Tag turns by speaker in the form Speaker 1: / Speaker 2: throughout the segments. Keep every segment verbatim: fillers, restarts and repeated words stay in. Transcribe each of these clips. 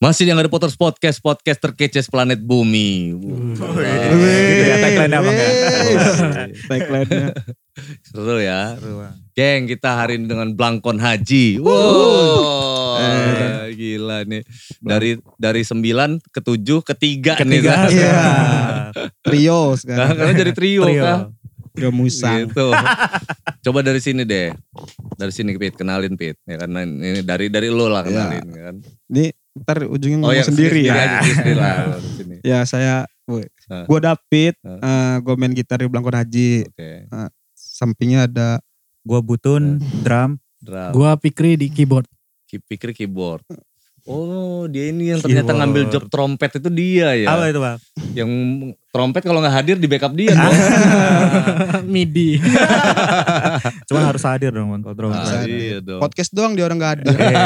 Speaker 1: Masih yang ada Potters Podcast, podcast terkece planet bumi.
Speaker 2: Gitu ya tagline apa enggak?
Speaker 3: Tagline-nya.
Speaker 1: Seru ya.
Speaker 2: Seru.
Speaker 1: Geng, kita hari ini dengan Blangkon Haji. Wow, eh, gila nih. Dari dari sembilan ke tujuh ke tiga nih.
Speaker 2: Ketiga.
Speaker 3: Iya. Trio sekarang.
Speaker 1: Karena jadi trio,
Speaker 2: Trio.
Speaker 1: kan.
Speaker 3: Trio musang.
Speaker 1: Gitu. Coba dari sini deh. Dari sini Pit, kenalin Pit. Ya kan ini dari dari lo lah kenalin ya. Kan.
Speaker 3: Ini ntar ujungnya
Speaker 1: Oh
Speaker 3: ngomong
Speaker 1: ya
Speaker 3: sendiri ya.
Speaker 1: Aja, sendiri lah, di sini.
Speaker 3: Ya saya,
Speaker 1: Nah.
Speaker 3: gue David,
Speaker 1: Nah.
Speaker 3: uh, gue main gitar di Blangkon Haji.
Speaker 1: Oke.
Speaker 3: Sampingnya ada
Speaker 2: Gua Butun, drum.
Speaker 1: Drum.
Speaker 4: Gua Pikri di keyboard.
Speaker 1: Pikir keyboard. Oh, dia ini yang ternyata
Speaker 2: Keyboard.
Speaker 1: ngambil job trompet itu dia ya.
Speaker 2: Apa itu Bang?
Speaker 1: Yang trompet kalau nggak hadir di backup dia dong.
Speaker 4: Midi.
Speaker 2: Cuma harus hadir dong Bang kalau drum.
Speaker 1: Ah, iya dong.
Speaker 3: podcast doang dia orang gak ada.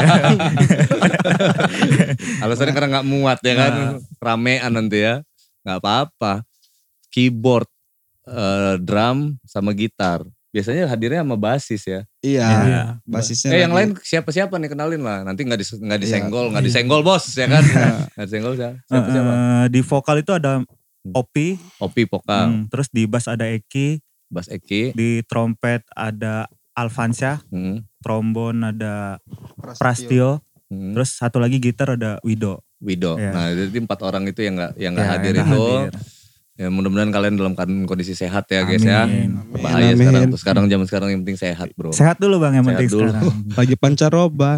Speaker 1: Alasannya karena nggak muat ya kan. Ramean nanti ya. Nggak apa-apa. Keyboard, eh, drum sama gitar. Biasanya hadirnya sama basis ya.
Speaker 3: Iya,
Speaker 4: Iya.
Speaker 3: basisnya.
Speaker 1: Eh yang
Speaker 3: lagi.
Speaker 1: lain siapa-siapa nih kenalin lah. Nanti nggak dis, nggak
Speaker 3: Iya.
Speaker 1: disenggol, nggak
Speaker 4: Iya.
Speaker 1: disenggol bos ya kan. Nggak disenggol siapa? Siapa? siapa?
Speaker 2: Eh, di vokal itu ada Opi,
Speaker 1: Opi Pokal,
Speaker 2: hmm, terus di bass ada Eki,
Speaker 1: Bas Eki,
Speaker 2: di trompet ada Alfansyah,
Speaker 1: hmm,
Speaker 2: trombon ada Prastio,
Speaker 1: hmm,
Speaker 2: terus satu lagi gitar ada Wido.
Speaker 1: Wido.
Speaker 2: Iya.
Speaker 1: Nah jadi empat orang itu yang nggak yang nggak
Speaker 2: Ya,
Speaker 1: hadir
Speaker 2: yang
Speaker 1: itu.
Speaker 2: hadir.
Speaker 1: Ya mudah-mudahan kalian dalam keadaan kondisi sehat ya guys ya.
Speaker 2: Amin.
Speaker 1: Bahaya
Speaker 3: Amin.
Speaker 1: sekarang tuh. Sekarang zaman sekarang yang penting sehat bro.
Speaker 2: Sehat dulu Bang yang
Speaker 1: Sehat
Speaker 2: penting
Speaker 1: dulu.
Speaker 2: sekarang.
Speaker 3: Lagi pancaroba.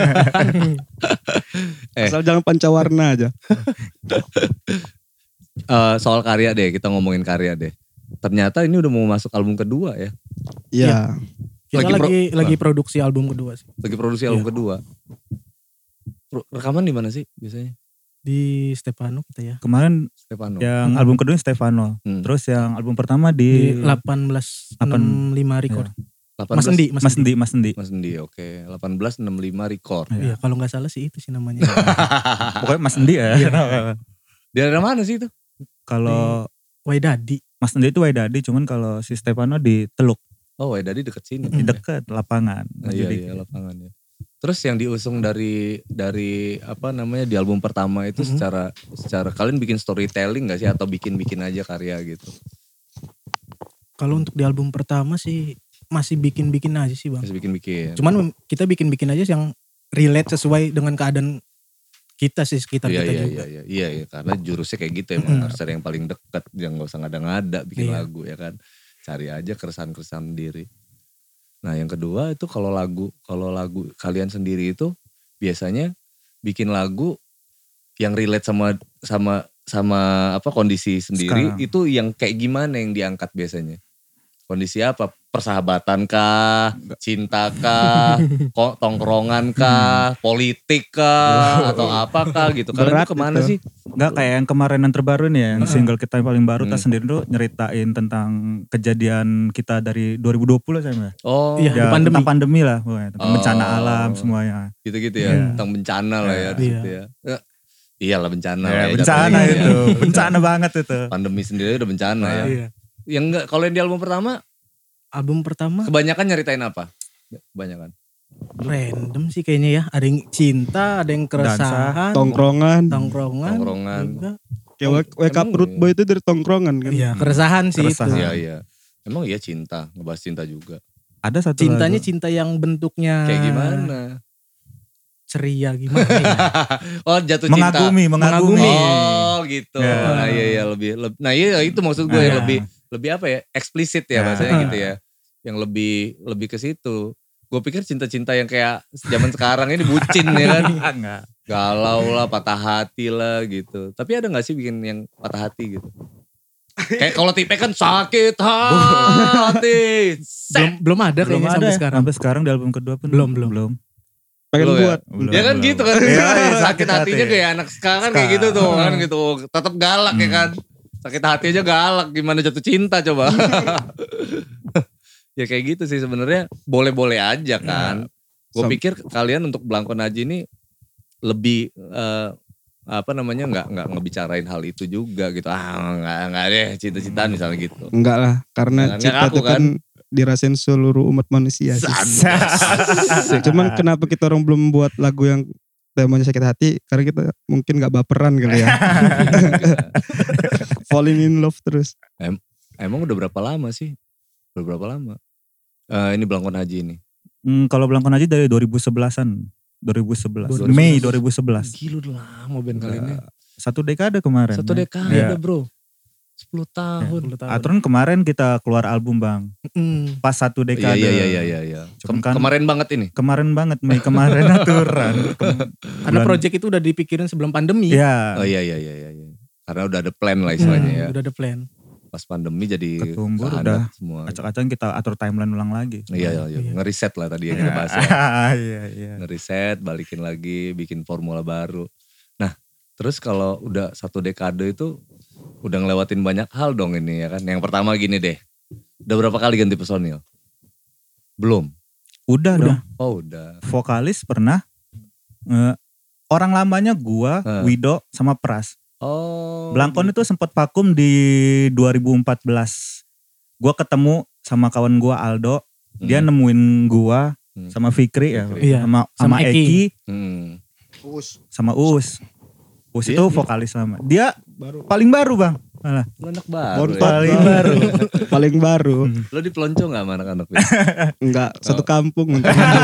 Speaker 1: Eh.
Speaker 3: Asal jangan pancawarna aja.
Speaker 1: Eh, soal karya deh, kita ngomongin karya deh. Ternyata ini udah mau masuk album kedua ya.
Speaker 3: Iya.
Speaker 4: Kita
Speaker 1: Lagi
Speaker 4: lagi
Speaker 1: pro-
Speaker 4: lagi, produksi album kedua sih.
Speaker 1: Lagi produksi album
Speaker 4: Iya.
Speaker 1: kedua. Pro- Rekaman di mana sih biasanya?
Speaker 4: Di Stefano kita ya.
Speaker 2: Kemarin
Speaker 1: Stefano.
Speaker 2: yang
Speaker 4: Hmm.
Speaker 2: album kedua Stefano,
Speaker 1: Hmm.
Speaker 2: terus yang album pertama
Speaker 4: Di
Speaker 2: di,
Speaker 4: delapan belas enam puluh lima record.
Speaker 1: delapan
Speaker 4: Mas
Speaker 1: belas
Speaker 4: Endi,
Speaker 2: Mas Endi, Mas Endi.
Speaker 1: Mas Endi, oke. delapan belas enam puluh lima record.
Speaker 4: Iya, kalau nggak salah sih itu sih namanya.
Speaker 2: Pokoknya Mas Endi ya.
Speaker 1: Di daerah mana sih itu?
Speaker 2: Kalau
Speaker 4: Waidadi.
Speaker 2: Mas Endi itu Waidadi, cuman kalau si Stefano di Teluk,
Speaker 1: Oh, dari deket sini.
Speaker 2: di
Speaker 1: Ya.
Speaker 2: dekat lapangan.
Speaker 1: Nah, iya, iya, lapangan ya. Terus yang diusung dari dari apa namanya di album pertama itu
Speaker 4: Mhm.
Speaker 1: secara secara kalian bikin storytelling gak sih atau bikin-bikin aja karya gitu?
Speaker 4: Kalau untuk di album pertama sih masih bikin-bikin aja sih Bang.
Speaker 1: Masih bikin-bikin.
Speaker 4: Cuman kita bikin-bikin aja yang relate sesuai dengan keadaan kita sih sekitar
Speaker 1: Iya,
Speaker 4: kita
Speaker 1: iya,
Speaker 4: juga.
Speaker 1: iya, iya, iya, iya, karena jurusnya kayak gitu emang
Speaker 4: Mm-mm.
Speaker 1: harus cari yang paling dekat, yang gak usah ngada-ngada bikin
Speaker 4: Iya.
Speaker 1: lagu ya kan. Cari aja keresahan-keresahan sendiri. Nah yang kedua itu kalau lagu, kalau lagu kalian sendiri itu biasanya bikin lagu yang relate sama sama sama apa kondisi sendiri.
Speaker 2: Sekarang.
Speaker 1: Itu yang kayak gimana yang diangkat biasanya? Kondisi apa? Persahabatan kah? Cinta kah? Ko- tongkrongan kah? Politik kah? Atau apakah gitu? Kalian
Speaker 3: Berat
Speaker 1: tuh kemana
Speaker 3: itu.
Speaker 1: sih?
Speaker 2: Enggak kayak yang kemarin yang terbaru nih ya, yang
Speaker 1: Hmm.
Speaker 2: single kita yang paling baru,
Speaker 1: Hmm.
Speaker 2: tas sendiri tuh nyeritain tentang kejadian kita dari dua ribu dua puluh saya Mbak.
Speaker 1: Oh
Speaker 4: Iya.
Speaker 2: Ya,
Speaker 4: pandemi.
Speaker 2: tentang pandemi lah, pokoknya, tentang
Speaker 1: Oh.
Speaker 2: bencana alam semuanya.
Speaker 1: gitu-gitu ya.
Speaker 2: Iya.
Speaker 1: Tentang bencana lah ya di
Speaker 4: Iya.
Speaker 1: situ ya. Ya, iyalah bencana
Speaker 2: Ya,
Speaker 1: lah ya.
Speaker 2: bencana
Speaker 1: jatuhnya ya.
Speaker 2: itu, bencana banget itu.
Speaker 1: Pandemi sendiri udah bencana ya.
Speaker 4: Iya.
Speaker 1: Yang enggak kalau yang di album pertama
Speaker 4: Album pertama
Speaker 1: kebanyakan nyeritain apa? Kebanyakan.
Speaker 4: random sih kayaknya ya. Ada yang cinta, ada yang keresahan,
Speaker 3: Tongkrongan.
Speaker 4: tongkrongan,
Speaker 1: Tongkrongan.
Speaker 4: juga.
Speaker 3: Kayak wake- wake up
Speaker 1: Emang
Speaker 3: root
Speaker 1: iya.
Speaker 3: boy itu dari tongkrongan kan.
Speaker 4: Iya, keresahan sih
Speaker 2: Keresahan.
Speaker 4: itu.
Speaker 1: Iya iya. Emang iya cinta, ngebahas cinta juga.
Speaker 2: Ada satu
Speaker 4: Cintanya
Speaker 2: lagu,
Speaker 4: cinta yang bentuknya
Speaker 1: Kayak gimana?
Speaker 4: ceria gimana ya?
Speaker 1: Oh jatuh cinta.
Speaker 2: mengagumi, mengagumi.
Speaker 4: Mengagumi.
Speaker 1: Oh gitu.
Speaker 2: Ya.
Speaker 1: Nah iya iya lebih, lebih nah iya itu maksud gue
Speaker 2: Nah,
Speaker 1: yang
Speaker 2: ya.
Speaker 1: lebih lebih apa ya? Eksplisit ya
Speaker 2: Ya.
Speaker 1: bahasanya gitu ya. Yang lebih lebih ke situ. Gue pikir cinta-cinta yang kayak zaman sekarang ini bucin ya kan.
Speaker 2: Enggak.
Speaker 1: Galau lah, patah hati lah gitu. Tapi ada gak sih bikin yang patah hati gitu? Kayak kalau tipe kan sakit hati.
Speaker 4: belum belum ada
Speaker 2: Belum
Speaker 4: kayaknya
Speaker 2: ada
Speaker 4: sampai
Speaker 2: ya,
Speaker 4: sekarang.
Speaker 2: sampai sekarang di album kedua pun
Speaker 4: Belum, belum.
Speaker 2: belum.
Speaker 3: Pengen
Speaker 1: Belum ya?
Speaker 3: buat.
Speaker 2: Belum,
Speaker 1: Ya kan
Speaker 2: belum.
Speaker 1: gitu kan.
Speaker 2: Iya, iya,
Speaker 1: sakit
Speaker 2: sakit
Speaker 1: hatinya
Speaker 2: hati.
Speaker 1: kayak anak sekarang kayak gitu tuh kan gitu. Tetap galak ya
Speaker 2: Hmm.
Speaker 1: kan. Sakit hati aja galak, gimana jatuh cinta coba. Ya kayak gitu sih sebenarnya boleh-boleh aja kan. Gue
Speaker 3: Sam-
Speaker 1: pikir kalian untuk Blangkon Haji ini lebih eh, apa namanya nggak nggak ngebicarain hal itu juga gitu. Ah nggak nggak deh cinta-cintaan misalnya gitu.
Speaker 3: Enggak lah, karena
Speaker 1: Nggak
Speaker 3: cinta
Speaker 1: ngaku
Speaker 3: itu kan dirasain seluruh umat manusia sih.
Speaker 1: Sadar.
Speaker 3: Cuman kenapa kita orang belum buat lagu yang temanya sakit hati karena kita mungkin gak baperan kali ya. Falling in love terus.
Speaker 1: Em, emang udah berapa lama sih? Udah berapa lama? Uh, ini Blangkon Haji ini.
Speaker 2: Hmm, kalau Blangkon Haji dari dua ribu sebelasan. dua ribu sebelas.
Speaker 1: dua ribu sebelas.
Speaker 2: Mei dua ribu sebelas.
Speaker 1: Gila udah lama band kali ini.
Speaker 2: Satu dekade kemarin.
Speaker 1: Satu dekade
Speaker 2: ya.
Speaker 1: bro. sepuluh tahun.
Speaker 2: Ya. Aturan kemarin kita keluar album bang.
Speaker 4: Mm.
Speaker 2: Pas satu dekade.
Speaker 1: Iya iya iya iya. iya. Kem-
Speaker 2: kan,
Speaker 1: kemarin banget ini.
Speaker 2: Kemarin banget Mei kemarin aturan. Kem-
Speaker 4: Karena project itu udah dipikirin sebelum pandemi.
Speaker 2: Iya.
Speaker 1: Oh iya iya iya iya. Karena udah ada plan lah istilahnya
Speaker 4: Hmm,
Speaker 1: ya.
Speaker 4: Udah ada plan.
Speaker 1: Pas pandemi jadi
Speaker 2: ketumbur
Speaker 1: kehangat
Speaker 2: udah
Speaker 1: semua.
Speaker 2: acak-acakan kita atur timeline ulang lagi.
Speaker 1: Iya iya iya.
Speaker 4: Iya.
Speaker 1: Ngeriset lah tadi yang kita bahas ya.
Speaker 2: Iya iya.
Speaker 1: Ngeriset, balikin lagi, bikin formula baru. Nah, terus kalau udah satu dekade itu udah ngelewatin banyak hal dong ini ya kan. Yang pertama gini deh. Udah berapa kali ganti personil? Belum.
Speaker 2: Udah,
Speaker 4: Udah.
Speaker 2: dong.
Speaker 1: Oh, udah.
Speaker 2: Vokalis pernah eh, orang lamanya gua,
Speaker 1: Hah.
Speaker 2: Wido sama Pras.
Speaker 1: Oh.
Speaker 2: Blangkon itu sempat vakum di dua ribu empat belas. Gua ketemu sama kawan gua Aldo, dia
Speaker 1: Hmm.
Speaker 2: nemuin gua
Speaker 1: Hmm.
Speaker 2: sama Fikri ya,
Speaker 1: Fikri.
Speaker 4: Iya,
Speaker 2: sama
Speaker 4: sama
Speaker 2: sama
Speaker 4: Eki.
Speaker 2: Eki,
Speaker 1: Hmm.
Speaker 2: sama Us. Us
Speaker 1: Dia-
Speaker 2: itu vokalis lama. Dia
Speaker 3: Baru.
Speaker 2: paling baru, Bang. Malah.
Speaker 1: Lu anak baru.
Speaker 3: Bontot
Speaker 1: Ya.
Speaker 2: Paling
Speaker 3: Bang.
Speaker 2: baru.
Speaker 3: Paling baru.
Speaker 1: Lu dipelonco gak sama anak-anak?
Speaker 3: Enggak, satu
Speaker 1: Oh.
Speaker 3: kampung.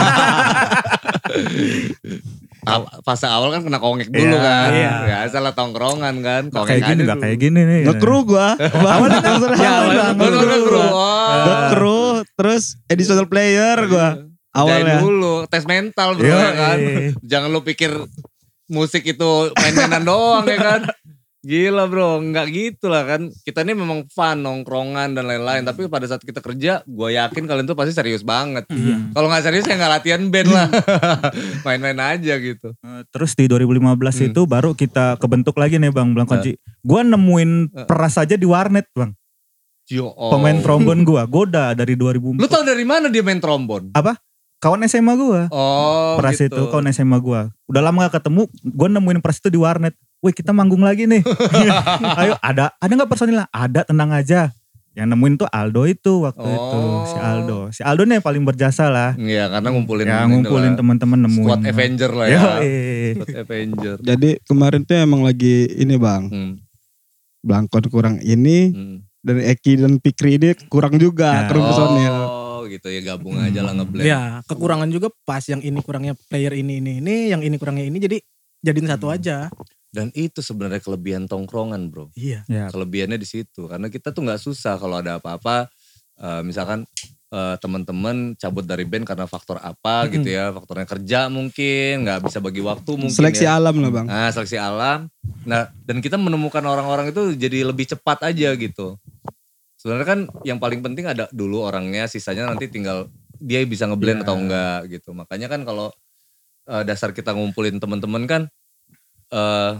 Speaker 1: Aw- Fase awal kan kena kongek dulu
Speaker 2: Iya,
Speaker 1: kan.
Speaker 2: iya.
Speaker 1: Ya salah tongkrongan kan.
Speaker 2: Gak
Speaker 1: Kongek
Speaker 2: kayak gini,
Speaker 1: aja
Speaker 2: gak
Speaker 1: dulu.
Speaker 2: kayak gini nih.
Speaker 3: Ngekru gua.
Speaker 2: Awalnya kan
Speaker 3: Terserah.
Speaker 2: ya, awalnya
Speaker 1: Oh, lu ngekru. Oh.
Speaker 3: Ngekru, terus additional player gua.
Speaker 1: Awalnya.
Speaker 3: Awalnya.
Speaker 1: dulu, tes mental bro
Speaker 2: Iya,
Speaker 1: ya kan.
Speaker 2: iya.
Speaker 1: Jangan lu pikir musik itu main-mainan doang ya kan. Gila bro, nggak gitu lah kan. Kita ini memang fun, nongkrongan dan lain-lain. Tapi pada saat kita kerja, gue yakin kalian tuh pasti serius banget.
Speaker 2: Hmm.
Speaker 1: Kalau nggak serius ya nggak latihan band lah. Main-main aja gitu.
Speaker 2: Eh, Terus di dua ribu lima belas
Speaker 1: Hmm.
Speaker 2: itu baru kita kebentuk lagi nih Bang Blangkon Haji. Gua nemuin Pras aja di warnet Bang.
Speaker 1: Yo, oh.
Speaker 2: Pemain trombon gua. Goda dari dua ribu
Speaker 1: Lu tau dari mana dia main trombon?
Speaker 2: Kawan S M A gua.
Speaker 1: Oh
Speaker 2: Pras
Speaker 1: gitu.
Speaker 2: itu kawan S M A gua. Udah lama gak ketemu, gua nemuin Pras itu di warnet. Wih kita manggung lagi nih. Ayo ada ada gak personil? Ada, tenang aja. Yang nemuin tuh Aldo itu waktu
Speaker 1: Oh.
Speaker 2: itu. Si Aldo. Si Aldo nih yang paling berjasa lah.
Speaker 1: Iya karena ngumpulin
Speaker 2: Ya
Speaker 1: ini
Speaker 2: ngumpulin
Speaker 1: lah.
Speaker 2: teman-teman nemuin.
Speaker 1: Squad Avenger lah ya.
Speaker 2: Yoi.
Speaker 1: Squad Avenger.
Speaker 3: Jadi kemarin tuh emang lagi ini bang.
Speaker 1: Hmm,
Speaker 3: Blangkon kurang ini.
Speaker 1: hmm.
Speaker 3: Dan Eki dan Fikri ini kurang juga.
Speaker 2: Ya.
Speaker 3: Kru personil.
Speaker 1: Oh gitu ya gabung aja lah ngeblend.
Speaker 4: Ya kekurangan juga pas yang ini kurangnya player ini ini ini, yang ini kurangnya ini, jadi jadiin satu aja.
Speaker 1: Dan itu sebenarnya kelebihan tongkrongan bro.
Speaker 4: Iya.
Speaker 2: Ya.
Speaker 1: Kelebihannya di situ karena kita tuh nggak susah kalau ada apa-apa. eh, misalkan eh, teman-teman cabut dari band karena faktor apa
Speaker 4: Mm-mm.
Speaker 1: gitu ya, faktornya kerja mungkin nggak bisa bagi waktu mungkin.
Speaker 3: Seleksi
Speaker 1: ya.
Speaker 3: alam lah bang.
Speaker 1: Nah seleksi alam. Nah dan kita menemukan orang-orang itu jadi lebih cepat aja gitu. Sebenarnya kan yang paling penting ada dulu orangnya, sisanya nanti tinggal dia bisa ngeblend
Speaker 2: Ya.
Speaker 1: atau enggak gitu. Makanya kan kalau eh, dasar kita ngumpulin teman-teman kan eh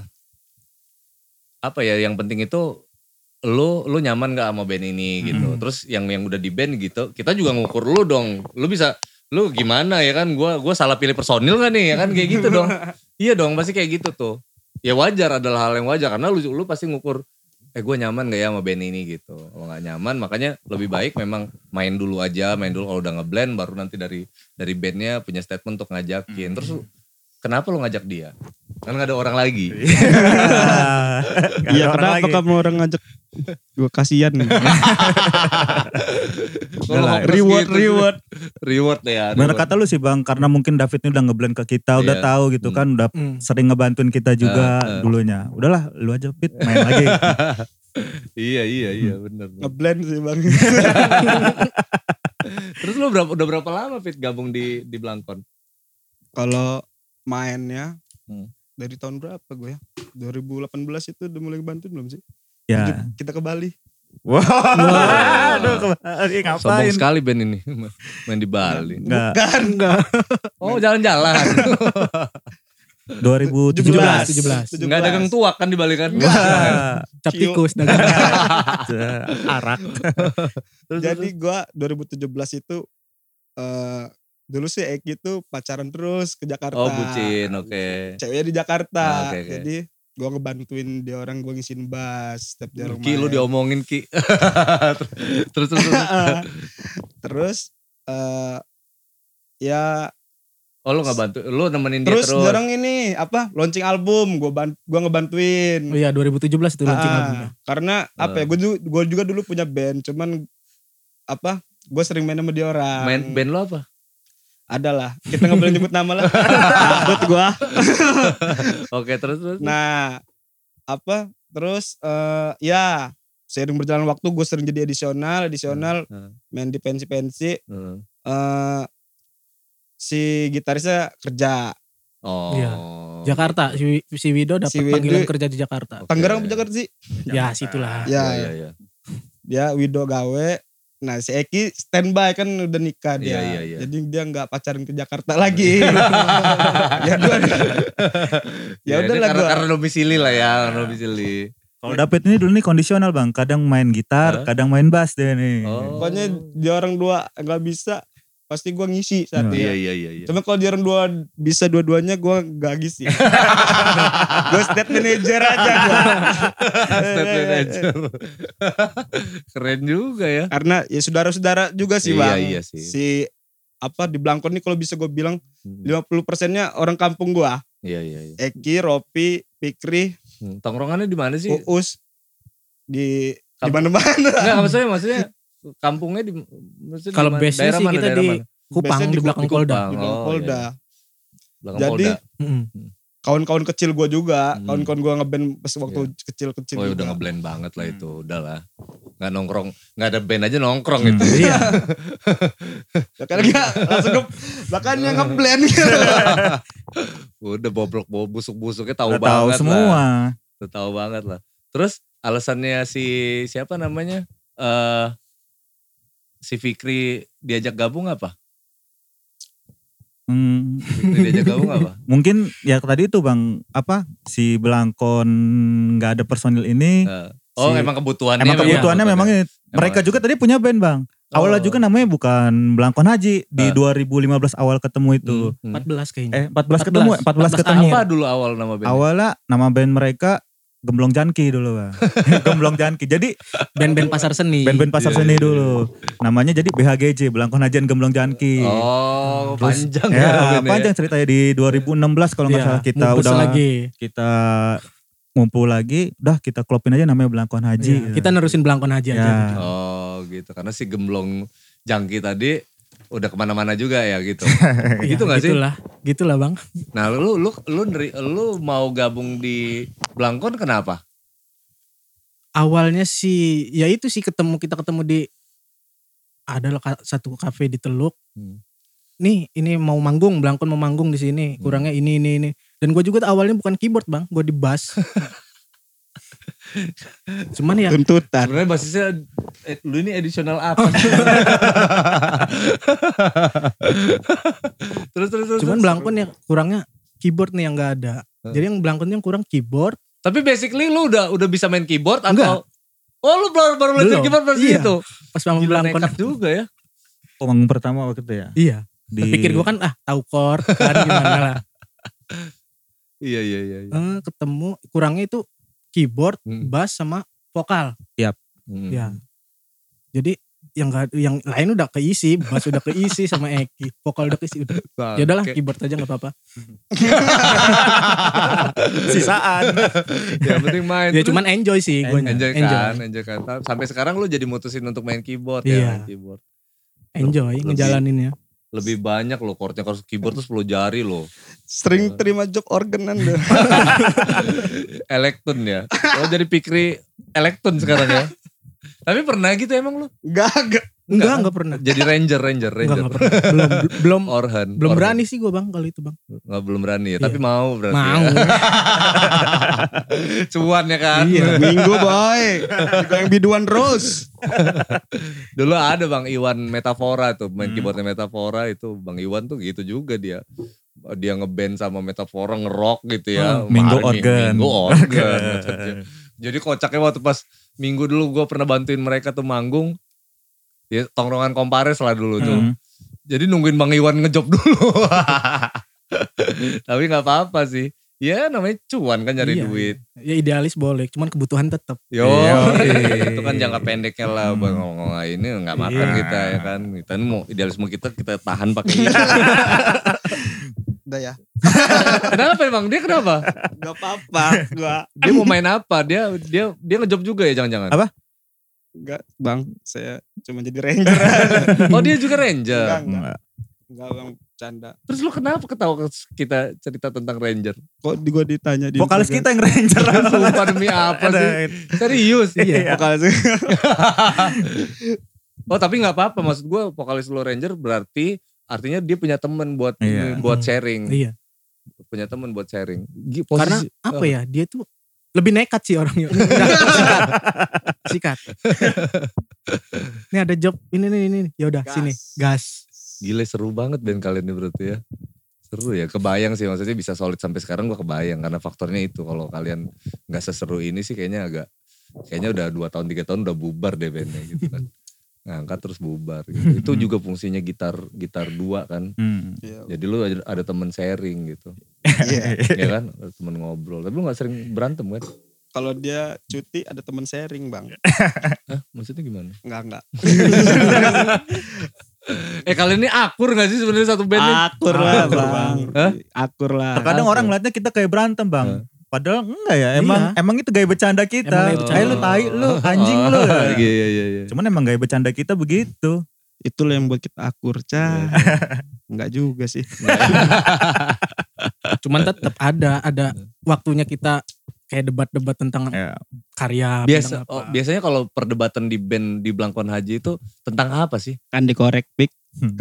Speaker 1: apa ya, yang penting itu lu lu nyaman gak sama band ini gitu.
Speaker 2: Hmm.
Speaker 1: Terus yang yang udah di band gitu, kita juga ngukur lu dong. Lu bisa lu gimana ya kan, gua gua salah pilih personil gak nih ya kan, kayak gitu dong. Iya dong, pasti kayak gitu tuh. Ya wajar, adalah hal yang wajar karena lu lu pasti ngukur eh gue nyaman gak ya sama band ini gitu. Kalau gak nyaman makanya lebih baik memang main dulu aja, main dulu kalau udah ngeblend baru nanti dari dari bandnya punya statement untuk ngajakin. Terus lu, kenapa lu ngajak dia? Kan gak ada orang lagi.
Speaker 2: Gak
Speaker 3: Iya
Speaker 2: ada orang
Speaker 3: kenapa
Speaker 2: lagi.
Speaker 3: kamu orang ngajak. Gue kasihan nih.
Speaker 1: Kalau
Speaker 2: lah,
Speaker 1: ngopres
Speaker 3: Reward
Speaker 1: gitu sih.
Speaker 3: reward.
Speaker 1: Reward ya.
Speaker 2: Bener
Speaker 1: reward.
Speaker 2: kata lu sih Bang, karena mungkin David ini udah ngeblend ke kita, udah
Speaker 1: Iya.
Speaker 2: tahu gitu
Speaker 1: Hmm.
Speaker 2: kan, udah
Speaker 4: Hmm.
Speaker 2: sering ngebantuin kita juga
Speaker 1: Eh, eh.
Speaker 2: dulunya. Udahlah, lu aja Pit main lagi.
Speaker 1: Iya iya iya bener.
Speaker 3: Ngeblend sih bang.
Speaker 1: Terus lu berapa, udah berapa lama Fit gabung di di Blangkon?
Speaker 3: Kalau mainnya
Speaker 1: Hmm.
Speaker 3: dari tahun berapa gue ya? dua ribu delapan belas itu udah mulai bantuin belum sih?
Speaker 2: Ya.
Speaker 3: Kita ke Bali.
Speaker 2: Wah, aduh kembali
Speaker 1: Sombong
Speaker 2: ngapain?
Speaker 1: sekali band ini main di Bali.
Speaker 2: Enggak,
Speaker 3: Kan enggak.
Speaker 1: Oh jalan-jalan.
Speaker 2: dua ribu tujuh belas.
Speaker 4: tujuh belas.
Speaker 1: Nggak dagang tuak kan di Bali kan?
Speaker 2: Enggak.
Speaker 4: Cap
Speaker 3: Cium.
Speaker 4: tikus dagang.
Speaker 2: Arak.
Speaker 1: Terus,
Speaker 3: Jadi gue dua ribu tujuh belas itu eh dulu sih Eki tuh pacaran terus ke Jakarta.
Speaker 1: oh bucin, oke.
Speaker 3: Ceweknya di Jakarta.
Speaker 1: Ah, oke, oke.
Speaker 3: Jadi gue ngebantuin dia orang, gue ngisiin bass setiap dia orang
Speaker 1: Ki lu
Speaker 3: main.
Speaker 1: diomongin Ki. terus terus. terus.
Speaker 3: Terus eh ya
Speaker 1: Oh lu gak bantu, lu nemenin dia
Speaker 3: Terus
Speaker 1: terus.
Speaker 3: jarang ini apa launching album, gue ban gue ngebantuin.
Speaker 4: Oh iya dua ribu tujuh belas itu launching
Speaker 3: Ah,
Speaker 4: albumnya.
Speaker 3: Karena apa ya, gue gue juga dulu punya band, cuman apa, gue sering main sama dia orang.
Speaker 1: Main band lo apa?
Speaker 3: Adalah, kita nggak boleh nyebut nama lah. Takut gue.
Speaker 1: Oke terus terus.
Speaker 3: Nah, apa? Terus eh ya sering berjalan waktu gue sering jadi edisional, edisional
Speaker 1: Hmm.
Speaker 3: main di pensi-pensi.
Speaker 1: Hmm.
Speaker 3: eh si gitarisnya kerja.
Speaker 1: Oh.
Speaker 4: Iya. Jakarta, si, si Wido dapat
Speaker 3: Si Wido-
Speaker 4: panggilan kerja di Jakarta.
Speaker 1: Oke.
Speaker 3: Tangerang apa Jakarta sih?
Speaker 4: Ya situlah.
Speaker 3: Ya,
Speaker 1: Iya iya.
Speaker 3: dia Wido gawe. Nah si Eki standby kan udah nikah dia.
Speaker 1: Iya, iya, iya.
Speaker 3: Jadi dia nggak pacaran ke Jakarta lagi. ya udah. ya udah lah
Speaker 1: karena,
Speaker 3: gue.
Speaker 1: karena domisili lah ya, domisili.
Speaker 2: Kalau David ini dulu nih kondisional bang, kadang main gitar,
Speaker 1: Hah?
Speaker 2: kadang main bass deh nih.
Speaker 1: Oh.
Speaker 3: Pokoknya dia orang dua nggak bisa, pasti gue ngisi saat
Speaker 2: Hmm.
Speaker 3: dia.
Speaker 1: Iya iya iya iya.
Speaker 3: Cuma kalau dia orang dua bisa dua-duanya gue nggak ngisi. Gue state manager aja gue.
Speaker 1: State manager. Keren juga ya.
Speaker 3: Karena ya saudara-saudara juga sih
Speaker 1: Iya,
Speaker 3: bang.
Speaker 1: iya sih.
Speaker 3: Si apa di Blangkon nih kalau bisa gue bilang
Speaker 1: Hmm.
Speaker 3: lima puluh persennya orang kampung gue.
Speaker 1: Iya iya iya.
Speaker 3: Eki, Ropi, Fikri,
Speaker 1: Hmm, tongkrongannya di mana sih?
Speaker 3: Uus di di
Speaker 1: Kampung.
Speaker 3: mana-mana.
Speaker 1: Enggak maksudnya maksudnya kampungnya di maksudnya
Speaker 4: Kalau
Speaker 1: di mana?
Speaker 4: base-nya
Speaker 1: Daerah
Speaker 4: sih
Speaker 1: mana,
Speaker 4: kita
Speaker 1: daerah
Speaker 4: di
Speaker 1: mana?
Speaker 4: Kupang
Speaker 3: Biasanya
Speaker 4: di,
Speaker 3: di
Speaker 4: belakang
Speaker 1: Di
Speaker 4: Polda.
Speaker 1: Kupang.
Speaker 3: Di belakang
Speaker 1: Oh,
Speaker 3: Polda.
Speaker 1: iya. Belakang
Speaker 3: Jadi,
Speaker 1: Polda.
Speaker 4: Mm-mm.
Speaker 3: Kawan-kawan kecil gue juga,
Speaker 1: Hmm.
Speaker 3: kawan-kawan gue ngeband pas waktu kecil-kecil
Speaker 1: Oh ya
Speaker 3: juga.
Speaker 1: udah ngeblend banget lah itu, udah lah. Nggak nongkrong, nggak ada band aja nongkrong
Speaker 2: Hmm.
Speaker 1: itu.
Speaker 4: Iya.
Speaker 3: Bahkan dia langsung ke belakangnya ngeblend gitu.
Speaker 1: Udah boblok busuk-busuknya tahu
Speaker 2: Udah tahu
Speaker 1: banget
Speaker 2: semua.
Speaker 1: lah. Udah tahu banget lah. Terus alasannya si siapa namanya? eh si Fikri diajak gabung apa?
Speaker 2: Hmm,
Speaker 1: Fikri diajak gabung apa?
Speaker 2: mungkin ya tadi itu bang, apa si Blangkon nggak ada personil ini.
Speaker 1: Eh, oh
Speaker 2: Si-
Speaker 1: emang kebutuhannya.
Speaker 2: Emang kebutuhannya
Speaker 1: ya?
Speaker 2: memang ini. Mereka
Speaker 1: Emang-
Speaker 2: juga tadi punya band bang. Awalnya
Speaker 1: Oh.
Speaker 2: juga namanya bukan Blangkon Haji di
Speaker 1: Ah.
Speaker 2: dua ribu lima belas awal ketemu itu.
Speaker 1: Hmm, hmm.
Speaker 4: empat belas kayaknya.
Speaker 2: Eh empat belas ketemu, empat belas ketemu.
Speaker 1: Apa dulu awal nama bandnya?
Speaker 2: Awalnya nama band mereka Gemblong Janki dulu bang. Gemblong Janki. Jadi
Speaker 4: Band-band pasar seni.
Speaker 2: band-band pasar
Speaker 1: Iya,
Speaker 2: seni
Speaker 1: iya,
Speaker 2: dulu. Namanya jadi B H G J, Blangkon Hajian Gemblong Janki.
Speaker 1: Oh
Speaker 2: Terus,
Speaker 1: panjang
Speaker 2: ya,
Speaker 1: bandnya.
Speaker 2: panjang ceritanya di dua ribu enam belas kalau nggak
Speaker 4: Iya,
Speaker 2: salah kita
Speaker 4: ngumpul
Speaker 2: udah
Speaker 4: lagi.
Speaker 2: kita ngumpul lagi, udah kita klopin aja namanya Blangkon Haji.
Speaker 4: Iya, kita nerusin Blangkon Haji aja.
Speaker 2: Ya.
Speaker 1: Oh gitu, karena si Gemblong Jangki tadi udah kemana-mana juga ya gitu.
Speaker 4: Iya,
Speaker 1: gitu gak sih?
Speaker 4: Gitulah, gitulah bang.
Speaker 1: Nah lu lu lu neri- lu mau gabung di Blangkon kenapa?
Speaker 4: Awalnya sih, ya itu sih ketemu kita ketemu di adalah ka- satu kafe di Teluk.
Speaker 1: Hmm.
Speaker 4: Nih ini mau manggung, Blangkon mau manggung di sini. Kurangnya ini ini ini. Dan gue juga awalnya bukan keyboard bang, gue di bass. Cuman ya
Speaker 3: Tuntutan.
Speaker 1: Sebenarnya basisnya eh, lu ini edisional apa? terus terus terus.
Speaker 4: cuman
Speaker 1: terus.
Speaker 4: Blangkon ya kurangnya keyboard nih yang nggak ada.
Speaker 1: Hmm.
Speaker 4: Jadi yang Blangkon yang kurang keyboard.
Speaker 1: Tapi basically lu udah udah bisa main keyboard atau?
Speaker 4: Enggak.
Speaker 1: Oh lu baru baru belajar
Speaker 4: Belum.
Speaker 1: keyboard pas
Speaker 4: Iya.
Speaker 1: itu.
Speaker 4: Pas bangun
Speaker 1: Gila
Speaker 4: Blangkon.
Speaker 1: nekat juga ya.
Speaker 2: Oh, manggung pertama waktu itu ya.
Speaker 4: Iya.
Speaker 2: Di
Speaker 4: Pikir gue kan ah tahu chord kan gimana lah.
Speaker 1: Iya iya iya. iya.
Speaker 4: Eh, ketemu kurangnya itu keyboard,
Speaker 1: Hmm.
Speaker 4: bass sama vokal.
Speaker 1: Hmm.
Speaker 4: Ya. Jadi yang gak, yang lain udah keisi, bass udah keisi sama Eki, vokal udah keisi udah.
Speaker 1: Bang,
Speaker 4: Ya udahlah
Speaker 1: kayak-
Speaker 4: keyboard aja nggak apa-apa.
Speaker 2: sisaan.
Speaker 1: yang penting main.
Speaker 4: Ya
Speaker 1: Terus
Speaker 4: cuman enjoy sih gue.
Speaker 1: enjoy kan, enjoy kan. Sampai sekarang lu jadi mutusin untuk main keyboard
Speaker 4: Iya.
Speaker 1: ya, main keyboard.
Speaker 4: Enjoy
Speaker 1: Lebih-
Speaker 4: ngejalaninnya.
Speaker 1: Lebih banyak loh chordnya, kalau keyboard tuh sepuluh jari loh.
Speaker 3: Sering terima job organan deh.
Speaker 1: Elektron ya. Oh jadi Fikri elektron sekarang ya. Tapi pernah gitu emang lu?
Speaker 3: Gak, gak.
Speaker 4: Enggak, enggak pernah.
Speaker 1: Jadi ranger, ranger,
Speaker 4: Enggak,
Speaker 1: ranger.
Speaker 4: enggak pernah. Belum belum
Speaker 1: Orhan.
Speaker 4: belum
Speaker 1: orhan.
Speaker 4: berani sih gue bang kalau itu bang.
Speaker 1: Nggak belum berani ya,
Speaker 4: Iya.
Speaker 1: tapi mau berarti.
Speaker 4: Mau.
Speaker 1: Ya. Cuan ya kan.
Speaker 4: Iya.
Speaker 3: Minggu boy. Yang biduan terus.
Speaker 1: Dulu ada Bang Iwan Metafora tuh, main
Speaker 2: Hmm.
Speaker 1: keyboardnya Metafora itu. Bang Iwan tuh gitu juga dia. Dia ngeband sama Metafora nge-rock gitu ya.
Speaker 2: Oh, Minggu
Speaker 1: Kemarin
Speaker 2: organ.
Speaker 1: Minggu organ. Jadi kocaknya waktu pas minggu dulu gue pernah bantuin mereka tuh manggung. Ya tongkrongan Kompares lah dulu tuh.
Speaker 2: Hmm.
Speaker 1: Jadi nungguin Bang Iwan ngejob dulu. Tapi gak apa-apa sih. Ya namanya cuan kan nyari
Speaker 4: Iya,
Speaker 1: duit.
Speaker 4: Ya idealis boleh, cuman kebutuhan tetap.
Speaker 1: Yo,
Speaker 2: Iya.
Speaker 1: itu kan jangka pendeknya lah.
Speaker 2: Hmm.
Speaker 1: Bang ngomong ini nggak makan
Speaker 2: Iya.
Speaker 1: kita ya kan. Kita ini mau idealisme kita kita tahan pakai itu.
Speaker 3: Udah ya.
Speaker 1: Kenapa emang dia kenapa?
Speaker 3: Gak apa-apa. Gua
Speaker 1: Dia mau main apa? Dia dia dia ngejob juga ya jangan-jangan.
Speaker 2: Apa?
Speaker 3: enggak bang. Saya cuma jadi ranger.
Speaker 1: Oh dia juga ranger.
Speaker 3: Enggak, enggak.
Speaker 2: Enggak.
Speaker 3: Enggak bang, canda.
Speaker 1: Terus lu kenapa ketawa kita cerita tentang ranger?
Speaker 3: Kok di gua ditanya di
Speaker 2: Vokalis
Speaker 3: Instagram.
Speaker 2: kita yang ranger.
Speaker 1: Sumpah demi apa sih? Serius?
Speaker 2: Iya.
Speaker 3: Vokalis.
Speaker 1: Oh tapi nggak apa-apa. Maksud gue vokalis lu ranger berarti artinya dia punya temen buat
Speaker 2: Iya.
Speaker 1: buat
Speaker 4: Hmm.
Speaker 1: sharing.
Speaker 4: Iya.
Speaker 1: Punya temen buat sharing. Gi-
Speaker 4: Karena
Speaker 1: posisi-
Speaker 4: apa
Speaker 1: oh.
Speaker 4: ya, dia tuh lebih nekat sih orangnya. Udah, sikat. Sikat. Ini ada job ini nih ini. Ya udah
Speaker 3: Gas.
Speaker 4: sini, gas.
Speaker 1: Gila seru banget band kalian ini berarti ya. Seru ya, kebayang sih maksudnya bisa solid sampai sekarang gue kebayang. Karena faktornya itu kalau kalian gak seseru ini sih kayaknya agak, kayaknya udah dua tahun tiga tahun udah bubar deh bandnya gitu kan. Ngangkat terus bubar gitu. Itu juga fungsinya gitar gitar dua kan.
Speaker 2: Hmm.
Speaker 3: Iya.
Speaker 1: Jadi lu ada, ada temen sharing gitu.
Speaker 3: Iya.
Speaker 1: Ya kan, ada temen ngobrol. Tapi lu gak sering berantem kan?
Speaker 3: Kalau dia cuti ada teman sharing bang.
Speaker 1: Hah? Maksudnya gimana?
Speaker 3: Enggak enggak.
Speaker 1: Eh kalian ini akur gak sih sebenarnya satu band ini?
Speaker 3: Akur lah
Speaker 2: Akur,
Speaker 3: bang.
Speaker 2: Bang.
Speaker 1: Hah?
Speaker 3: Akur lah.
Speaker 2: Terkadang
Speaker 1: Apa?
Speaker 2: orang ngeliatnya kita kayak berantem bang. Padahal enggak ya, emang
Speaker 4: Iya.
Speaker 2: emang itu gaya bercanda
Speaker 4: Emang
Speaker 2: kita.
Speaker 4: gaya bercanda.
Speaker 2: Ayo lu tai lu, anjing lu.
Speaker 1: Oh, Iya iya iya. iya.
Speaker 2: Cuman emang gaya bercanda kita begitu.
Speaker 3: Itulah yang buat kita akur cah. Enggak juga sih.
Speaker 4: Cuman tetap ada ada waktunya kita kayak debat-debat tentang
Speaker 2: Ya.
Speaker 4: karya.
Speaker 1: Biasa,
Speaker 4: tentang
Speaker 1: oh,
Speaker 4: apa.
Speaker 1: biasanya kalau perdebatan di band di Blangkon Haji itu tentang apa sih?
Speaker 3: Kan dikorek pik.
Speaker 2: Hmm.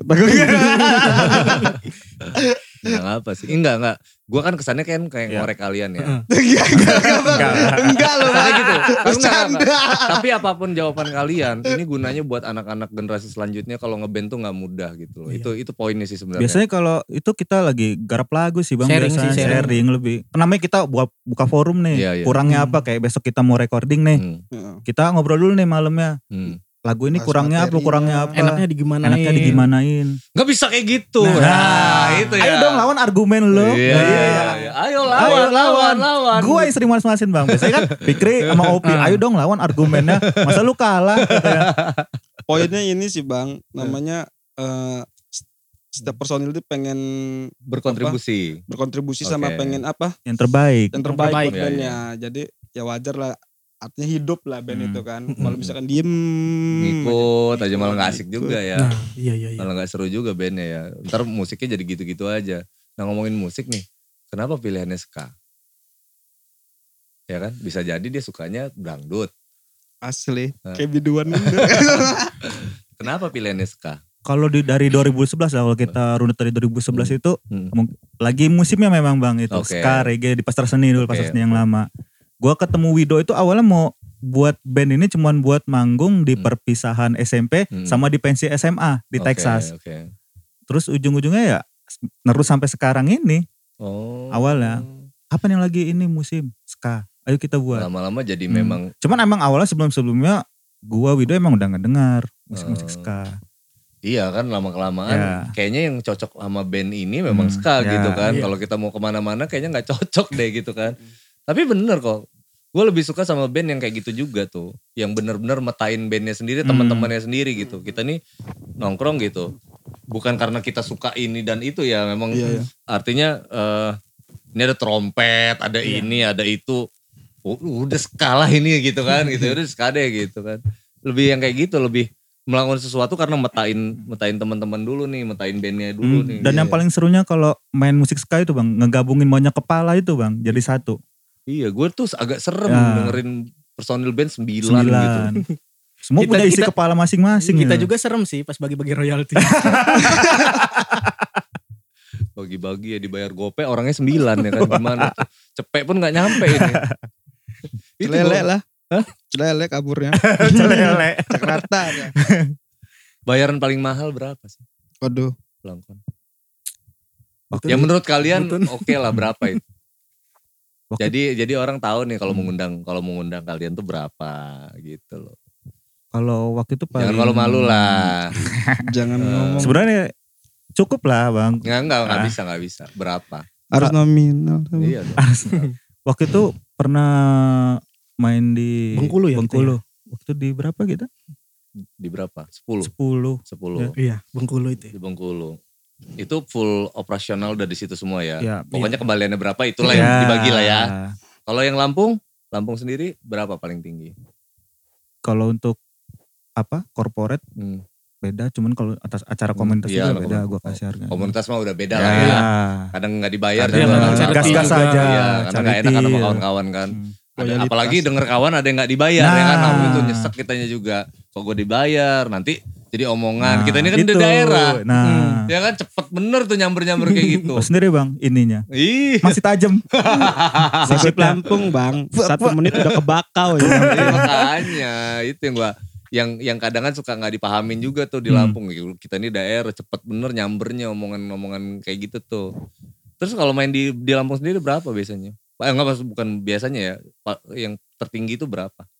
Speaker 1: Tentang apa sih? Enggak enggak. Gua kan kesannya kan kayak
Speaker 2: Iya.
Speaker 1: ngorek kalian ya.
Speaker 4: Heeh.
Speaker 3: Enggak enggak enggak loh.
Speaker 1: Kesannya gitu. Tapi enggak, enggak,
Speaker 3: Bercanda.
Speaker 1: enggak. Tapi apapun jawaban kalian, ini gunanya buat anak-aanak generasi selanjutnya kalau ngeband tuh nggak mudah gitu loh.
Speaker 4: Iya.
Speaker 1: Itu itu poinnya sih sebenarnya.
Speaker 2: Biasanya kalau itu kita lagi garap lagu sih bang.
Speaker 4: Sharing
Speaker 2: biasanya
Speaker 4: sih, sharing.
Speaker 2: sharing lebih. Namanya kita buat buka forum nih.
Speaker 1: Iya, iya.
Speaker 2: Kurangnya
Speaker 4: Hmm.
Speaker 2: apa? Kayak besok kita mau recording nih.
Speaker 1: Hmm,
Speaker 3: Heeh.
Speaker 2: Kita ngobrol dulu nih malamnya.
Speaker 1: hmm.
Speaker 2: Lagu ini
Speaker 3: Bahas
Speaker 2: kurangnya apa?
Speaker 3: materinya.
Speaker 2: Kurangnya apa?
Speaker 4: Enaknya digimanain.
Speaker 2: Enaknya digimanain.
Speaker 1: Nggak bisa kayak gitu.
Speaker 2: Nah,
Speaker 1: Nah, itu ya.
Speaker 2: Ayo dong lawan argumen lo.
Speaker 1: Iya,
Speaker 2: Nah,
Speaker 1: iya, iya. Ayo lawan,
Speaker 2: Ayo,
Speaker 1: lawan, lawan.
Speaker 2: Gue yang sering malas-malasin bang. Biasanya kan Fikri sama Opi.
Speaker 4: Ah.
Speaker 2: Ayo dong lawan argumennya. Masa lu kalah? Katanya.
Speaker 3: Poinnya ini sih bang, namanya eh, setiap personil itu pengen
Speaker 1: Berkontribusi.
Speaker 3: berkontribusi sama
Speaker 1: Oke.
Speaker 3: pengen apa?
Speaker 2: Yang terbaik.
Speaker 3: Yang terbaik,
Speaker 4: terbaik,
Speaker 3: buat
Speaker 1: ya,
Speaker 3: bandnya. Jadi ya wajar lah. Artinya hidup lah band
Speaker 2: Hmm.
Speaker 3: itu kan.
Speaker 4: Hmm.
Speaker 3: Kalau misalkan diem,
Speaker 1: Ngikut aja malah nggak asik juga ya.
Speaker 4: Nah, iya iya iya.
Speaker 1: Malah gak seru juga bandnya ya. Ntar musiknya jadi gitu-gitu aja. Nah ngomongin musik nih. Kenapa pilihannya ska? Ya kan? Bisa jadi dia sukanya dangdut.
Speaker 3: asli
Speaker 1: Nah.
Speaker 3: kayak biduan.
Speaker 1: Kenapa pilihannya ska?
Speaker 2: Kalau di dari dua ribu sebelas lah, kalau kita runut dari dua ribu sebelas itu
Speaker 1: Hmm.
Speaker 2: mung- lagi musimnya memang bang itu
Speaker 1: Oke.
Speaker 2: ska reggae di pasar seni dulu,
Speaker 1: Oke,
Speaker 2: pasar seni yang
Speaker 1: oke.
Speaker 2: lama. Gua ketemu Wido itu awalnya mau buat band ini cuman buat manggung di
Speaker 1: Hmm.
Speaker 2: perpisahan S M P
Speaker 1: Hmm.
Speaker 2: sama di pensi S M A di
Speaker 1: Oke,
Speaker 2: Texas.
Speaker 1: Oke.
Speaker 2: Terus ujung-ujungnya ya nerus sampai sekarang ini.
Speaker 1: Oh.
Speaker 2: Awalnya. Apa yang lagi ini musim ska? Ayo kita buat.
Speaker 1: Lama-lama jadi
Speaker 2: Hmm.
Speaker 1: memang.
Speaker 2: Cuman emang awalnya sebelum-sebelumnya gua Wido emang udah ngedengar musik-musik
Speaker 1: Oh.
Speaker 2: ska.
Speaker 1: Iya kan lama-kelamaan.
Speaker 2: Ya.
Speaker 1: Kayaknya yang cocok sama band ini memang
Speaker 2: Hmm,
Speaker 1: ska
Speaker 2: ya,
Speaker 1: gitu kan.
Speaker 4: iya.
Speaker 1: Kalau kita mau kemana-mana kayaknya gak cocok deh gitu kan. Tapi bener kok. Gue lebih suka sama band yang kayak gitu juga tuh. Yang bener-bener metain bandnya sendiri,
Speaker 2: Hmm.
Speaker 1: teman-temannya sendiri gitu. Kita nih nongkrong gitu. Bukan karena kita suka ini dan itu ya. Memang
Speaker 3: Iya, iya.
Speaker 1: artinya eh, ini ada trompet, ada
Speaker 4: Iya.
Speaker 1: ini, ada itu. Oh, udah skalah ini gitu kan. gitu Udah ska deh gitu kan. Lebih yang kayak gitu. Lebih melakukan sesuatu karena metain metain teman-teman dulu nih. Metain bandnya dulu
Speaker 2: Hmm,
Speaker 1: nih.
Speaker 2: Dan
Speaker 1: Iya.
Speaker 2: yang paling serunya kalau main musik ska itu bang, ngegabungin banyak kepala itu bang, jadi satu.
Speaker 1: Iya, gue tuh agak serem
Speaker 2: Ya.
Speaker 1: dengerin personil band sembilan, gitu.
Speaker 2: Sembilan. Semua
Speaker 4: Kita-
Speaker 2: punya isi
Speaker 4: kita-
Speaker 2: kepala masing-masing.
Speaker 4: Kita
Speaker 2: ya.
Speaker 4: juga serem sih pas bagi-bagi royalti.
Speaker 1: Bagi-bagi ya dibayar gope orangnya sembilan ya kan. Gimana tuh. Cepet pun gak nyampe ini. Itu
Speaker 3: Celele
Speaker 1: gua-
Speaker 3: lah.
Speaker 1: Hah?
Speaker 3: Celele kaburnya.
Speaker 2: Celele.
Speaker 3: Cek rata. ya.
Speaker 1: Bayaran paling mahal berapa sih?
Speaker 3: Waduh.
Speaker 1: Pelangkon.
Speaker 4: Betul.
Speaker 1: Ya menurut kalian
Speaker 4: Betul.
Speaker 1: oke lah berapa itu?
Speaker 2: Waktu-
Speaker 1: Jadi jadi orang tahu nih kalau
Speaker 2: Hmm.
Speaker 1: mengundang kalau mengundang kalian tuh berapa gitu loh.
Speaker 2: Kalau waktu itu paling.
Speaker 1: Jangan malu-malu lah.
Speaker 3: Jangan
Speaker 1: Eh,
Speaker 3: ngomong.
Speaker 2: Sebenarnya cukup lah bang.
Speaker 1: Enggak enggak enggak
Speaker 2: Ah.
Speaker 1: bisa enggak bisa. Berapa?
Speaker 3: Harus nominal.
Speaker 1: Iya dong.
Speaker 2: Waktu itu pernah main di
Speaker 4: Bengkulu ya kita
Speaker 2: Bengkulu. Waktu itu di berapa kita?
Speaker 1: Di berapa? sepuluh.
Speaker 2: sepuluh.
Speaker 1: sepuluh.
Speaker 4: Iya, Bengkulu itu.
Speaker 1: Di Bengkulu. Itu full operasional udah di situ semua ya.
Speaker 2: Ya,
Speaker 1: Pokoknya
Speaker 4: iya.
Speaker 1: kembaliannya berapa itulah
Speaker 2: Ya.
Speaker 1: yang dibagi lah ya. Kalau yang Lampung, Lampung sendiri berapa paling tinggi?
Speaker 2: Kalau untuk apa? Corporate
Speaker 1: Hmm.
Speaker 2: beda, cuman kalau atas acara komunitas
Speaker 1: Iya,
Speaker 2: juga beda,
Speaker 1: komunitas.
Speaker 2: gue kasih harga.
Speaker 1: Komunitas mah udah beda
Speaker 2: ya.
Speaker 1: lah ya. Kadang nggak dibayar.
Speaker 2: Kadang
Speaker 1: juga.
Speaker 4: kadang charity
Speaker 2: gas-gas
Speaker 4: juga.
Speaker 2: aja.
Speaker 1: Iya, karena nggak enak kan sama
Speaker 2: charity.
Speaker 1: kawan-kawan kan.
Speaker 2: Hmm.
Speaker 1: Ada,
Speaker 3: Loyalitas.
Speaker 1: apalagi denger kawan ada yang nggak dibayar ya kan.
Speaker 2: Nah.
Speaker 1: Nah, itu nyesek kitanya juga. Kok gue dibayar nanti jadi omongan.
Speaker 2: Nah,
Speaker 1: Kita ini kan di
Speaker 2: itu.
Speaker 1: daerah.
Speaker 2: Nah,
Speaker 4: Hmm.
Speaker 1: Ya kan cepet bener tuh nyamber-nyamber kayak gitu.
Speaker 2: Lo sendiri bang, ininya
Speaker 1: Ih.
Speaker 2: masih tajam.
Speaker 3: Nasib Lampung bang, satu menit udah kebakau ya.
Speaker 1: Iya, makanya itu yang gua yang yang kadang kan suka nggak dipahamin juga tuh di
Speaker 2: Hmm.
Speaker 1: Lampung. Kita ini daerah cepet bener nyambernya omongan-omongan kayak gitu tuh. Terus kalau main di di Lampung sendiri berapa biasanya? Eh, enggak maksud bukan biasanya ya. Pak, yang tertinggi itu berapa?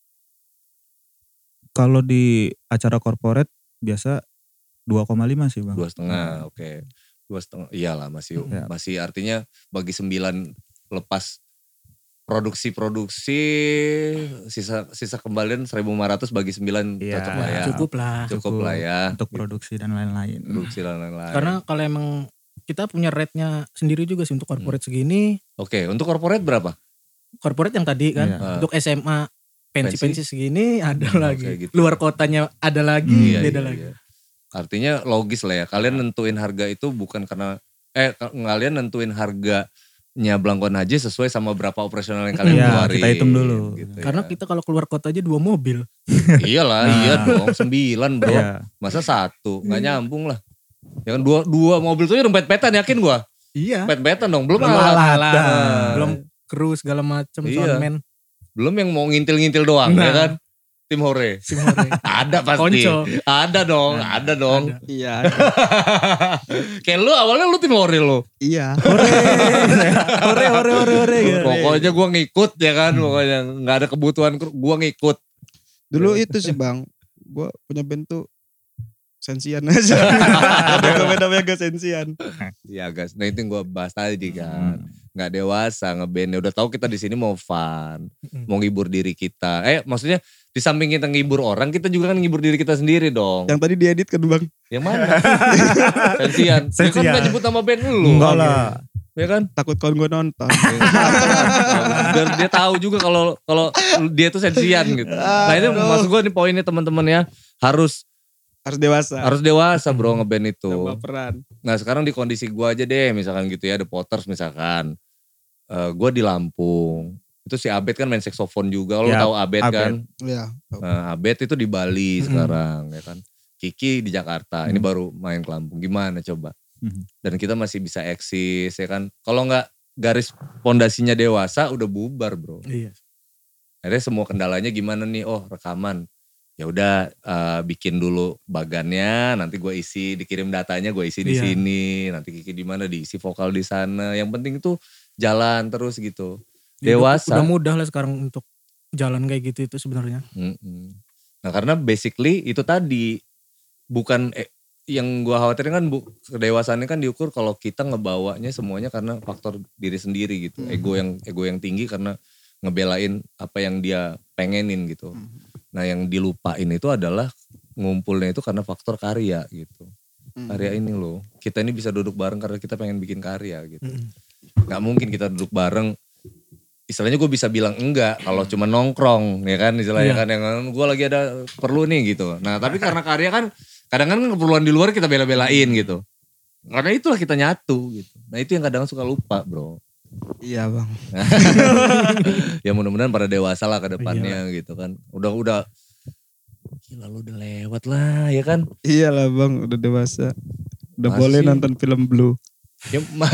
Speaker 2: Kalau di acara corporate biasa dua koma lima sih bang.
Speaker 1: Dua setengah, oke. Dua setengah, iyalah masih
Speaker 2: Ya.
Speaker 1: masih artinya bagi sembilan lepas produksi-produksi sisa sisa kembalian seribu lima ratus bagi sembilan
Speaker 2: Iya,
Speaker 1: cocok lah ya.
Speaker 4: Cukup lah.
Speaker 1: Cukup lah ya.
Speaker 2: Untuk produksi dan lain-lain.
Speaker 1: Produksi dan lain-lain.
Speaker 4: Karena kalau emang kita punya rate-nya sendiri juga sih untuk corporate
Speaker 1: Hmm.
Speaker 4: segini.
Speaker 1: Oke, untuk corporate berapa?
Speaker 4: Corporate yang tadi kan,
Speaker 2: Iya.
Speaker 4: untuk S M A pensi-pensi segini ada
Speaker 1: Hmm,
Speaker 4: lagi.
Speaker 1: kayak gitu.
Speaker 4: Luar kotanya ada lagi,
Speaker 1: Iya,
Speaker 4: beda
Speaker 1: iya,
Speaker 4: lagi.
Speaker 1: iya. Artinya logis lah ya. Kalian nentuin harga itu bukan karena eh ka- kalian nentuin harganya Blangkon Haji sesuai sama berapa operasional yang kalian
Speaker 2: Iya,
Speaker 1: keluarin.
Speaker 2: kita hitung dulu.
Speaker 1: Gitu
Speaker 4: Karena
Speaker 1: ya.
Speaker 4: kita kalau keluar kota aja dua mobil.
Speaker 1: Iyalah,
Speaker 2: Nah.
Speaker 1: iya dong, sembilan bro.
Speaker 2: Iya.
Speaker 1: Masa satu, nggak nyambung lah. Ya kan dua dua mobil tuh udah pet-petan yakin gua.
Speaker 4: Iya.
Speaker 1: Pet-petan dong, belum
Speaker 2: Belum
Speaker 1: alat.
Speaker 2: alat.
Speaker 1: Nah,
Speaker 2: Nah.
Speaker 4: Belum kru segala macem,
Speaker 1: Iya.
Speaker 4: soundman,
Speaker 1: belum yang mau ngintil-ngintil doang
Speaker 4: Nah.
Speaker 1: ya kan. Tim Hore.
Speaker 4: sim hore.
Speaker 1: Ada pasti.
Speaker 4: Konco.
Speaker 1: Ada dong, ada dong.
Speaker 4: Ada.
Speaker 3: Iya,
Speaker 1: Kayak lu awalnya lu tim Hore lu.
Speaker 3: iya.
Speaker 2: Hore, hore, hore, hore, hore. gitu.
Speaker 1: Pokoknya gue ngikut ya kan, pokoknya nggak ada kebutuhan gue ngikut.
Speaker 3: Dulu itu sih bang, gue punya band tuh sensian aja. Beda-beda gak sensian.
Speaker 1: Ya guys, nah itu yang gue bahas tadi kan,
Speaker 2: Hmm.
Speaker 1: nggak dewasa ngeband. Udah tahu kita di sini mau fun,
Speaker 4: Mm.
Speaker 1: mau ngibur diri kita. Eh maksudnya di samping kita ngibur orang, kita juga kan ngibur diri kita sendiri dong.
Speaker 3: Yang tadi diedit kan bang.
Speaker 1: Yang mana? Sensian. Ya kan
Speaker 2: Sensian.
Speaker 1: nggak nyebut nama band lu.
Speaker 2: Enggak lah.
Speaker 1: Ya kan?
Speaker 3: Takut kawan gue nonton.
Speaker 1: Biar dia tahu juga kalau kalau dia tuh sensian gitu. Nah itu
Speaker 3: Aduh.
Speaker 1: maksud gue nih poinnya teman-teman ya, harus
Speaker 3: Harus dewasa.
Speaker 1: harus dewasa bro ngeband itu.
Speaker 3: Tambah peran.
Speaker 1: Nah sekarang di kondisi gue aja deh misalkan gitu ya, The Potters misalkan. Uh, gue di Lampung. Itu si Abed kan main saxophone juga, lo
Speaker 2: Ya,
Speaker 1: tahu Abed,
Speaker 2: Abed.
Speaker 1: kan.
Speaker 3: Iya.
Speaker 1: Nah, Abed itu di Bali
Speaker 4: Mm-mm.
Speaker 1: sekarang ya kan. Kiki di Jakarta, ini
Speaker 2: Hmm.
Speaker 1: baru main ke Lampung. Gimana coba?
Speaker 2: Hmm.
Speaker 1: Dan kita masih bisa eksis ya kan. Kalau nggak garis pondasinya dewasa udah bubar bro.
Speaker 4: Iya.
Speaker 1: Akhirnya semua kendalanya gimana nih? Oh rekaman. Ya udah uh, bikin dulu bagannya, nanti gue isi, dikirim datanya gue isi di
Speaker 4: Iya.
Speaker 1: sini, nanti Kiki di mana diisi vokal di sana. Yang penting itu jalan terus gitu.
Speaker 4: Ya, udah-
Speaker 1: Dewasa.
Speaker 4: Udah mudah lah sekarang untuk jalan kayak gitu itu sebenarnya.
Speaker 1: Mm-mm. Nah karena basically itu tadi bukan eh, yang gue khawatirin kan bu, kedewasaannya kan diukur kalau kita ngebawanya semuanya karena faktor diri sendiri gitu.
Speaker 3: Hmm.
Speaker 1: Ego yang ego yang tinggi karena ngebelain apa yang dia pengenin gitu.
Speaker 3: Hmm.
Speaker 1: Nah yang dilupain itu adalah ngumpulnya itu karena faktor karya gitu.
Speaker 3: Hmm.
Speaker 1: Karya ini loh, kita ini bisa duduk bareng karena kita pengen bikin karya gitu.
Speaker 4: Mm.
Speaker 1: Nggak mungkin kita duduk bareng. Istilahnya gue bisa bilang enggak kalau cuma nongkrong ya kan istilahnya
Speaker 4: Iya.
Speaker 1: kan yang gue lagi ada perlu nih gitu. Nah tapi karena karya kan kadang kan keperluan di luar kita bela-belain gitu. Karena itulah kita nyatu gitu. Nah itu yang kadang suka lupa bro.
Speaker 3: Iya bang.
Speaker 1: Ya mudah-mudahan pada dewasa lah ke depannya
Speaker 4: Iya.
Speaker 1: gitu kan. Udah-udah gila lu udah lewat lah ya kan.
Speaker 3: Iyalah bang, udah dewasa. Udah
Speaker 1: Masih.
Speaker 3: boleh nonton film Blue.
Speaker 1: Ya,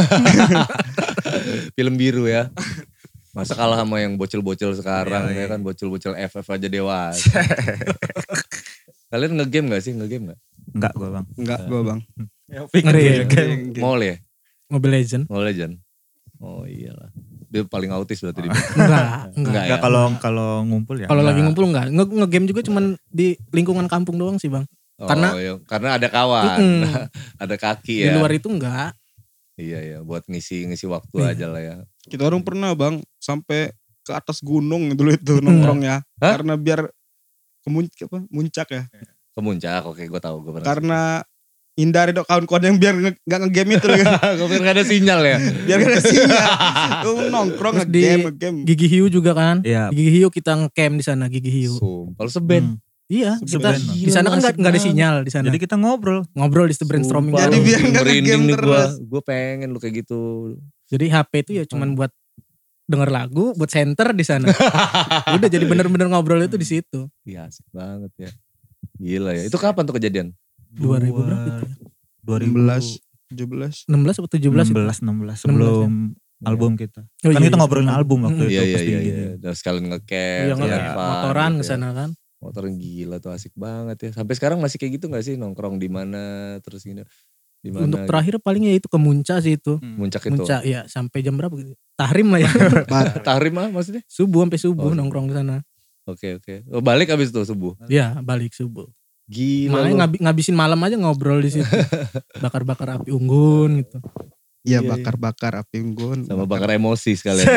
Speaker 1: film biru ya. Masa kalah sama yang bocil-bocil sekarang
Speaker 2: Iya,
Speaker 1: ya
Speaker 2: iya.
Speaker 1: kan bocil-bocil F F aja dewasa. Kalian ngegame gak sih? Ngegame gak?
Speaker 2: Enggak gue bang.
Speaker 3: Enggak gue bang.
Speaker 4: Ngeri.
Speaker 1: Mall ya?
Speaker 4: Mobile Legend.
Speaker 1: Mobile Legend. Oh iyalah. Dia paling autis berarti di
Speaker 4: Enggak, enggak.
Speaker 1: Enggak ya?
Speaker 2: Enggak kalau kalau ngumpul ya.
Speaker 4: Kalau lagi
Speaker 2: enggak.
Speaker 4: ngumpul enggak. Nge- Nge-game juga cuman di lingkungan kampung doang sih bang.
Speaker 1: Oh,
Speaker 4: karena-
Speaker 1: iya. Karena ada kawan.
Speaker 4: Mm-mm.
Speaker 1: Ada kaki
Speaker 4: Di
Speaker 1: ya.
Speaker 4: luar itu enggak.
Speaker 1: Iya ya, buat ngisi ngisi waktu
Speaker 4: Iya.
Speaker 1: aja lah ya.
Speaker 3: Kita orang pernah bang sampai ke atas gunung dulu itu nongkrong ya.
Speaker 1: Hah?
Speaker 3: Karena biar ke muncak, apa? Muncak ya.
Speaker 1: Ke Muncak, oke gue tahu gue pernah.
Speaker 3: Karena hindari dok kawan-kawan yang biar nge- nggak nge-game itu.
Speaker 1: gue pikir gak ada sinyal ya.
Speaker 3: Biar gak ada sinyal. Tuh nongkrong
Speaker 4: Terus di-
Speaker 3: nge-game, nge-game.
Speaker 4: Gigi Hiu juga kan.
Speaker 2: Iya.
Speaker 4: Gigi Hiu kita ngecamp di sana Gigi Hiu.
Speaker 1: Sumpah, lu seben.
Speaker 2: Hmm.
Speaker 4: Iya, kita
Speaker 2: Sebenarnya.
Speaker 4: di sana kan nggak nggak ada sinyal di sana.
Speaker 2: Jadi kita ngobrol.
Speaker 4: Ngobrol di situ brainstorming.
Speaker 1: Sumpah,
Speaker 3: Jadi
Speaker 1: lu
Speaker 3: biar nggak
Speaker 1: merinding
Speaker 3: nge-game
Speaker 1: nih gue.
Speaker 3: terus.
Speaker 1: Gue pengen lu kayak gitu.
Speaker 4: Jadi H P itu ya cuman buat denger lagu, buat center di sana. Udah jadi bener-bener ngobrol itu di situ.
Speaker 1: Iya asik banget ya. Gila ya. Itu kapan tuh kejadian?
Speaker 4: dua ribu berapa itu?
Speaker 2: dua
Speaker 3: enam
Speaker 2: ribu
Speaker 3: belas, tujuh belas.
Speaker 4: enam belas atau tujuh belas
Speaker 2: enam
Speaker 4: itu?
Speaker 2: belas enam belas sebelum album kita.
Speaker 4: Oh,
Speaker 2: Kan
Speaker 4: iya,
Speaker 2: kita
Speaker 4: iya.
Speaker 2: ngobrolin album waktu
Speaker 4: Hmm.
Speaker 2: itu
Speaker 1: Iya iya
Speaker 2: pas di
Speaker 1: iya.
Speaker 2: gini.
Speaker 1: iya. Dan sekalian ngecamp.
Speaker 4: Iya,
Speaker 1: sekalian
Speaker 4: nggak-
Speaker 1: fun
Speaker 4: motoran
Speaker 1: gitu
Speaker 4: ke
Speaker 1: ya.
Speaker 4: sana kan.
Speaker 1: Motoran gila tuh asik banget ya. Sampai sekarang masih kayak gitu gak sih nongkrong di mana terus gini. Di mana?
Speaker 4: Untuk terakhir paling ya itu ke Muncak sih itu.
Speaker 2: Hmm.
Speaker 1: Muncak itu.
Speaker 4: Muncak ya sampai jam berapa gitu. Tahrim lah ya.
Speaker 1: Tahrim ah maksudnya?
Speaker 4: Subuh sampai subuh
Speaker 1: Oh.
Speaker 4: nongkrong di sana.
Speaker 1: Oke oke. Oh, balik abis itu subuh.
Speaker 4: Iya, balik subuh.
Speaker 1: Gila
Speaker 4: Makanya
Speaker 1: lu.
Speaker 4: ngabi- ngabisin malam aja ngobrol di situ. Bakar-bakar api unggun gitu.
Speaker 3: Iya
Speaker 1: Iya,
Speaker 3: bakar-bakar api unggun.
Speaker 1: Sama bakar emosi sekalian.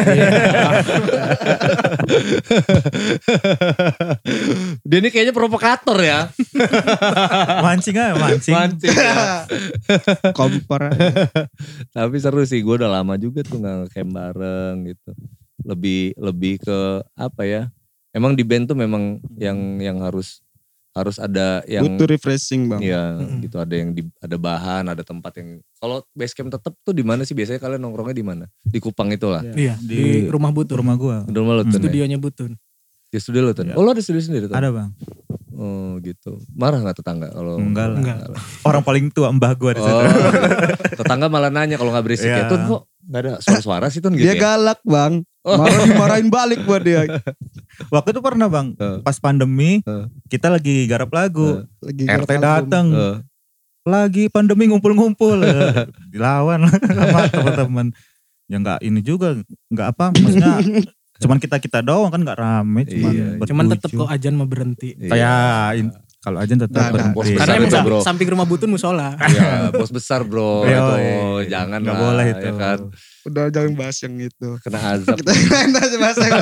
Speaker 1: Dia ini kayaknya provokator ya.
Speaker 2: Mancing aja, mancing.
Speaker 1: Mancing ya.
Speaker 3: Kompor aja.
Speaker 1: Tapi seru sih, gue udah lama juga tuh gak ngecamp bareng gitu. Lebih lebih ke apa ya? Emang di band tuh memang yang yang harus harus ada yang
Speaker 3: Butuh refreshing bang.
Speaker 1: ya
Speaker 4: Mm-mm.
Speaker 1: gitu, ada yang di, ada bahan, ada tempat yang kalau base camp tetap tuh di mana sih biasanya kalian nongkrongnya di mana? Di Kupang itulah.
Speaker 4: Iya, di,
Speaker 2: Di
Speaker 4: rumah Butun.
Speaker 2: rumah gua.
Speaker 1: Udah malu
Speaker 2: Hmm.
Speaker 1: tuh.
Speaker 4: Studionya Butun.
Speaker 1: Di studio lo tuh.
Speaker 2: Iya.
Speaker 1: Oh lo ada studio sendiri tuh?
Speaker 2: Ada bang.
Speaker 1: Oh gitu. Marah gak tetangga kalau
Speaker 2: Enggak lah.
Speaker 4: Enggak.
Speaker 2: Orang paling tua mbah gua di situ.
Speaker 1: Oh, tetangga malah nanya kalau nggak berisik ya.
Speaker 2: Iya.
Speaker 1: Tun kok nggak ada suara-suara sih Tun gitu
Speaker 3: Dia
Speaker 1: ya?
Speaker 3: galak bang.
Speaker 1: Oh.
Speaker 3: Marah dimarahin balik buat dia.
Speaker 2: Waktu itu pernah bang,
Speaker 1: Eh.
Speaker 2: pas pandemi
Speaker 1: Eh.
Speaker 2: kita lagi garap lagu.
Speaker 3: Lagi
Speaker 2: R T
Speaker 3: garap album.
Speaker 2: dateng.
Speaker 1: Eh,
Speaker 2: Lagi pandemi ngumpul-ngumpul. Eh, Dilawan sama teman-teman. Ya nggak ini juga, nggak apa, maksudnya cuman kita-kita doang kan nggak rame. Cuman,
Speaker 1: Iya.
Speaker 2: bertujuh.
Speaker 4: Cuman tetep kok ajan mau berhenti.
Speaker 1: iya.
Speaker 2: Kayak in- kalau aja tetap
Speaker 3: Nah, nah.
Speaker 2: berhenti.
Speaker 1: Bos
Speaker 4: Karena
Speaker 1: besar
Speaker 4: emang
Speaker 1: itu,
Speaker 4: sa-
Speaker 1: bro.
Speaker 4: samping rumah Butun musola.
Speaker 1: Iya, bos besar bro.
Speaker 2: Iya,
Speaker 1: itu
Speaker 2: iya.
Speaker 1: jangan
Speaker 2: Nggak
Speaker 1: lah,
Speaker 2: boleh itu.
Speaker 1: ya kan.
Speaker 3: Udah jangan bahas yang itu.
Speaker 1: Kena azab.
Speaker 3: Kita main aja bahas yang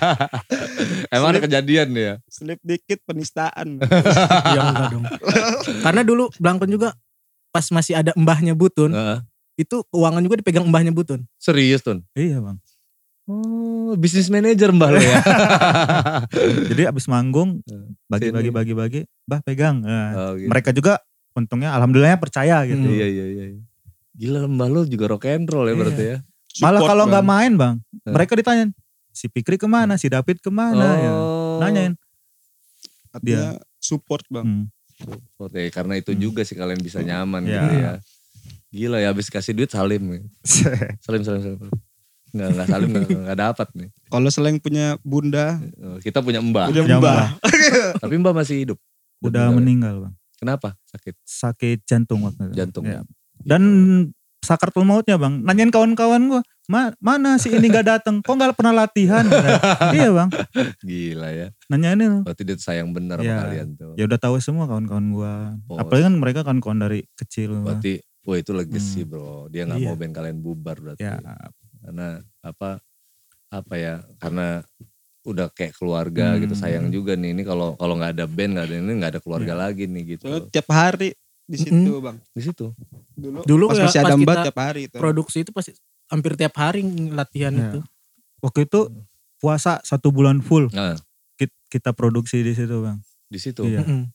Speaker 1: Emang ada kejadian ya?
Speaker 3: slip dikit penistaan.
Speaker 4: Ya enggak dong. Karena dulu Blangkon juga pas masih ada mbahnya Butun,
Speaker 1: Heeh.
Speaker 4: itu keuangan juga dipegang mbahnya Butun.
Speaker 1: Serius Tun?
Speaker 2: Iya bang.
Speaker 1: Oh, bisnis manager mbah lo ya?
Speaker 2: Jadi abis manggung
Speaker 1: Sini.
Speaker 2: bagi-bagi bagi-bagi, bah pegang. Nah,
Speaker 1: Oh, gitu.
Speaker 2: mereka juga untungnya alhamdulillahnya percaya gitu.
Speaker 4: Hmm.
Speaker 1: Iya, iya, iya. Gila mbah lo juga rock and roll ya
Speaker 2: Iya.
Speaker 1: berarti ya?
Speaker 2: Malah
Speaker 3: Support,
Speaker 2: kalau
Speaker 3: Bang.
Speaker 2: nggak main bang,
Speaker 1: Eh.
Speaker 2: mereka ditanya si Fikri kemana, si David kemana, ya.
Speaker 1: Oh.
Speaker 2: Nanyain.
Speaker 3: Artinya support bang.
Speaker 2: Hmm.
Speaker 1: Oke, karena itu
Speaker 2: Hmm.
Speaker 1: juga sih kalian bisa nyaman
Speaker 2: Iya.
Speaker 1: gitu ya. Gila ya habis kasih duit salim. ya. Salim, salim, salim. Enggak, enggak salim, enggak, enggak dapat nih.
Speaker 3: Kalau Seleng punya bunda,
Speaker 1: Oh, kita punya mbah.
Speaker 3: punya
Speaker 2: Punya
Speaker 3: mbah.
Speaker 1: Tapi mbah masih hidup.
Speaker 2: Udah meninggal bang,
Speaker 1: Kenapa? Sakit
Speaker 2: sakit jantung waktu itu.
Speaker 1: jantung.
Speaker 2: Ya. Dan sakaratul mautnya bang, nanyain kawan-kawan gua, Ma, mana si ini gak datang, kok gak pernah latihan? Iya bang,
Speaker 1: Gila ya.
Speaker 2: nanyain itu.
Speaker 1: Berarti dia sayang bener
Speaker 2: Iya.
Speaker 1: sama kalian tuh.
Speaker 2: Ya udah tahu semua kawan-kawan gua.
Speaker 1: Bos.
Speaker 2: Apalagi kan mereka kawan-kawan dari kecil.
Speaker 1: Berarti, wah itu legacy
Speaker 2: Hmm.
Speaker 1: bro. Dia nggak
Speaker 4: Iya.
Speaker 1: mau band kalian bubar berarti.
Speaker 2: Ya,
Speaker 1: Karena apa? Apa ya? Karena udah kayak keluarga
Speaker 2: Hmm.
Speaker 1: gitu. Sayang juga nih. Ini kalau kalau nggak ada band, nggak ada ini, nggak ada keluarga
Speaker 2: Iya.
Speaker 1: lagi nih gitu.
Speaker 3: Soalnya tiap hari di situ bang.
Speaker 1: Di situ.
Speaker 3: Dulu,
Speaker 4: Dulu
Speaker 3: pas
Speaker 4: ya,
Speaker 3: masih
Speaker 4: pas
Speaker 3: ada mbak
Speaker 4: kita
Speaker 3: tiap hari itu.
Speaker 4: Produksi itu pasti hampir tiap hari latihan
Speaker 2: Ya.
Speaker 4: itu.
Speaker 2: waktu itu puasa satu bulan full
Speaker 1: Nah,
Speaker 2: kit- kita produksi di situ bang.
Speaker 1: di situ.
Speaker 2: Iya.
Speaker 4: Mm-mm.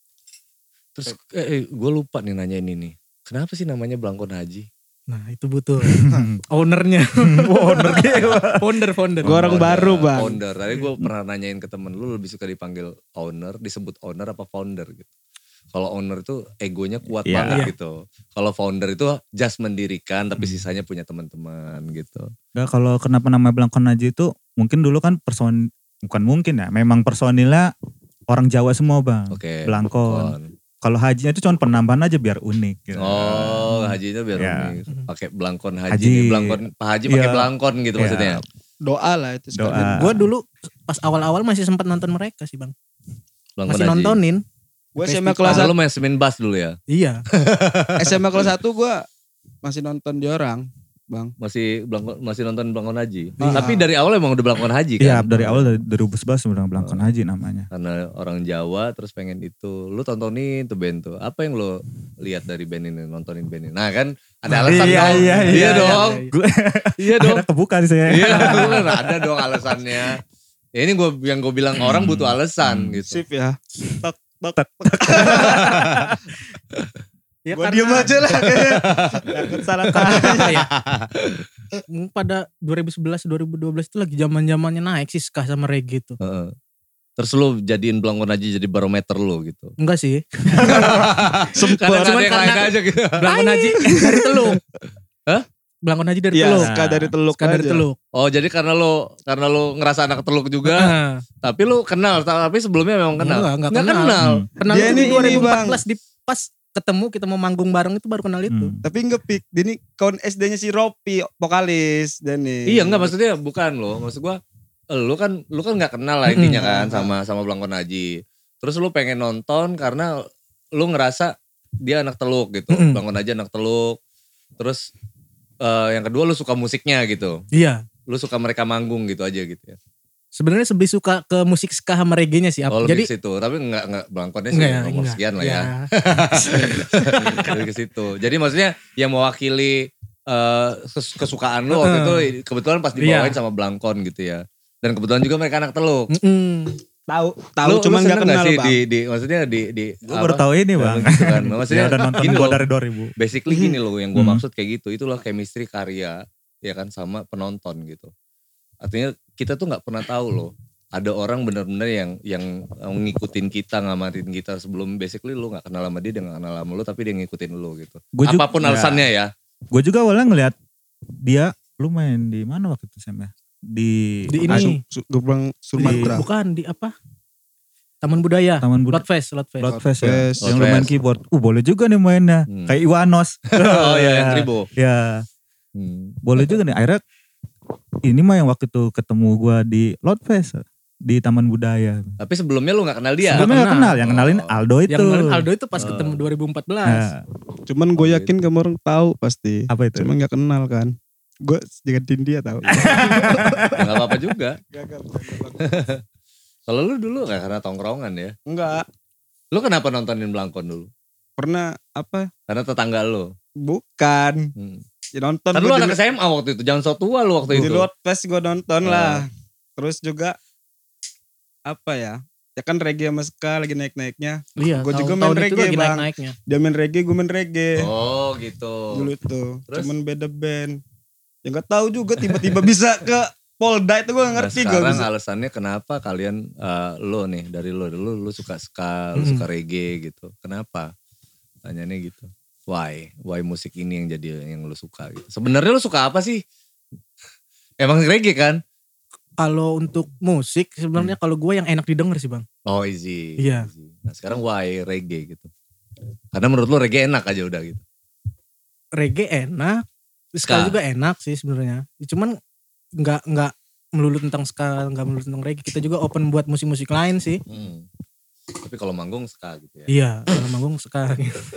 Speaker 1: Terus eh, eh gue lupa nih nanya ini nih. Kenapa sih namanya Blangkon Haji?
Speaker 4: Nah itu butuh ownernya.
Speaker 2: Owner dia.
Speaker 4: founder, founder.
Speaker 3: Gua orang baru, Bang.
Speaker 1: Founder. Tadi gue pernah nanyain ke temen lu lebih suka dipanggil owner, disebut owner apa founder gitu. Kalau owner itu egonya kuat
Speaker 2: Iya.
Speaker 1: banget
Speaker 4: Iya.
Speaker 1: gitu. Kalau founder itu just mendirikan tapi
Speaker 2: Hmm.
Speaker 1: sisanya punya teman-teman gitu.
Speaker 2: Nggak, kalau kenapa nama Blangkon Haji itu mungkin dulu kan person bukan mungkin ya, memang personilnya orang Jawa semua bang.
Speaker 1: Oke.
Speaker 2: Blangkon.
Speaker 1: Blangkon.
Speaker 2: Kalau hajinya itu cuma penambahan aja biar unik. Gitu.
Speaker 1: Oh, hajinya biar
Speaker 2: Ya.
Speaker 1: unik. Pakai Blangkon Haji.
Speaker 2: Haji.
Speaker 1: Nih, Blangkon Pak Haji pakai
Speaker 2: Iya.
Speaker 1: Blangkon gitu
Speaker 2: Iya.
Speaker 1: maksudnya.
Speaker 3: Doa lah itu
Speaker 2: Doa.
Speaker 3: sekarang.
Speaker 4: Gue dulu pas awal-awal masih sempat nonton mereka sih bang.
Speaker 1: Blangkon
Speaker 4: Masih
Speaker 1: Haji.
Speaker 4: nontonin.
Speaker 3: Gue S M A
Speaker 4: Festival.
Speaker 3: kelas
Speaker 1: Ah,
Speaker 3: satu,
Speaker 1: lu main main bass dulu ya?
Speaker 4: Iya.
Speaker 3: S M A kelas satu gue masih nonton di orang, Bang.
Speaker 1: Masih Blangkon, masih nonton Blangkon Haji.
Speaker 3: Ah.
Speaker 1: Tapi dari awal emang udah Blangkon Haji kan?
Speaker 2: Iya dari awal dari dua ribu sebelas udah Blangkon Haji namanya.
Speaker 1: Karena orang Jawa terus pengen itu. Lu tontonin tuh band tuh. Apa yang lu lihat dari band ini, nontonin band ini? Nah kan ada alasan
Speaker 2: Iya,
Speaker 1: dong.
Speaker 2: iya, iya,
Speaker 1: dong.
Speaker 2: Gue
Speaker 1: Iya dong.
Speaker 2: akhirnya kebuka nih saya.
Speaker 1: Iya kan ada dong alasannya. Ya ini gua yang gue bilang orang butuh alasan gitu.
Speaker 3: Sip ya. Tok tok.
Speaker 2: Tek.
Speaker 4: Ya,
Speaker 3: Gua diem aja lah kayaknya. Takut salah tanya.
Speaker 4: apa ya? Hmm, Pada dua ribu sebelas dua ribu dua belas itu lagi zaman-zamannya naik sih ska sama reggae tuh.
Speaker 1: Heeh. Terus lu jadiin Blangkon Haji jadi barometer lu gitu.
Speaker 4: Enggak sih.
Speaker 1: Karena
Speaker 4: Cuman
Speaker 1: ada yang lain
Speaker 4: karena-
Speaker 1: aja gitu.
Speaker 4: Blangkon Haji dari Teluk.
Speaker 1: Hah?
Speaker 4: Blangkon Haji dari
Speaker 3: Iya,
Speaker 4: Teluk.
Speaker 3: ska dari Teluk
Speaker 4: Ska dari
Speaker 3: aja.
Speaker 4: Teluk.
Speaker 1: Oh jadi karena lu karena lu ngerasa anak Teluk juga,
Speaker 4: Heeh.
Speaker 1: tapi lu kenal, tapi sebelumnya memang kenal.
Speaker 4: Enggak, enggak
Speaker 1: Nggak
Speaker 4: kenal.
Speaker 1: kenal.
Speaker 2: Hmm.
Speaker 4: Kenal
Speaker 3: Dia
Speaker 4: itu
Speaker 3: ini-
Speaker 4: di dua ribu empat
Speaker 3: ini,
Speaker 4: belas di pas ketemu kita mau manggung bareng itu baru kenal itu.
Speaker 2: Hmm.
Speaker 3: Tapi ngepik. Dia ini kawan S D-nya si Ropi, vokalis. Dan nih.
Speaker 1: Iya enggak maksudnya bukan loh, maksud gua lu kan lu kan nggak kenal lah intinya
Speaker 3: Mm-mm.
Speaker 1: kan sama sama Blangkon Haji. Terus lu pengen nonton karena lu ngerasa dia anak Teluk gitu.
Speaker 4: Mm-mm.
Speaker 1: Blangkon Haji anak Teluk. Terus eh, yang kedua lu suka musiknya gitu.
Speaker 4: Iya.
Speaker 1: Lu suka mereka manggung gitu aja gitu ya.
Speaker 4: Sebenarnya lebih suka ke musik ska sama reggae-nya sih.
Speaker 1: Oh,
Speaker 4: Jadi
Speaker 1: lebih ke situ, tapi enggak enggak Blangkonnya sih
Speaker 4: enggak ya,
Speaker 1: nomor
Speaker 4: enggak.
Speaker 1: sekian lah ya.
Speaker 4: Ya.
Speaker 1: Lebih ke situ. Jadi maksudnya yang mewakili eh, kes- kesukaan lu waktu itu kebetulan pas dibawain
Speaker 4: Iya.
Speaker 1: sama Blangkon gitu ya. Dan kebetulan juga mereka anak Teluk.
Speaker 4: Mm-mm.
Speaker 3: Tahu, tahu
Speaker 1: Lu-
Speaker 3: cuman
Speaker 1: lu
Speaker 3: nggak
Speaker 1: seneng
Speaker 3: kenal,
Speaker 1: sih
Speaker 3: Bang.
Speaker 1: di, di maksudnya di di
Speaker 2: Gue baru tahu ini bang.
Speaker 1: Gitu kan.
Speaker 2: Dia
Speaker 1: Maksudnya
Speaker 2: udah nonton
Speaker 1: gini
Speaker 2: gue
Speaker 1: loh,
Speaker 2: dari dua ribu.
Speaker 1: basically gini loh yang gue
Speaker 2: Hmm.
Speaker 1: maksud kayak gitu. Itulah chemistry karya ya kan sama penonton gitu. Artinya kita tuh nggak pernah tahu loh. Ada orang benar-benar yang yang ngikutin kita, ngamatin kita sebelum basically lu nggak kenal sama dia, dia nggak kenal sama lu, tapi dia ngikutin lu gitu.
Speaker 2: Gua juga-
Speaker 1: Apapun
Speaker 2: ya.
Speaker 1: alasannya ya.
Speaker 2: Gue juga awalnya ngeliat dia, lu main di mana waktu itu Sam ya? Di,
Speaker 4: Di
Speaker 2: Ah,
Speaker 4: ini.
Speaker 3: Su- Gerbang Sumatera.
Speaker 4: Bukan di apa? Taman Budaya.
Speaker 2: Taman Budaya.
Speaker 4: Lotfest, Lotfest.
Speaker 2: Bloodfest ya.
Speaker 3: Bloodfest.
Speaker 2: Yang lu main
Speaker 1: Bloodfest.
Speaker 2: keyboard. Uh boleh juga nih mainnya.
Speaker 1: Hmm.
Speaker 2: Kayak Iwanos.
Speaker 1: Oh iya yang Tribo.
Speaker 2: Ya
Speaker 1: Hmm.
Speaker 2: boleh juga nih. Akhirnya ini mah yang waktu itu ketemu gue di Bloodfest. Di Taman Budaya.
Speaker 1: Tapi sebelumnya lu gak kenal dia.
Speaker 2: Sebelumnya gak
Speaker 4: kenal.
Speaker 2: kenal. Yang kenalin
Speaker 1: Oh.
Speaker 2: Aldo itu.
Speaker 4: Yang kemarin Aldo itu pas
Speaker 1: Oh.
Speaker 4: ketemu dua ribu empat belas.
Speaker 2: Nah,
Speaker 3: Cuman gue yakin kamu orang tahu pasti.
Speaker 2: apa itu?
Speaker 3: Cuman nggak kenal kan. Gue jangan dia tahu.
Speaker 1: Ya gak apa-apa juga.
Speaker 3: Gagal.
Speaker 1: Kalau lu dulu gak karena tongkrongan ya.
Speaker 3: Enggak.
Speaker 1: Lu kenapa nontonin Blangkon dulu?
Speaker 3: Pernah apa?
Speaker 1: Karena tetangga lu.
Speaker 3: Bukan.
Speaker 1: Hmm.
Speaker 3: Ya nonton.
Speaker 1: Kan lu
Speaker 3: gua di-
Speaker 1: anak S M A waktu itu. Jangan so tua lu waktu
Speaker 3: Di
Speaker 1: itu.
Speaker 3: Lotfest gue nonton
Speaker 1: Oh.
Speaker 3: lah. Terus juga apa ya? Ya kan reggae sama ska lagi naik-naiknya.
Speaker 4: Iya,
Speaker 3: Gua
Speaker 4: tahun-
Speaker 3: juga main
Speaker 4: tahun itu
Speaker 3: reggae,
Speaker 4: lagi
Speaker 3: Bang.
Speaker 4: naik-naiknya.
Speaker 3: Dia main reggae, gue main reggae.
Speaker 1: Oh gitu.
Speaker 3: Dulu tuh.
Speaker 1: Terus?
Speaker 3: Cuman beda band. Ya gak tahu juga tiba-tiba bisa ke Polda itu gue gak
Speaker 1: Nah,
Speaker 3: ngerti. gue
Speaker 1: sekarang
Speaker 3: bisa.
Speaker 1: alasannya kenapa kalian eh, lo nih dari lo dulu lu suka ska, lu
Speaker 4: Hmm.
Speaker 1: suka reggae gitu. Kenapa? Tanyanya gitu. Why? Why musik ini yang jadi yang lu suka gitu. Sebenarnya lu suka apa sih? Emang reggae kan?
Speaker 4: Kalau untuk musik sebenarnya kalau gue yang enak didengar sih Bang.
Speaker 1: Oh easy.
Speaker 4: Iya.
Speaker 1: easy. Nah sekarang why reggae gitu? Karena menurut lu reggae enak aja udah gitu.
Speaker 4: Reggae enak, ska
Speaker 1: Ska.
Speaker 4: juga enak sih sebenarnya. Cuman nggak nggak melulu tentang ska, nggak melulu tentang reggae. Kita juga open buat musik-musik lain sih.
Speaker 1: Hmm. Tapi kalau manggung ska gitu ya.
Speaker 4: Iya, kalau manggung ska.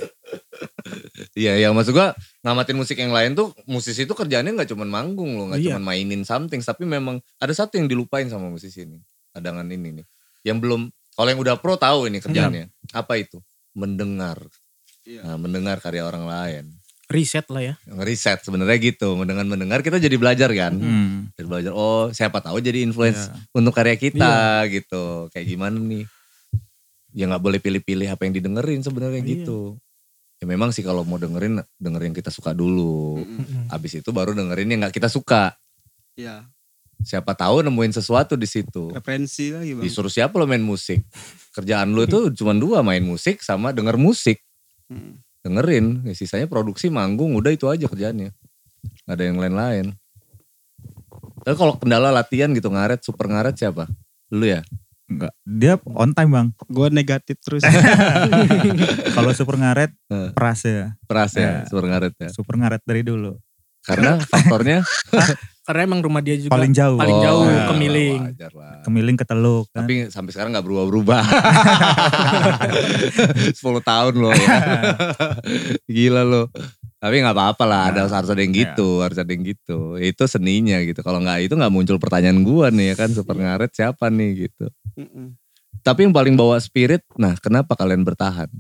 Speaker 1: Iya, yang maksud gua ngamatin musik yang lain tuh musisi itu kerjaannya nggak cuma manggung loh, nggak
Speaker 4: Iya.
Speaker 1: cuma mainin something, tapi memang ada satu yang dilupain sama musisi ini. Cadangan ini nih. Yang belum, kalau yang udah pro tahu ini kerjaannya. Apa itu? Mendengar.
Speaker 3: Iya.
Speaker 1: Nah, mendengar karya orang lain.
Speaker 4: Riset lah ya.
Speaker 1: Ngeriset sebenarnya gitu. Mendengar mendengar kita jadi belajar kan.
Speaker 2: Hmm.
Speaker 1: Jadi belajar. Oh, siapa tahu jadi influence
Speaker 2: Iya.
Speaker 1: untuk karya kita gitu. Kayak gimana nih? Ya nggak boleh pilih-pilih apa yang didengerin sebenarnya
Speaker 4: Iya.
Speaker 1: gitu. Ya memang sih kalau mau dengerin, dengerin yang kita suka dulu.
Speaker 4: Mm-mm.
Speaker 1: Abis itu baru dengerin yang nggak kita suka.
Speaker 3: Iya.
Speaker 1: Siapa tahu nemuin sesuatu di situ.
Speaker 3: Referensi lagi bang.
Speaker 1: Disuruh siapa lo main musik? Kerjaan lu itu cuma dua, main musik sama denger musik.
Speaker 3: Hmm.
Speaker 1: Dengerin, ya sisanya produksi, manggung, udah itu aja kerjaannya. Gak ada yang lain-lain. Tapi kalau kendala latihan gitu ngaret, super ngaret siapa? Lu ya?
Speaker 2: Enggak. Dia on time bang.
Speaker 3: Gue negatif terus.
Speaker 2: Kalau super ngaret,
Speaker 1: Eh.
Speaker 2: Pras ya.
Speaker 1: Peras ya,
Speaker 2: Ya.
Speaker 1: super ngaret ya.
Speaker 2: Super ngaret dari dulu.
Speaker 1: Karena faktornya
Speaker 4: Karena emang rumah dia juga
Speaker 2: Paling jauh.
Speaker 4: paling jauh
Speaker 2: Oh,
Speaker 4: ke Miling.
Speaker 1: Wajar lah.
Speaker 2: Kemiling ke Teluk kan.
Speaker 1: Tapi sampai sekarang gak berubah-berubah. sepuluh tahun loh ya. Gila loh. Tapi nggak apa-apa lah, ada
Speaker 2: Nah,
Speaker 1: harus ada yang gitu, harus ada yang gitu. Itu seninya gitu. Kalau nggak itu nggak muncul pertanyaan gua nih ya kan, super ngaret siapa nih gitu.
Speaker 3: Mm-mm.
Speaker 1: Tapi yang paling bawa spirit, nah kenapa kalian bertahan?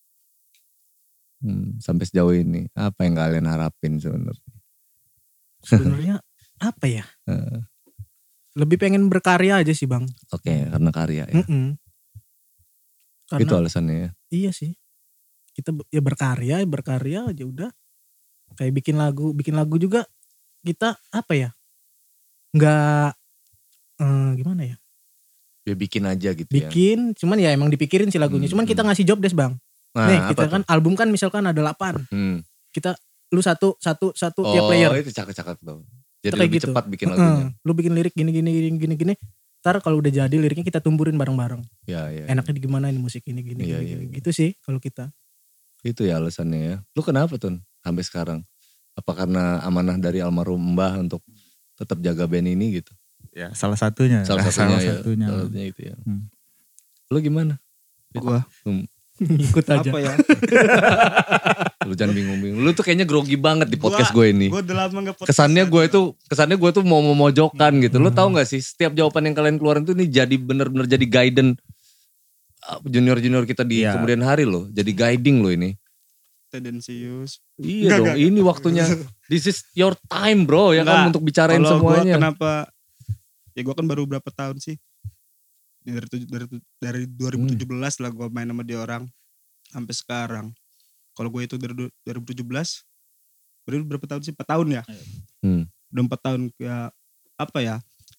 Speaker 1: Hmm, sampai sejauh ini, apa yang kalian harapin sebenarnya?
Speaker 4: Sebenarnya apa ya?
Speaker 1: Eh,
Speaker 4: Lebih pengen berkarya aja sih bang.
Speaker 1: Oke, karena karya ya.
Speaker 4: Mm-mm. Karena
Speaker 1: Itu alasannya ya.
Speaker 4: iya sih. Kita be- ya berkarya, berkarya aja udah. Kayak bikin lagu, bikin lagu juga kita apa ya? Nggak eh, gimana ya?
Speaker 1: Ya bikin aja gitu ya.
Speaker 4: Bikin, cuman ya emang dipikirin sih lagunya.
Speaker 1: Hmm,
Speaker 4: Cuman kita
Speaker 1: hmm.
Speaker 4: ngasih job desk bang.
Speaker 1: Nah,
Speaker 4: Nih
Speaker 1: apa
Speaker 4: kita
Speaker 1: tuh?
Speaker 4: kan album kan misalkan ada delapan.
Speaker 1: Hmm.
Speaker 4: Kita lu satu satu satu
Speaker 1: Oh
Speaker 4: tiap player.
Speaker 1: itu cakep-cakep tuh. Jadi
Speaker 4: Kita kayak
Speaker 1: lebih
Speaker 4: gitu.
Speaker 1: cepat bikin
Speaker 4: Heeh.
Speaker 1: lagunya.
Speaker 4: Lu bikin lirik gini gini gini gini gini. Ntar kalau udah jadi liriknya kita tumburin bareng-bareng.
Speaker 1: Ya, ya.
Speaker 4: Enaknya di gimana ini musik ini gini
Speaker 1: Iya,
Speaker 4: gini,
Speaker 1: iya,
Speaker 4: gini.
Speaker 1: iya.
Speaker 4: Gitu sih kalau kita.
Speaker 1: Itu ya alasannya ya. Lu kenapa tuh sampai sekarang? Apa karena amanah dari almarhum Mbah untuk tetap jaga band ini gitu?
Speaker 2: Ya salah satunya.
Speaker 1: Salah satunya
Speaker 2: salah
Speaker 1: ya.
Speaker 2: satunya.
Speaker 1: Salah satunya itu ya.
Speaker 2: Hmm.
Speaker 1: Lu gimana?
Speaker 3: Gua
Speaker 4: Ikut aja.
Speaker 3: apa ya?
Speaker 1: Lu jangan bingung-bingung. Lu tuh kayaknya grogi banget di
Speaker 3: Gua-
Speaker 1: podcast gue ini.
Speaker 3: Gue udah lama nge-podcast.
Speaker 1: Kesannya gue itu, kesannya gue tuh mau memojokan gitu. Lu
Speaker 4: Hmm.
Speaker 1: tahu nggak sih setiap jawaban yang kalian keluarin tuh ini jadi bener-bener jadi guidance uh, junior-junior kita di
Speaker 2: Iya.
Speaker 1: kemudian hari loh. Jadi guiding loh ini.
Speaker 3: tendensius.
Speaker 1: Iya
Speaker 3: Enggak,
Speaker 1: dong.
Speaker 3: enggak.
Speaker 1: Ini waktunya. This is your time bro ya kan
Speaker 3: Enggak.
Speaker 1: untuk bicarain
Speaker 3: Kalau gue
Speaker 1: semuanya.
Speaker 3: kenapa, ya gue kan baru berapa tahun sih. Dari, tuj- dari, dari dua ribu tujuh belas lah gue main sama dia orang. Sampai sekarang. Kalau gue itu dari du- dua ribu tujuh belas. Berarti berapa tahun sih? empat tahun ya?
Speaker 1: Hmm.
Speaker 3: Udah empat tahun. Ya, apa ya.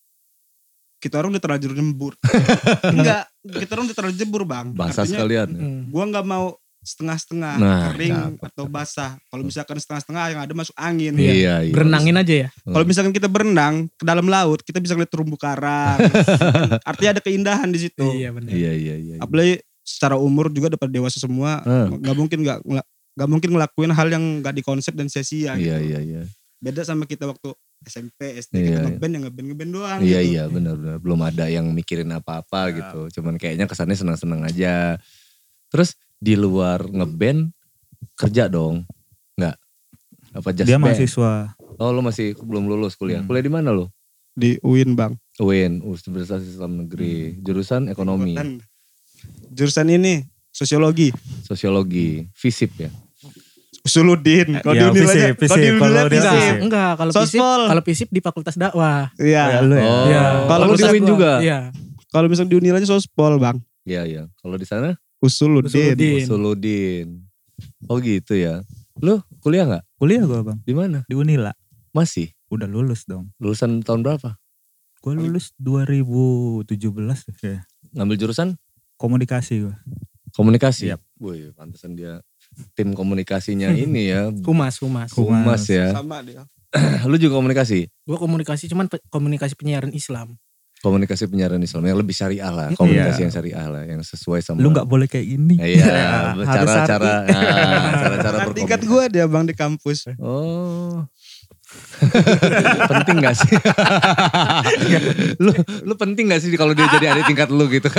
Speaker 3: Kita orang udah terlanjur nyembur. Enggak. Kita orang udah terlanjur jebur bang.
Speaker 1: Bahasa
Speaker 3: Artinya,
Speaker 1: sekalian.
Speaker 4: Mm.
Speaker 3: gue gak mau setengah-setengah.
Speaker 1: Nah,
Speaker 3: kering
Speaker 1: cakep,
Speaker 3: atau basah. Kalau misalkan setengah-setengah yang ada masuk angin.
Speaker 1: Iya, iya.
Speaker 4: Berenangin aja ya.
Speaker 3: Kalau misalkan kita berenang ke dalam laut, kita bisa ngeliat terumbu karang. Artinya ada keindahan di situ.
Speaker 4: Iya benar.
Speaker 1: Iya, iya, iya.
Speaker 3: Apalagi secara umur juga udah pada dewasa semua,
Speaker 1: Hmm.
Speaker 3: nggak mungkin nggak ngela- nggak mungkin ngelakuin hal yang nggak dikonsep dan sia-sia.
Speaker 1: Iya,
Speaker 3: gitu.
Speaker 1: iya, iya.
Speaker 3: Beda sama kita waktu S M P, S D
Speaker 1: Iya,
Speaker 3: kita
Speaker 1: iya.
Speaker 3: ngeband yang ngeband ngeband doang.
Speaker 1: Iya,
Speaker 3: gitu.
Speaker 1: iya, benar-benar. Belum ada yang mikirin apa-apa
Speaker 2: Ya.
Speaker 1: gitu. Cuman kayaknya kesannya senang-senang aja. Terus di luar ngeband kerja dong? Nggak? Apa just
Speaker 2: Dia
Speaker 1: band?
Speaker 2: mahasiswa.
Speaker 1: Oh lu masih belum lulus kuliah.
Speaker 2: Hmm.
Speaker 1: Kuliah di mana lu?
Speaker 3: Di U I N bang.
Speaker 1: U I N, Universitas Islam Negeri. Jurusan ekonomi,
Speaker 3: Dan jurusan ini sosiologi.
Speaker 1: sosiologi, FISIP ya.
Speaker 3: Usuludin. Kalau
Speaker 2: Ya,
Speaker 3: di Unil
Speaker 2: fisip,
Speaker 3: aja.
Speaker 2: fisip.
Speaker 3: Kalau di Unil
Speaker 2: Kalau
Speaker 3: aja
Speaker 2: dia
Speaker 4: Enggak,
Speaker 3: fisip.
Speaker 4: enggak. Kalau fisip,
Speaker 3: Sospol.
Speaker 4: kalau fisip di Fakultas Dakwah.
Speaker 3: Iya.
Speaker 2: Ya, lu ya.
Speaker 1: Oh,
Speaker 4: Iya.
Speaker 1: kalau lu di
Speaker 4: Fakultas
Speaker 1: U I N
Speaker 4: gua.
Speaker 1: juga?
Speaker 4: Iya.
Speaker 3: Kalau misalnya di Unil aja sospol bang.
Speaker 1: Iya, iya. Kalau di sana
Speaker 3: Usuludin.
Speaker 4: Usuludin.
Speaker 1: Usuludin. Oh gitu ya. Lu kuliah nggak?
Speaker 2: Kuliah gue bang.
Speaker 1: Di mana?
Speaker 2: Di Unila.
Speaker 1: Masih?
Speaker 2: Udah lulus dong.
Speaker 1: Lulusan tahun berapa?
Speaker 2: Gue lulus dua ribu tujuh belas ya.
Speaker 1: Ngambil jurusan
Speaker 2: Komunikasi gue.
Speaker 1: komunikasi.
Speaker 2: Yap.
Speaker 1: Wih, pantesan dia tim komunikasinya ini ya.
Speaker 4: Humas, humas.
Speaker 1: Humas ya.
Speaker 3: Sama dia.
Speaker 1: Lu juga komunikasi?
Speaker 4: Gue komunikasi cuman pe- komunikasi penyiaran Islam.
Speaker 1: Komunikasi penyiaran Islam yang lebih syariah lah, komunikasi
Speaker 2: Iya.
Speaker 1: yang syariah lah, yang sesuai sama.
Speaker 2: Lu gak boleh kayak gini.
Speaker 1: Iya,
Speaker 2: Harus
Speaker 1: cara-cara,
Speaker 2: arti.
Speaker 1: nah, cara-cara
Speaker 3: Nah, tingkat
Speaker 1: berkomunikasi.
Speaker 3: gue dia bang di kampus.
Speaker 1: Oh, penting gak sih? lu, lu penting gak sih kalau dia jadi adik tingkat lu gitu?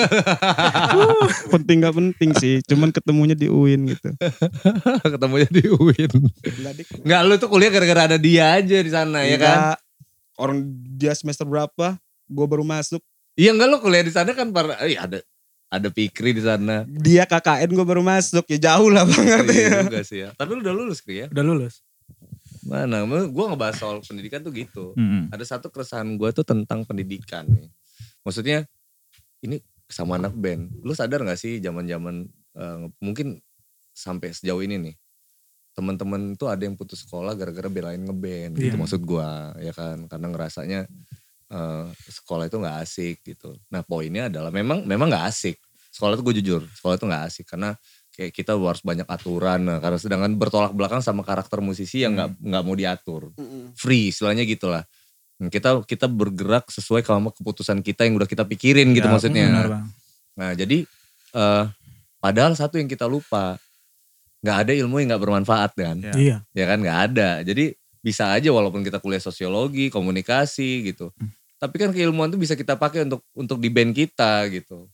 Speaker 3: Penting gak penting sih. Cuman ketemunya di U I N gitu.
Speaker 1: Ketemunya di U I N.
Speaker 3: Enggak, Dik.
Speaker 1: Nggak, lu tuh kuliah gara-gara ada dia aja di sana ya kan?
Speaker 3: Enggak. Orang dia semester berapa? Gue baru masuk.
Speaker 1: Iya enggak, lu kuliah di sana kan para, eh, ada ada Pikri di sana.
Speaker 3: Dia K K N gue baru masuk. Ya jauh lah bang
Speaker 1: Iya
Speaker 3: artinya.
Speaker 1: juga sih ya. Tapi lu udah lulus Kri ya?
Speaker 4: Udah lulus.
Speaker 1: Mana? Gue ngebahas soal pendidikan tuh gitu.
Speaker 2: Mm-mm.
Speaker 1: Ada satu keresahan gue tuh tentang pendidikan nih. Maksudnya ini sama anak band. Lu sadar gak sih zaman-zaman uh, mungkin sampai sejauh ini nih. Teman-teman tuh ada yang putus sekolah gara-gara belain ngeband gitu
Speaker 4: Iya.
Speaker 1: maksud gue ya kan. Karena ngerasanya uh, sekolah itu gak asik gitu. Nah poinnya adalah memang memang gak asik. Sekolah tuh gue jujur, sekolah tuh gak asik karena kayak kita harus banyak aturan. Nah, karena sedangkan bertolak belakang sama karakter musisi yang nggak nggak mau diatur, free istilahnya gitulah. Kita kita bergerak sesuai sama keputusan kita yang udah kita pikirin gitu
Speaker 2: Ya,
Speaker 1: maksudnya.
Speaker 2: Benar bang.
Speaker 1: Nah jadi eh, padahal satu yang kita lupa, nggak ada ilmu yang nggak bermanfaat kan,
Speaker 2: Ya.
Speaker 4: Iya.
Speaker 1: ya kan nggak ada. Jadi bisa aja walaupun kita kuliah sosiologi, komunikasi gitu,
Speaker 2: Hmm.
Speaker 1: tapi kan keilmuan itu bisa kita pakai untuk untuk di band kita gitu.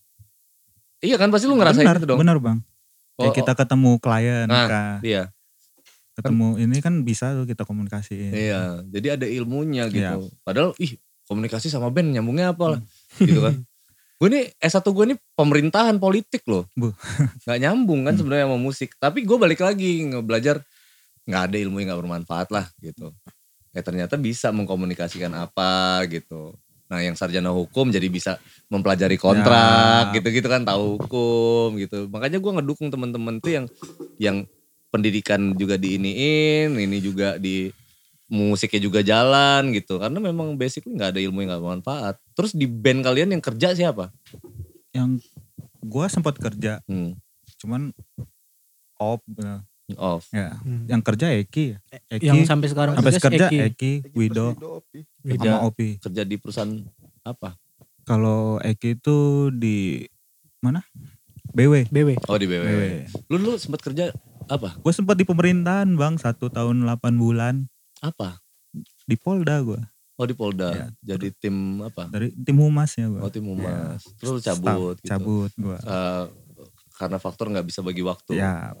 Speaker 1: Iya kan pasti lu ngerasain
Speaker 2: Benar,
Speaker 1: itu dong.
Speaker 2: benar bang.
Speaker 1: Oh,
Speaker 2: Kayak kita ketemu klien
Speaker 1: Nah,
Speaker 2: kan.
Speaker 1: Iya.
Speaker 2: Ketemu ini kan bisa tuh kita komunikasiin.
Speaker 1: Iya, jadi ada ilmunya gitu.
Speaker 2: Iya.
Speaker 1: Padahal ih komunikasi sama band nyambungnya apa lah gitu kan. Gue nih S satu gue nih pemerintahan politik loh.
Speaker 2: Bu.
Speaker 1: Gak nyambung kan sebenarnya sama musik. Tapi gue balik lagi belajar gak ada ilmu yang gak bermanfaat lah gitu. Ya ternyata bisa mengkomunikasikan apa gitu. Nah yang sarjana hukum jadi bisa mempelajari kontrak
Speaker 2: Ya.
Speaker 1: gitu-gitu kan, tahu hukum gitu. Makanya gue ngedukung temen-temen tuh yang yang pendidikan juga diiniin, ini juga di musiknya juga jalan gitu. Karena memang basically gak ada ilmu yang gak bermanfaat. Terus di band kalian yang kerja siapa?
Speaker 2: Yang gue sempat kerja,
Speaker 1: Hmm.
Speaker 2: cuman op,
Speaker 1: Off.
Speaker 2: ya.
Speaker 4: Hmm.
Speaker 2: Yang kerja Eki, ya. Eki
Speaker 4: Yang sampai sekarang
Speaker 2: sampai
Speaker 4: kerja
Speaker 2: kerja
Speaker 4: Eki.
Speaker 2: Eki, Wido,
Speaker 1: Kerja,
Speaker 2: sama Opi.
Speaker 1: kerja di perusahaan apa?
Speaker 2: Kalau Eki itu di mana? B W.
Speaker 4: B W.
Speaker 1: Oh di B W.
Speaker 2: B W.
Speaker 1: Lu dulu sempat kerja apa?
Speaker 2: Gue sempat di pemerintahan bang, satu tahun delapan bulan
Speaker 1: Apa?
Speaker 2: di Polda gue,
Speaker 1: Oh di Polda.
Speaker 2: Ya.
Speaker 1: Jadi tim apa?
Speaker 2: dari tim humasnya gue.
Speaker 1: Oh tim humas. Terus lu cabut gitu.
Speaker 2: Cabut gue.
Speaker 1: Eh, karena faktor nggak bisa bagi waktu.
Speaker 2: Ya,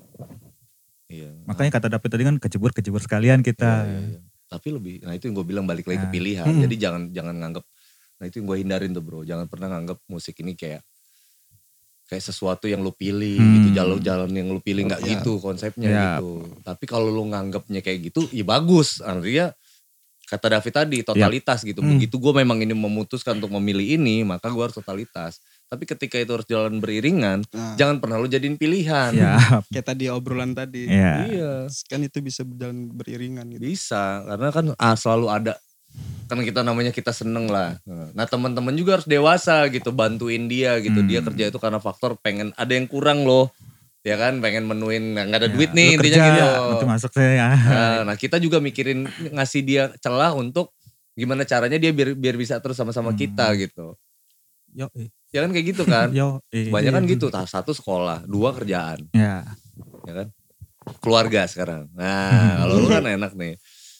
Speaker 1: Iya.
Speaker 2: makanya kata David tadi kan kecebur kecebur sekalian kita.
Speaker 1: Iya, iya, iya. Tapi lebih, nah itu yang gue bilang balik lagi ke
Speaker 2: Nah.
Speaker 1: pilihan.
Speaker 4: Hmm.
Speaker 1: Jadi jangan jangan nganggap, nah itu yang gue hindarin tuh bro. Jangan pernah nganggap musik ini kayak kayak sesuatu yang lu pilih
Speaker 2: Hmm.
Speaker 1: gitu, jalan-jalan yang lu pilih nggak
Speaker 3: Iya.
Speaker 1: gitu konsepnya
Speaker 2: Ya.
Speaker 1: gitu. Tapi kalau lu nganggapnya kayak gitu, ya bagus. Artinya kata David tadi totalitas gitu.
Speaker 4: Hmm.
Speaker 1: Begitu gue memang ini memutuskan untuk memilih ini, maka gue harus totalitas. Tapi ketika itu harus jalan beriringan,
Speaker 3: Nah,
Speaker 1: jangan pernah lu jadiin pilihan.
Speaker 2: Ya,
Speaker 3: kayak tadi obrolan tadi.
Speaker 2: ya.
Speaker 1: Iya,
Speaker 3: Kan itu bisa berjalan beriringan gitu.
Speaker 1: bisa. Karena kan ah, selalu ada. Kan kita namanya kita seneng lah. Nah teman-teman juga harus dewasa gitu, bantuin dia gitu. Dia
Speaker 2: Hmm.
Speaker 1: kerja itu karena faktor pengen ada yang kurang loh. Ya kan, pengen menuin, nah, gak ada
Speaker 2: Ya,
Speaker 1: duit
Speaker 2: lu
Speaker 1: nih intinya
Speaker 2: kerja,
Speaker 1: gitu.
Speaker 2: nanti masuk saya.
Speaker 1: Nah, nah kita juga mikirin ngasih dia celah untuk gimana caranya dia biar biar bisa terus sama-sama
Speaker 2: Hmm.
Speaker 1: kita gitu.
Speaker 2: Yo, eh,
Speaker 1: Ya kan kayak gitu kan.
Speaker 2: yo, eh,
Speaker 1: Banyak kan
Speaker 2: iya.
Speaker 1: gitu, Tah, satu sekolah, dua kerjaan,
Speaker 2: Ya,
Speaker 1: ya kan. Keluarga sekarang. Nah, kalau lu kan enak nih.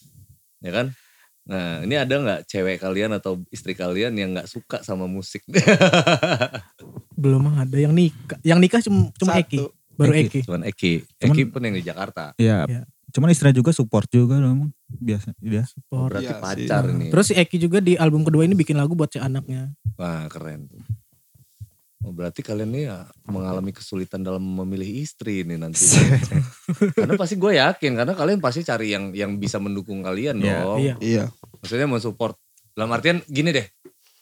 Speaker 1: Ya kan? Nah, ini ada nggak cewek kalian atau istri kalian yang nggak suka sama musik?
Speaker 4: Belum ada yang nikah. Yang nikah cuma cuma
Speaker 3: Satu.
Speaker 4: Eki. Baru
Speaker 2: Eki.
Speaker 4: Eki.
Speaker 1: Cuman Eki.
Speaker 2: Cuman-
Speaker 1: Eki pun yang di Jakarta.
Speaker 2: ya.
Speaker 4: Ya.
Speaker 2: Cuman istrinya juga support juga loh, emang. Biasa, dia.
Speaker 1: Oh,
Speaker 4: Support.
Speaker 1: berarti
Speaker 3: Iya sih.
Speaker 1: pacar nih.
Speaker 4: Terus si Eki juga di album kedua ini bikin lagu buat si anaknya.
Speaker 1: Wah, keren tuh. Oh, berarti kalian nih ya mengalami kesulitan dalam memilih istri nih nanti. Karena pasti gue yakin, karena kalian pasti cari yang yang bisa mendukung kalian
Speaker 2: Iya,
Speaker 1: dong.
Speaker 4: Iya.
Speaker 3: Iya.
Speaker 1: Maksudnya mensupport. Dalam artian gini deh.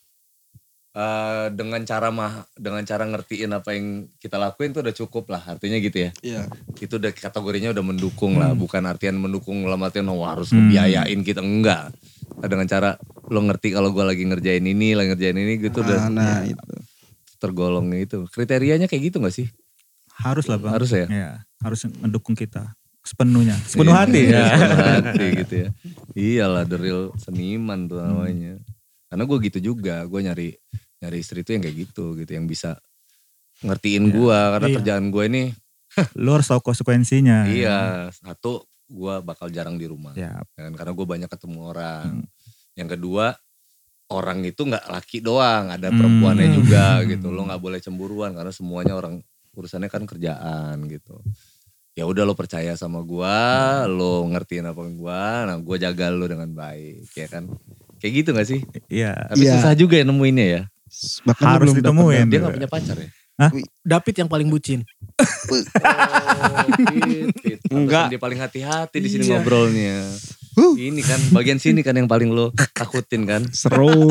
Speaker 1: Eh, dengan cara mah dengan cara ngertiin apa yang kita lakuin tuh udah cukup lah, artinya gitu ya.
Speaker 3: Iya.
Speaker 1: Itu udah kategorinya udah mendukung lah,
Speaker 4: Hmm.
Speaker 1: bukan artian mendukung dalam artian oh, harus
Speaker 2: Hmm.
Speaker 1: ngebiayain kita, enggak. Dengan cara lo ngerti kalau gue lagi ngerjain ini, lagi ngerjain ini gitu udah
Speaker 3: Nah, nah
Speaker 1: ya,
Speaker 3: itu.
Speaker 1: tergolong itu. Kriterianya kayak gitu gak sih?
Speaker 2: Harus lah bang.
Speaker 1: Harus ya?
Speaker 2: Ya, harus mendukung kita sepenuhnya, sepenuh
Speaker 1: Iya,
Speaker 2: hati.
Speaker 1: iya,
Speaker 2: Ya.
Speaker 1: sepenuh hati gitu ya. Iyalah the real seniman tuh namanya. Karena gue gitu juga, gue nyari nyari istri tuh yang kayak gitu gitu, yang bisa ngertiin
Speaker 2: Iya.
Speaker 1: gue karena
Speaker 4: Iya.
Speaker 1: kerjaan gue ini
Speaker 2: Lu harus tahu konsekuensinya.
Speaker 1: iya, satu gue bakal jarang di rumah.
Speaker 2: Ya,
Speaker 1: Kan? Karena gue banyak ketemu orang.
Speaker 2: Hmm.
Speaker 1: Yang kedua, orang itu nggak laki doang, ada perempuannya
Speaker 2: Hmm.
Speaker 1: juga gitu. Lo nggak boleh cemburuan karena semuanya orang urusannya kan kerjaan gitu. Ya udah lo percaya sama gue, lo ngertiin apa gue, nah gue jaga lo dengan baik, ya kan? Kayak gitu nggak sih?
Speaker 2: iya.
Speaker 1: Tapi
Speaker 3: Iya.
Speaker 1: susah juga ya nemuinnya ya.
Speaker 3: Bahkan
Speaker 2: Harus
Speaker 3: belum
Speaker 2: ditemuin.
Speaker 3: dapet-
Speaker 1: Dia nggak punya pacar ya?
Speaker 4: David yang paling bucin.
Speaker 1: Oh, Fit, Fit.
Speaker 3: Enggak.
Speaker 1: Pantesan dia paling hati-hati di sini
Speaker 4: Iya.
Speaker 1: ngobrolnya.
Speaker 3: Huh.
Speaker 1: Ini kan bagian sini kan yang paling lo takutin kan.
Speaker 3: Seru.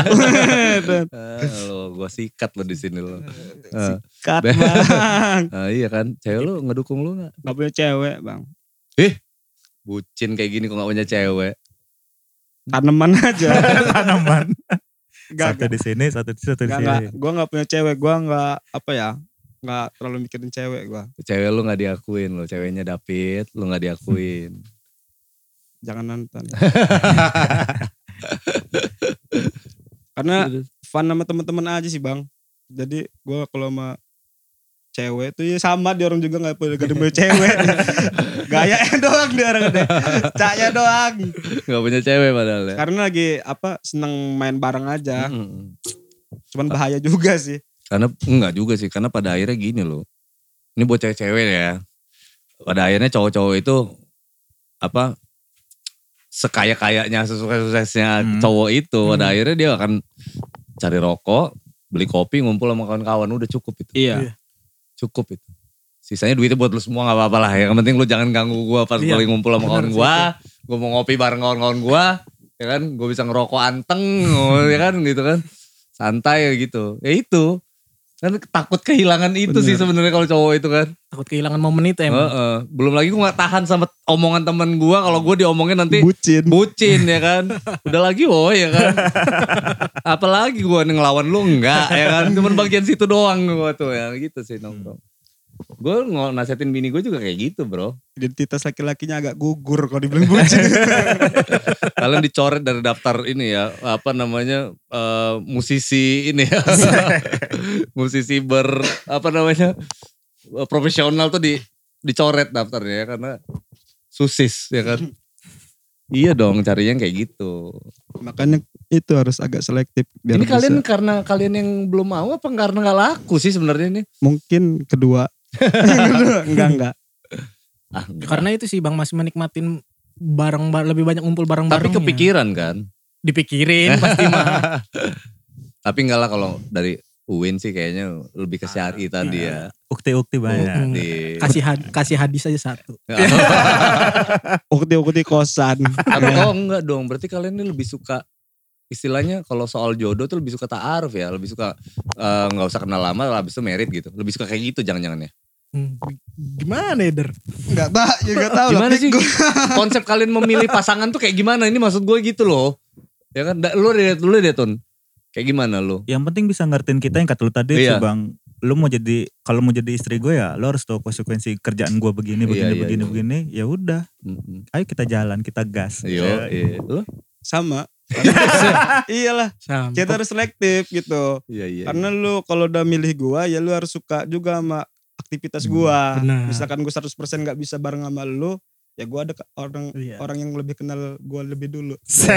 Speaker 1: Ah, lo gua sikat lo di sini lo. Ah,
Speaker 3: Cut
Speaker 1: Be-
Speaker 3: bang.
Speaker 1: ah, iya kan, cewek lo ngedukung lo nggak?
Speaker 3: Gak punya cewek bang.
Speaker 1: Bucin kayak gini kok nggak punya cewek.
Speaker 3: Tanaman aja.
Speaker 2: Tanaman.
Speaker 3: Gak,
Speaker 2: Satu di sini, satu di satu di
Speaker 3: Gak,
Speaker 2: sini.
Speaker 3: gak. Gue gak punya cewek. Gue gak, apa ya, gak terlalu mikirin cewek gue.
Speaker 1: Cewek lo nggak diakuin lo, ceweknya David lo nggak diakuin.
Speaker 3: Jangan nonton. Karena fun sama teman-teman aja sih bang. Jadi gue kalau sama cewek tuh ya sama, dia orang juga gak punya gak punya cewek. Gayanya doang dia orang deh. Caknya doang.
Speaker 1: Nggak punya cewek padahal ya.
Speaker 3: Karena lagi apa seneng main bareng aja.
Speaker 1: Mm-mm.
Speaker 3: Cuman bahaya juga sih.
Speaker 1: Karena enggak juga sih, karena pada akhirnya gini loh. Ini buat cewek-cewek ya. Pada akhirnya cowok-cowok itu apa sekaya-kayanya sukses-suksesnya
Speaker 2: Hmm.
Speaker 1: cowok itu pada
Speaker 4: Hmm.
Speaker 1: akhirnya dia akan cari rokok, beli kopi, ngumpul sama kawan-kawan, udah cukup itu.
Speaker 3: Iya.
Speaker 1: Cukup itu. Sisanya duitnya buat lu semua gak apa-apa lah. Yang penting lu jangan ganggu gua pas
Speaker 4: Iya,
Speaker 1: gue ngumpul sama
Speaker 4: benar
Speaker 1: kawan
Speaker 4: sih
Speaker 1: gua. Gue mau ngopi bareng kawan-kawan gua. Ya kan, gue bisa ngerokok anteng. Ya kan gitu kan. Santai gitu. Ya itu. Kan takut kehilangan itu
Speaker 3: Bener.
Speaker 1: sih sebenarnya kalau cowok itu kan.
Speaker 4: Takut kehilangan momen itu emang.
Speaker 1: Heeh. Belum lagi gue gak tahan sama omongan temen gue. Kalau gue diomongin nanti
Speaker 3: Bucin.
Speaker 1: bucin ya kan. Udah lagi woy ya kan. Apalagi gue ngelawan lu enggak ya kan. Cuman bagian situ doang gue tuh ya gitu sih nongkrong. Gue nasihatin bini gue juga kayak gitu bro.
Speaker 3: Identitas laki-lakinya agak gugur kalau dibilang bucin.
Speaker 1: Kalian dicoret dari daftar ini ya. Apa namanya. eh, musisi ini ya. Musisi ber. Apa namanya. eh, profesional tuh di dicoret daftarnya ya. Karena susis ya kan. Iya dong carinya yang kayak gitu.
Speaker 3: Makanya itu harus agak selektif. Biar
Speaker 1: Ini kalian
Speaker 3: bisa.
Speaker 1: karena kalian yang belum mau apa karena gak laku sih sebenarnya ini?
Speaker 3: Mungkin kedua. enggak, enggak.
Speaker 1: Ah, enggak.
Speaker 4: Karena itu sih Bang masih menikmatin bareng lebih banyak ngumpul
Speaker 1: Tapi
Speaker 4: bareng-bareng.
Speaker 1: kepikiran kan?
Speaker 4: Dipikirin pasti mah.
Speaker 1: Tapi enggak lah kalau dari Uwin sih kayaknya lebih ke syari tadi ya.
Speaker 2: Ukti-ukti banyak.
Speaker 1: Bukti.
Speaker 4: Kasih had- kasih hadis aja satu.
Speaker 3: Ukti-ukti kosan.
Speaker 1: Tapi oh enggak dong, berarti kalian ini lebih suka istilahnya kalau soal jodoh tuh lebih suka ta'aruf ya, lebih suka eh, nggak usah kenal lama habis itu merit gitu. Lebih suka kayak gitu jangan-jangan ya.
Speaker 4: Hmm, Gimana ya Der?
Speaker 3: Enggak tahu, ya enggak tahu lah.
Speaker 1: Gimana sih
Speaker 3: Gua-
Speaker 1: konsep kalian memilih pasangan tuh kayak gimana? Ini maksud gue gitu loh. Ya kan, Da- lu deh, lu deh Tun. Kayak gimana lu?
Speaker 2: Yang penting bisa ngertiin kita yang kata lu tadi
Speaker 1: Iya.
Speaker 2: sih bang. Lu mau jadi, kalau mau jadi istri gue ya lu harus tahu konsekuensi kerjaan gue begini, begini,
Speaker 1: Iya, iya,
Speaker 2: begini,
Speaker 1: iya.
Speaker 2: begini. Ya udah,
Speaker 1: Mm-mm.
Speaker 2: ayo kita jalan, kita gas.
Speaker 1: Yo,
Speaker 2: Ya.
Speaker 1: iya. Lu?
Speaker 3: Sama. Iyalah,
Speaker 4: Sama.
Speaker 3: kita harus selektif gitu.
Speaker 1: Iya, iya.
Speaker 3: Karena lu kalau udah milih gua ya lu harus suka juga sama aktivitas gua.
Speaker 4: benar.
Speaker 3: Misalkan gua seratus persen gak bisa bareng sama lu, ya gua ada ke- orang
Speaker 4: Iya.
Speaker 3: orang yang lebih kenal gua lebih dulu.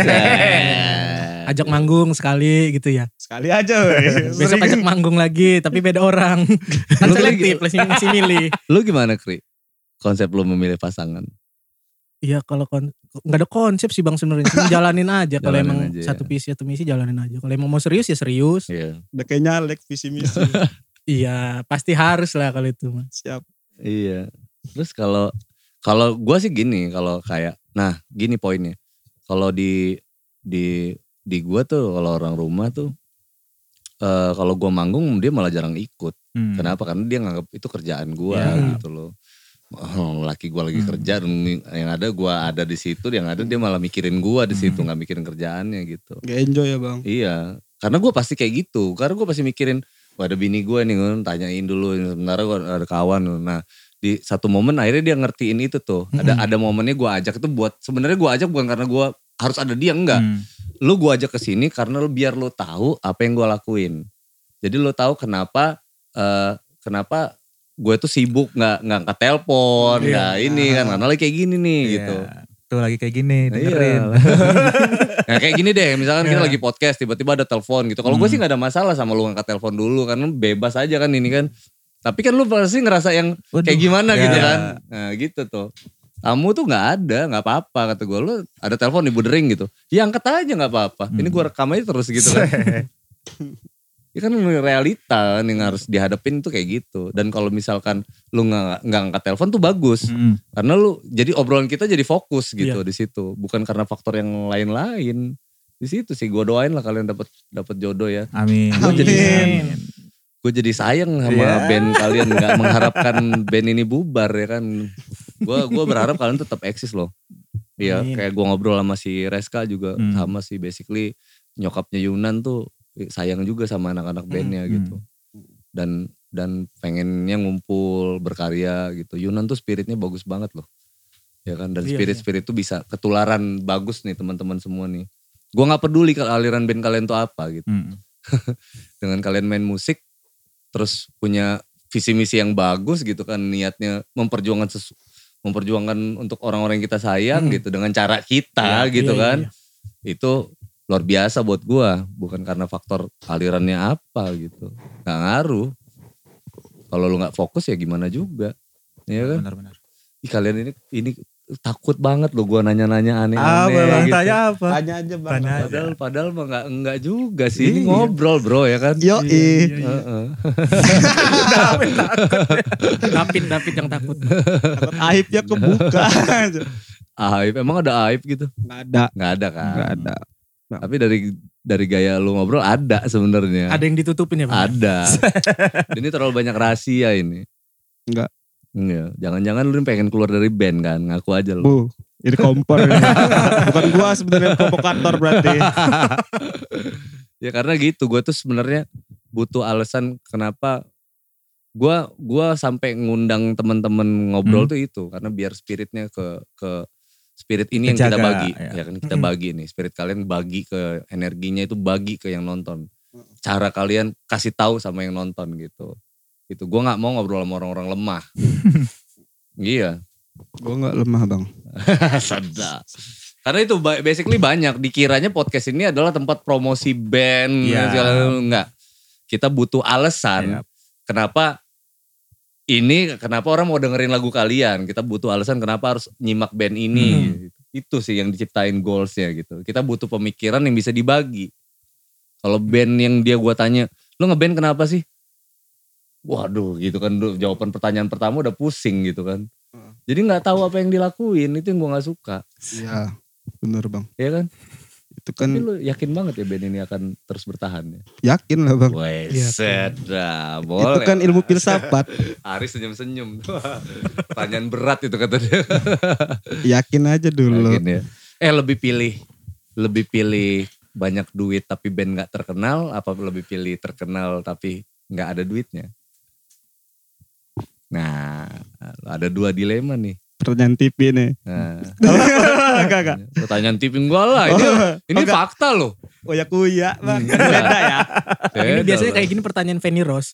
Speaker 1: Eh.
Speaker 4: Ajak manggung sekali gitu ya.
Speaker 3: Sekali aja weh.
Speaker 4: Besok
Speaker 3: Sering.
Speaker 4: ajak manggung lagi tapi beda orang. Kan
Speaker 1: Lu
Speaker 4: selektif
Speaker 1: lagi-
Speaker 4: masih, masih milih.
Speaker 1: Lu gimana Kri? Konsep lu memilih pasangan?
Speaker 4: Iya kalau kon nggak ada konsep sih Bang sebenarnya. Cuma jalanin aja kalau
Speaker 1: Jalanin
Speaker 4: emang
Speaker 1: aja ya.
Speaker 4: satu visi satu misi jalanin aja. Kalau emang mau serius ya serius.
Speaker 1: Iya.
Speaker 3: Udah kayak nyalek visi misi.
Speaker 4: Iya, pasti harus lah kalau itu mah.
Speaker 3: Siap.
Speaker 1: Iya. Terus kalau kalau gue sih gini, kalau kayak, nah gini poinnya. Kalau di di di gue tuh kalau orang rumah tuh, eh kalau gue manggung dia malah jarang ikut.
Speaker 2: Hmm.
Speaker 1: Kenapa? Karena dia nganggap itu kerjaan gue
Speaker 2: Ya.
Speaker 1: gitu loh. Oh, laki gue lagi
Speaker 2: Hmm.
Speaker 1: kerja, dan yang ada gue ada di situ, yang ada dia malah mikirin gue di situ,
Speaker 2: Hmm.
Speaker 1: nggak mikirin kerjaannya gitu.
Speaker 3: Gak enjoy ya bang.
Speaker 1: Iya, karena gue pasti kayak gitu. Karena gue pasti mikirin, wah ada bini gue nih, gue tanyain dulu. Sementara gue ada kawan. Nah di satu momen akhirnya dia ngertiin itu tuh. Ada ada momennya gue ajak itu buat, sebenarnya gue ajak bukan karena gue harus ada dia, enggak.
Speaker 2: Hmm.
Speaker 1: Lu gue ajak ke sini karena lu biar lu tahu apa yang gue lakuin. Jadi lu tahu kenapa eh, kenapa gue tuh sibuk nggak nggak angkat telepon,
Speaker 4: Iya.
Speaker 1: nggak ini kan karena lagi kayak gini nih
Speaker 2: Iya.
Speaker 1: gitu.
Speaker 2: Tuh lagi kayak gini,
Speaker 1: Nah,
Speaker 2: dengerin.
Speaker 1: iya. Nah kayak gini deh, misalkan kita
Speaker 4: Iya.
Speaker 1: lagi podcast tiba-tiba ada telepon gitu. Kalau gue
Speaker 2: Hmm.
Speaker 1: sih nggak ada masalah sama lu ngangkat telepon dulu karena bebas aja kan ini kan. Tapi kan lu pasti ngerasa yang
Speaker 2: Waduh,
Speaker 1: kayak gimana
Speaker 2: ya.
Speaker 1: gitu kan. Nah gitu tuh. Kamu tuh nggak ada, nggak apa-apa kata gue. Lu ada telepon ibu dering gitu. Ya angkat aja nggak apa-apa. Ini gue rekam aja terus gitu kan. Ya kan realita yang harus dihadapin tuh kayak gitu. Dan kalau misalkan lu nggak nggak angkat telepon tuh bagus.
Speaker 2: Hmm.
Speaker 1: Karena lu jadi obrolan kita jadi fokus gitu
Speaker 4: Iya.
Speaker 1: di situ. Bukan karena faktor yang lain-lain. Di situ sih gue doain lah kalian dapat dapat jodoh ya.
Speaker 2: Amin.
Speaker 1: Gua jadi-
Speaker 4: Amin.
Speaker 1: Gue jadi sayang sama
Speaker 2: Iya.
Speaker 1: band kalian, nggak mengharapkan band ini bubar ya kan. Gue gua berharap kalian tetap eksis loh. Iya,
Speaker 4: Amin.
Speaker 1: kayak gue ngobrol sama si Reska juga
Speaker 2: Hmm.
Speaker 1: sama sih basically nyokapnya Yunan tuh sayang juga sama anak-anak bandnya
Speaker 2: Hmm.
Speaker 1: gitu. Dan dan pengennya ngumpul berkarya gitu. Yunan tuh spiritnya bagus banget loh. Ya kan, dan
Speaker 4: Iya,
Speaker 1: spirit-spirit tuh bisa ketularan bagus nih teman-teman semua nih. Gue nggak peduli kalau aliran band kalian tuh apa gitu.
Speaker 2: Hmm.
Speaker 1: Dengan kalian main musik terus punya visi misi yang bagus gitu kan, niatnya memperjuangkan sesu, memperjuangkan untuk orang-orang yang kita sayang
Speaker 4: Hmm.
Speaker 1: gitu dengan cara kita
Speaker 4: Iya,
Speaker 1: gitu
Speaker 4: iya,
Speaker 1: kan.
Speaker 4: iya.
Speaker 1: Itu luar biasa buat gua, bukan karena faktor alirannya apa gitu. Gak ngaruh. Kalau lu nggak fokus ya gimana juga. Ya kan?
Speaker 2: Benar-benar.
Speaker 1: Ih, kalian ini ini takut banget loh gue nanya-nanya
Speaker 2: Apa
Speaker 1: aneh-aneh
Speaker 2: bang?
Speaker 1: gitu.
Speaker 2: Tanya apa?
Speaker 3: Tanya aja bang.
Speaker 2: Tanya aja.
Speaker 1: Padahal padahal mah enggak enggak juga sih. Ini
Speaker 2: Iya.
Speaker 1: ngobrol bro ya kan.
Speaker 3: Yo
Speaker 1: Heeh.
Speaker 4: Dapit Dapit yang takut.
Speaker 3: takut aibnya kebuka.
Speaker 1: Aib emang ada aib gitu?
Speaker 3: Nggak ada.
Speaker 1: Nggak ada kan?
Speaker 3: Nggak ada.
Speaker 1: Tapi dari dari gaya lu ngobrol ada sebenarnya.
Speaker 4: Ada yang ditutupin ya bang?
Speaker 1: Ada. Ini terlalu banyak rahasia ini.
Speaker 3: Enggak.
Speaker 1: Enggak. Jangan-jangan lu pengen keluar dari band kan? Ngaku aja lu.
Speaker 3: Bu, ini kompor. ini. Bukan gua sebenarnya provokator berarti.
Speaker 1: Ya karena gitu, gue tuh sebenarnya butuh alasan kenapa gue gua sampai ngundang teman-teman ngobrol
Speaker 2: Hmm.
Speaker 1: tuh itu karena biar spiritnya ke ke spirit ini yang kita
Speaker 2: Kejaga,
Speaker 1: bagi,
Speaker 2: ya.
Speaker 1: ya kan kita bagi nih spirit kalian bagi ke energinya itu bagi ke yang nonton. Cara kalian kasih tahu sama yang nonton gitu. Gitu, gue nggak mau ngobrol sama orang-orang lemah. Iya.
Speaker 3: Gua nggak lemah bang.
Speaker 1: Sadar. Karena itu ba- basically banyak. Dikiranya podcast ini adalah tempat promosi band.
Speaker 2: Iya.
Speaker 1: segala- Enggak. Kita butuh alasan.
Speaker 2: Iya.
Speaker 1: Kenapa ini, kenapa orang mau dengerin lagu kalian. Kita butuh alasan kenapa harus nyimak band ini. Itu sih yang diciptain goalsnya gitu. Kita butuh pemikiran yang bisa dibagi. Kalau band yang dia gua tanya, lu ngeband kenapa sih? Waduh gitu kan, jawaban pertanyaan pertama udah pusing gitu kan. Jadi gak tahu apa yang dilakuin, itu yang gue gak suka.
Speaker 3: Iya, bener bang.
Speaker 1: Iya kan?
Speaker 3: Itu kan
Speaker 1: Tapi lu yakin banget ya band ini akan terus bertahan ya?
Speaker 3: yakin lah bang.
Speaker 1: Wih,
Speaker 4: Iya,
Speaker 1: sedap.
Speaker 3: Itu
Speaker 1: Boleh.
Speaker 3: kan ilmu filsafat.
Speaker 1: Aris senyum-senyum. Pertanyaan berat itu kata dia.
Speaker 3: Yakin aja dulu.
Speaker 1: Yakin ya. Eh lebih pilih, lebih pilih banyak duit tapi band gak terkenal, apa lebih pilih terkenal tapi gak ada duitnya? Nah, ada dua dilema nih.
Speaker 3: Pertanyaan T V nih.
Speaker 1: Nah,
Speaker 3: Enggak, enggak.
Speaker 1: pertanyaan tipin gue lah. Ini, ini
Speaker 3: enggak.
Speaker 1: fakta loh.
Speaker 3: Oya kuya bang. Beda ya.
Speaker 4: Ini
Speaker 1: Beda
Speaker 4: biasanya
Speaker 1: loh.
Speaker 4: kayak gini pertanyaan Fanny Rose.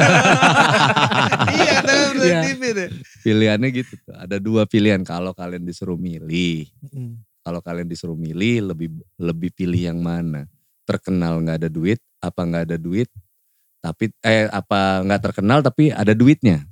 Speaker 3: Iya, tapi pertanyaan
Speaker 4: Iya.
Speaker 3: T V deh.
Speaker 1: Pilihannya gitu tuh. Ada dua pilihan kalau kalian disuruh milih.
Speaker 4: Mm.
Speaker 1: Kalau kalian disuruh milih lebih lebih pilih yang mana? Terkenal nggak ada duit, apa nggak ada duit? Tapi eh apa nggak terkenal tapi ada duitnya?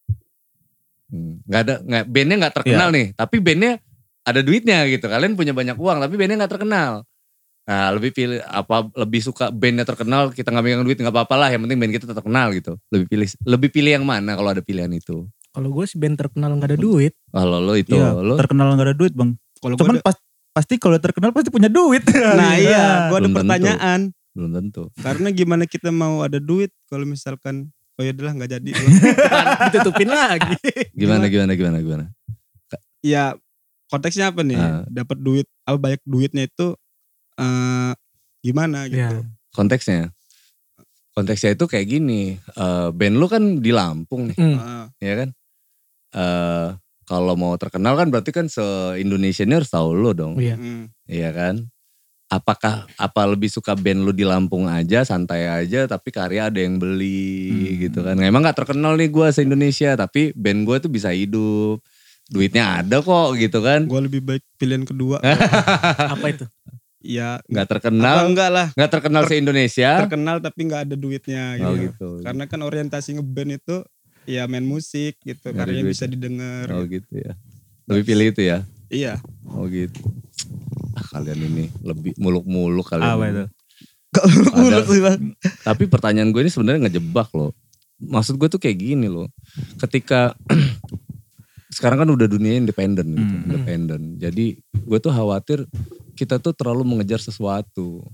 Speaker 1: Hmm, nggak ada nggak bandnya nggak terkenal nih, tapi bandnya ada duitnya gitu. Kalian punya banyak uang tapi bandnya nggak terkenal. Nah lebih pilih apa? Lebih suka bandnya terkenal, kita nggak megang duit nggak apa-apa lah. Yang penting band kita tetap terkenal gitu. Lebih pilih lebih pilih yang mana kalau ada pilihan itu?
Speaker 4: Kalau gue sih band terkenal nggak ada duit.
Speaker 1: Kalau lo itu
Speaker 2: Iya,
Speaker 1: lo
Speaker 2: terkenal gak ada duit bang.
Speaker 3: Kalau
Speaker 2: Cuman
Speaker 3: gua ada,
Speaker 2: pas, pasti kalau terkenal pasti punya duit.
Speaker 3: nah iya, gua ada
Speaker 1: Belum tentu.
Speaker 3: pertanyaan.
Speaker 1: belum tentu.
Speaker 3: Karena gimana kita mau ada duit kalau misalkan oh ya udahlah nggak jadi.
Speaker 4: Ditutupin lagi.
Speaker 1: Gimana gimana gimana gimana?
Speaker 3: Ya konteksnya apa nih?
Speaker 1: Ah.
Speaker 3: Dapat duit, apa banyak duitnya itu eh gimana gitu?
Speaker 4: Ya.
Speaker 1: Konteksnya, konteksnya itu kayak gini. eh, band lu kan di Lampung nih,
Speaker 4: Mm.
Speaker 3: Ah,
Speaker 1: ya kan? Eh kalau mau terkenal kan berarti kan se-Indonesia ini harus tahu lu dong,
Speaker 4: Iya.
Speaker 3: hmm.
Speaker 1: iya kan? Apakah apa lebih suka band lu di Lampung aja, santai aja, tapi karya ada yang beli
Speaker 2: Hmm.
Speaker 1: gitu kan? Emang nggak terkenal nih gue se-Indonesia, tapi band gue tuh bisa hidup, duitnya ada kok gitu kan?
Speaker 3: Gue lebih baik pilihan kedua.
Speaker 4: Apa itu?
Speaker 3: Ya
Speaker 1: Nggak
Speaker 3: apa
Speaker 1: terkenal,
Speaker 3: enggak lah,
Speaker 1: nggak terkenal se-Indonesia.
Speaker 3: terkenal tapi nggak ada duitnya gitu.
Speaker 1: Oh gitu.
Speaker 3: Karena kan orientasi ngeband itu ya main musik gitu,
Speaker 1: Nggak ada
Speaker 3: karyanya
Speaker 1: duit.
Speaker 3: bisa didengar.
Speaker 1: Oh gitu ya. Lebih pilih itu ya.
Speaker 3: Iya.
Speaker 1: Oh gitu. Ah kalian ini lebih muluk-muluk kalian.
Speaker 2: Apa
Speaker 1: ini.
Speaker 2: itu?
Speaker 3: Muluk sih bang.
Speaker 1: Tapi pertanyaan gue ini sebenarnya ngejebak loh. Maksud gue tuh kayak gini loh. Ketika sekarang kan udah dunia independen gitu,
Speaker 2: Hmm.
Speaker 1: independen. Jadi gue tuh khawatir kita tuh terlalu mengejar sesuatu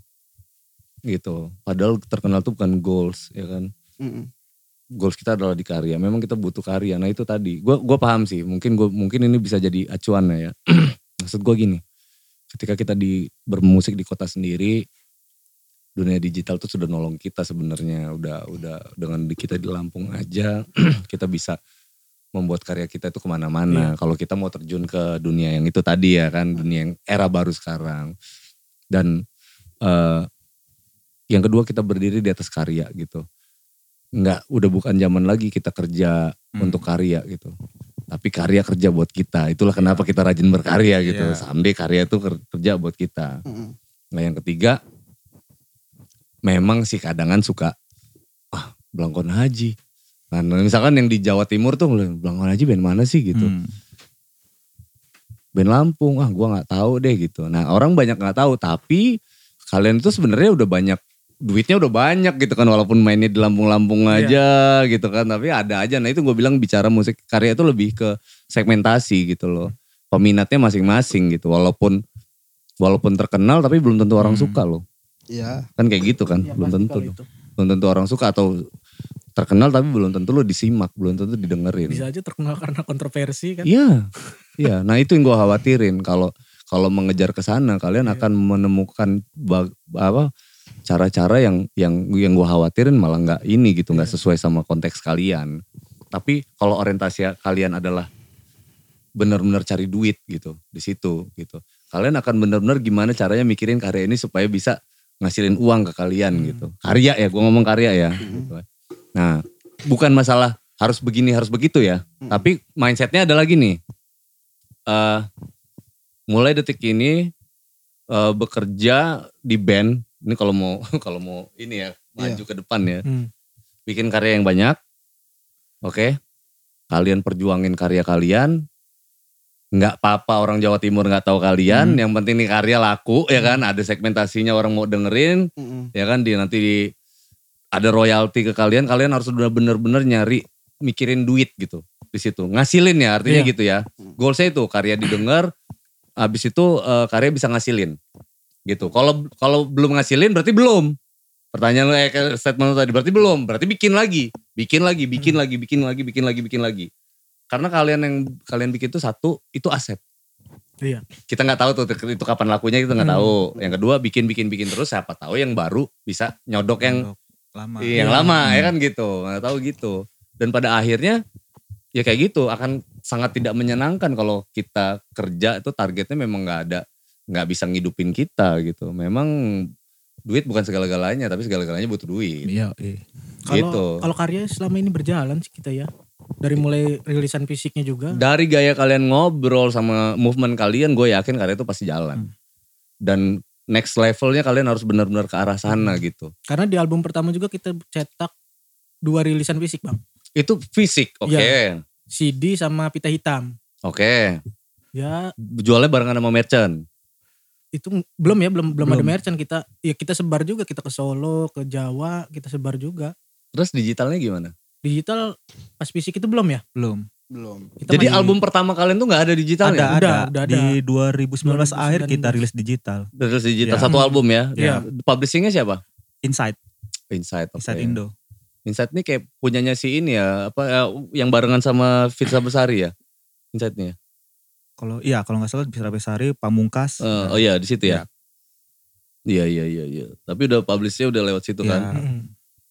Speaker 1: gitu. Padahal terkenal tuh bukan goals, ya kan?
Speaker 3: Mm-mm.
Speaker 1: Goals kita adalah di karya. Memang kita butuh karya. Nah itu tadi. Gue gue paham sih. Mungkin gue mungkin ini bisa jadi acuan ya. Maksud gue gini. Ketika kita di bermusik di kota sendiri, dunia digital tuh sudah nolong kita sebenarnya. Udah udah dengan di kita di Lampung aja, kita bisa membuat karya kita itu kemana-mana. Kalau kita mau terjun ke dunia yang itu tadi ya kan, dunia yang era baru sekarang. Dan eh, yang kedua kita berdiri di atas karya gitu. Enggak, udah bukan zaman lagi kita kerja
Speaker 2: Hmm.
Speaker 1: untuk karya gitu. Tapi karya kerja buat kita. Itulah kenapa kita rajin berkarya gitu.
Speaker 2: Iya.
Speaker 1: Someday karya itu kerja buat kita.
Speaker 3: Mm-mm.
Speaker 1: Nah yang ketiga, memang sih kadangan suka, ah Blangkon Haji. Nah misalkan yang di Jawa Timur tuh, Blangkon Haji band mana sih gitu.
Speaker 2: Hmm.
Speaker 1: band Lampung, ah gua nggak tahu deh gitu. Nah orang banyak nggak tahu, tapi kalian itu sebenarnya udah banyak, duitnya udah banyak gitu kan, walaupun mainnya di Lampung-Lampung aja gitu kan, tapi ada aja. Nah itu gue bilang bicara musik karya itu lebih ke segmentasi gitu loh, peminatnya masing-masing gitu, walaupun walaupun terkenal tapi belum tentu orang
Speaker 2: Hmm.
Speaker 1: suka loh,
Speaker 3: Iya.
Speaker 1: kan kayak gitu kan,
Speaker 4: Ya,
Speaker 1: belum
Speaker 4: pasti
Speaker 1: tentu
Speaker 4: kalau
Speaker 1: loh.
Speaker 4: itu.
Speaker 1: Belum tentu orang suka, atau terkenal tapi belum tentu lo disimak, belum tentu didengerin.
Speaker 4: Bisa aja terkenal karena kontroversi kan.
Speaker 1: Iya, iya. Nah itu yang gue khawatirin. Kalau kalau mengejar ke sana, kalian
Speaker 4: Iya.
Speaker 1: akan menemukan bag- apa cara-cara yang yang yang gue khawatirin malah nggak ini gitu, nggak
Speaker 4: Iya.
Speaker 1: sesuai sama konteks kalian. Tapi kalau orientasi kalian adalah benar-benar cari duit gitu di situ gitu, kalian akan benar-benar gimana caranya mikirin karya ini supaya bisa ngasilin uang ke kalian
Speaker 4: Hmm.
Speaker 1: gitu. Karya ya, gue ngomong karya ya. Gitu. Nah, bukan masalah harus begini harus begitu ya.
Speaker 3: Hmm.
Speaker 1: Tapi mindsetnya adalah gini, eh mulai detik ini eh, bekerja di band, ini kalau mau kalau mau ini ya maju ke depan ya,
Speaker 4: Hmm.
Speaker 1: bikin karya yang banyak, oke, kalian perjuangin karya kalian, nggak apa-apa orang Jawa Timur nggak tahu kalian,
Speaker 2: Hmm.
Speaker 1: yang penting nih karya laku ya kan, ada segmentasinya orang mau dengerin,
Speaker 3: Mm-mm.
Speaker 1: ya kan, di nanti di- ada royalti ke kalian, kalian harus udah bener-bener nyari, mikirin duit gitu di situ, ngasilin ya artinya
Speaker 4: Iya.
Speaker 1: gitu ya, goalsnya itu karya didengar, habis itu eh, karya bisa ngasilin gitu. Kalau kalau belum ngasilin berarti belum. Pertanyaan lu eh, kayak statement lu tadi berarti belum, berarti bikin lagi, bikin lagi, bikin
Speaker 4: Hmm.
Speaker 1: lagi, bikin lagi, bikin lagi, bikin lagi. Karena kalian yang kalian bikin itu satu, itu aset.
Speaker 4: Iya.
Speaker 1: Kita nggak tahu tuh itu kapan lakunya, kita nggak
Speaker 4: Hmm.
Speaker 1: tahu. Yang kedua bikin bikin bikin terus, siapa tahu yang baru bisa nyodok yang
Speaker 2: lama.
Speaker 1: Iya, yang
Speaker 4: Iya.
Speaker 1: lama ya
Speaker 2: Hmm.
Speaker 1: kan gitu, nggak tahu gitu. Dan pada akhirnya ya kayak gitu, akan sangat tidak menyenangkan kalau kita kerja itu targetnya memang nggak ada, nggak bisa ngidupin kita gitu. Memang duit bukan segala-galanya, tapi segala-galanya butuh duit.
Speaker 2: Iya, iya.
Speaker 4: Kalau
Speaker 1: Gitu.
Speaker 4: kalau karya selama ini berjalan sih kita ya. Dari mulai rilisan fisiknya juga.
Speaker 1: Dari gaya kalian ngobrol sama movement kalian, gue yakin karya itu pasti jalan.
Speaker 2: Hmm.
Speaker 1: Dan next levelnya kalian harus benar-benar ke arah sana
Speaker 4: Hmm.
Speaker 1: gitu.
Speaker 4: Karena di album pertama juga kita cetak dua rilisan fisik bang.
Speaker 1: Itu fisik, oke,
Speaker 4: Iya. C D sama pita hitam.
Speaker 1: oke.
Speaker 4: Ya
Speaker 1: Jualnya barengan sama merchant.
Speaker 4: itu belum ya belum belum, ada
Speaker 2: Belum.
Speaker 4: merchant, kita ya kita sebar juga, kita ke Solo, ke Jawa, kita sebar juga.
Speaker 1: Terus digitalnya gimana?
Speaker 4: Digital pas fisik itu belum ya?
Speaker 2: Belum.
Speaker 3: Belum.
Speaker 4: Kita
Speaker 1: Jadi
Speaker 4: masih-
Speaker 1: album pertama kalian tuh nggak ada digitalnya?
Speaker 2: Ada,
Speaker 4: Udah,
Speaker 2: ada.
Speaker 4: udah ada.
Speaker 2: Di dua ribu sembilan belas akhir
Speaker 4: dua ribu sembilan belas.
Speaker 2: kita rilis digital.
Speaker 1: Terus digital
Speaker 2: Ya.
Speaker 1: satu
Speaker 4: Hmm.
Speaker 1: album ya?
Speaker 4: Iya.
Speaker 1: Publishingnya siapa?
Speaker 2: Insight,
Speaker 1: Insight, oke.
Speaker 2: Insight Indo.
Speaker 1: Insight ini kayak punyanya si ini ya, apa ya, yang barengan sama Firsa Besari ya? Insight nih ya?
Speaker 2: Kalau iya, kalau nggak salah Bisa Besari, Pamungkas.
Speaker 1: Eh, oh iya di situ ya? Iya iya iya iya. Tapi udah publishnya udah lewat situ
Speaker 2: Iya.
Speaker 1: kan?
Speaker 4: Mm-mm.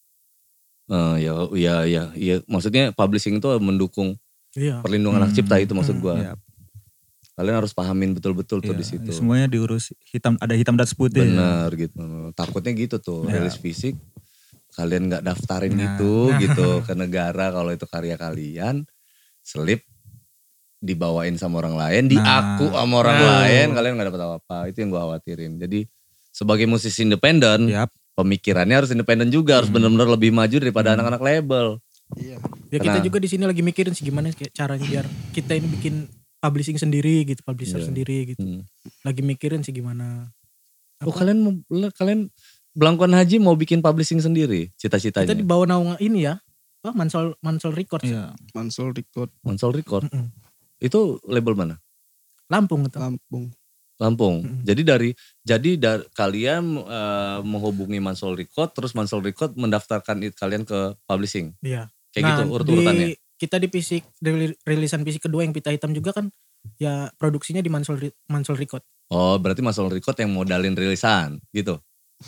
Speaker 1: Eh, ya iya iya iya. Maksudnya publishing itu mendukung
Speaker 4: Iya.
Speaker 1: perlindungan hak
Speaker 2: Hmm.
Speaker 1: cipta itu maksud
Speaker 4: Hmm.
Speaker 1: gua.
Speaker 2: Iya,
Speaker 1: Kalian harus pahamin betul-betul tuh
Speaker 2: iya.
Speaker 1: di situ.
Speaker 2: Semuanya diurus hitam, ada hitam dan putih.
Speaker 1: Bener gitu. Takutnya gitu tuh,
Speaker 2: Ya.
Speaker 1: rilis fisik kalian nggak daftarin
Speaker 2: Nah.
Speaker 1: gitu
Speaker 4: Nah.
Speaker 1: gitu ke negara kalau itu karya kalian, selip dibawain sama orang lain,
Speaker 2: Nah.
Speaker 1: diaku sama orang
Speaker 4: Nah.
Speaker 1: lain, kalian nggak dapat apa-apa. Itu yang gue khawatirin. Jadi sebagai musisi independen,
Speaker 2: Yap.
Speaker 1: pemikirannya harus independen juga, harus
Speaker 2: Hmm.
Speaker 1: benar-benar lebih maju daripada
Speaker 2: Hmm.
Speaker 1: anak-anak label.
Speaker 3: Iya.
Speaker 4: Ya kita
Speaker 1: Karena-
Speaker 4: juga di sini lagi mikirin sih gimana kayak caranya biar kita ini bikin publishing sendiri gitu, publisher
Speaker 1: Iya.
Speaker 4: sendiri gitu.
Speaker 1: Hmm.
Speaker 4: Lagi mikirin sih gimana.
Speaker 1: Oh
Speaker 4: Apa?
Speaker 1: kalian mau- kalian Blangkon Haji mau bikin publishing sendiri, cita-citanya?
Speaker 4: Kita di bawah naungan ini ya. Oh, Mansol Mansol Records.
Speaker 2: Iya.
Speaker 3: Mansol Record
Speaker 1: Mansol Record.
Speaker 4: Mm-mm.
Speaker 1: Itu label mana?
Speaker 4: Lampung gitu.
Speaker 3: Lampung.
Speaker 1: Lampung.
Speaker 4: Mm-mm.
Speaker 1: Jadi dari jadi dari kalian eh, menghubungi Mansol Record, terus Mansol Record mendaftarkan it, kalian ke publishing.
Speaker 4: Iya.
Speaker 1: Kayak
Speaker 4: Nah,
Speaker 1: gitu urut-urutannya.
Speaker 4: di- Kita di fisik dari rilisan fisik kedua yang pita hitam juga kan ya produksinya di Mansol Re- Mansol Record.
Speaker 1: Oh, berarti Mansol Record yang modalin rilisan gitu.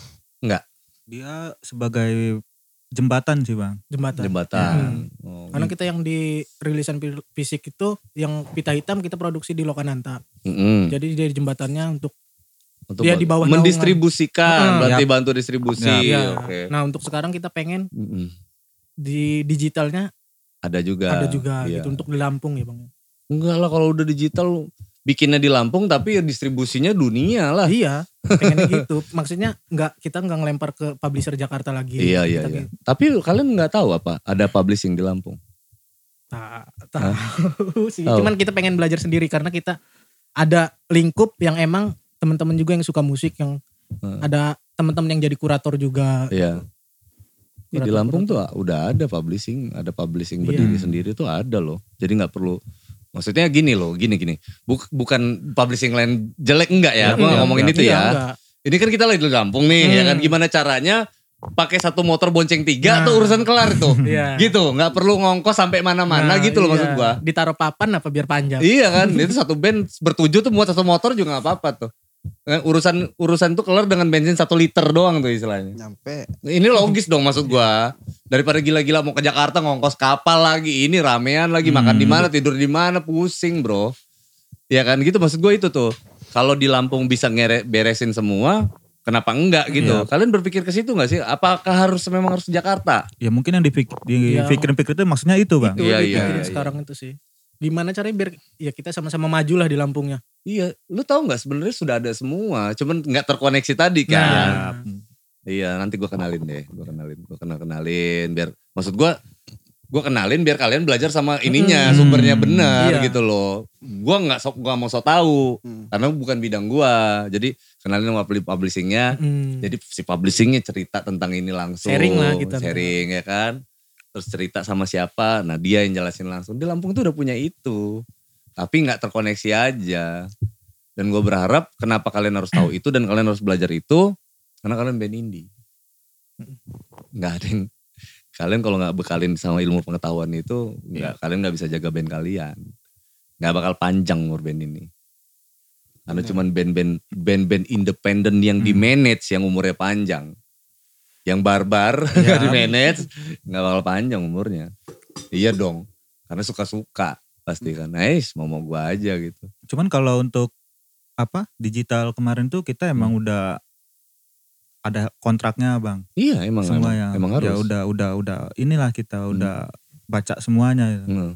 Speaker 2: Dia sebagai jembatan sih bang.
Speaker 4: Jembatan.
Speaker 1: Jembatan. Oh,
Speaker 4: Karena kita yang di rilisan pi- fisik itu yang pita hitam kita produksi di Lokananta.
Speaker 1: mm-mm.
Speaker 4: Jadi dari jembatannya untuk
Speaker 1: Untuk
Speaker 4: dia
Speaker 1: ba-
Speaker 4: di bawah
Speaker 1: mendistribusikan,
Speaker 4: naungan.
Speaker 1: berarti
Speaker 2: Yap.
Speaker 1: bantu distribusi.
Speaker 4: ya.
Speaker 1: Oke.
Speaker 4: Nah, untuk sekarang kita pengen
Speaker 1: Mm-mm.
Speaker 4: di digitalnya
Speaker 1: Ada juga.
Speaker 4: ada juga
Speaker 1: Iya.
Speaker 4: gitu untuk di Lampung ya, Bang.
Speaker 1: Enggak lah kalau udah digital bikinnya di Lampung tapi ya distribusinya dunia lah.
Speaker 4: Iya, pengennya gitu. Maksudnya nggak kita nggak ngelempar ke publisher Jakarta lagi.
Speaker 1: Iya iya
Speaker 4: Kita
Speaker 1: iya.
Speaker 4: gitu.
Speaker 1: Tapi kalian nggak tahu apa ada publishing di Lampung?
Speaker 4: Ta- tahu sih.
Speaker 1: Tahu.
Speaker 4: Cuman kita pengen belajar sendiri karena kita ada lingkup yang emang teman-teman juga yang suka musik, yang
Speaker 1: Hmm.
Speaker 4: ada teman-teman yang jadi kurator juga.
Speaker 1: Iya. Ya, di Lampung tuh udah ada publishing, ada publishing berdiri
Speaker 4: Iya.
Speaker 1: sendiri tuh ada loh. Jadi nggak perlu, maksudnya gini loh, gini gini. Buk, bukan publishing lain jelek enggak ya?
Speaker 2: Iya,
Speaker 1: Gua nggak
Speaker 2: iya,
Speaker 1: ngomongin
Speaker 2: iya.
Speaker 1: itu
Speaker 4: Iya,
Speaker 1: ya.
Speaker 4: enggak.
Speaker 1: Ini kan kita lagi di Lampung nih,
Speaker 4: Hmm.
Speaker 1: ya kan? Gimana caranya pakai satu motor bonceng tiga
Speaker 4: Nah.
Speaker 1: tuh urusan kelar tuh.
Speaker 4: Iya.
Speaker 1: Gitu, nggak perlu ngongkos sampai mana-mana
Speaker 4: Nah,
Speaker 1: gitu loh
Speaker 4: iya.
Speaker 1: maksud gua.
Speaker 4: Ditaruh papan apa biar panjang.
Speaker 1: Iya kan, itu satu band bertujuh tuh muat satu motor juga nggak apa-apa tuh. Kan urusan urusan tuh kelar dengan bensin satu liter doang tuh istilahnya.
Speaker 3: Nyampe.
Speaker 1: Ini logis dong maksud gua. Daripada gila-gila mau ke Jakarta ngongkos kapal lagi, ini ramean lagi, makan di mana, tidur di mana, pusing, Bro. Ya kan gitu maksud gua itu tuh. Kalau di Lampung bisa ngere, beresin semua, kenapa enggak gitu?
Speaker 2: Iya.
Speaker 1: Kalian berpikir ke situ enggak sih? Apakah harus memang harus ke Jakarta?
Speaker 2: Ya mungkin yang dipik-
Speaker 4: Iya.
Speaker 2: dipikirin-pikirin itu maksudnya itu bang.
Speaker 4: Itu
Speaker 1: Iya, iya,
Speaker 4: dipikirin
Speaker 1: iya,
Speaker 4: sekarang itu sih. Gimana caranya biar ya kita sama-sama maju lah di Lampungnya.
Speaker 1: Iya, lu tahu nggak sebenarnya sudah ada semua, cuman nggak terkoneksi tadi kan.
Speaker 4: Nah.
Speaker 1: Iya, nanti gua kenalin deh, gua kenalin, gua kenal kenalin biar maksud gua gua kenalin biar kalian belajar sama ininya,
Speaker 2: Hmm.
Speaker 1: sumbernya benar
Speaker 4: Iya.
Speaker 1: gitu loh. Gua nggak sok gua mau sok tahu
Speaker 3: Hmm.
Speaker 1: karena bukan bidang gua. Jadi kenalin sama publishingnya.
Speaker 4: Hmm.
Speaker 1: Jadi si publishingnya cerita tentang ini langsung.
Speaker 4: Sharing lah kita.
Speaker 1: Sharing ya kan. Terus cerita sama siapa, nah dia yang jelasin langsung. Di Lampung tuh udah punya itu. Tapi gak terkoneksi aja. Dan gue berharap kenapa kalian harus tahu itu dan kalian harus belajar itu. Karena kalian band indie. Gak ada yang, kalian kalau gak bekalin sama ilmu pengetahuan itu, gak, kalian gak bisa jaga band kalian. Gak bakal panjang umur band ini. Karena cuman band-band band-band independen yang di manage yang umurnya panjang. Yang barbar
Speaker 2: Ya.
Speaker 1: gak di manage gak bakal panjang umurnya. Iya dong, karena suka-suka pasti kan. Nice, mau mau gue aja gitu.
Speaker 2: Cuman kalau untuk apa digital kemarin tuh kita emang udah ada kontraknya bang.
Speaker 1: Iya emang
Speaker 2: Semua
Speaker 1: emang,
Speaker 2: yang
Speaker 1: emang harus.
Speaker 2: ya udah udah udah inilah kita udah baca semuanya.
Speaker 1: Hmm.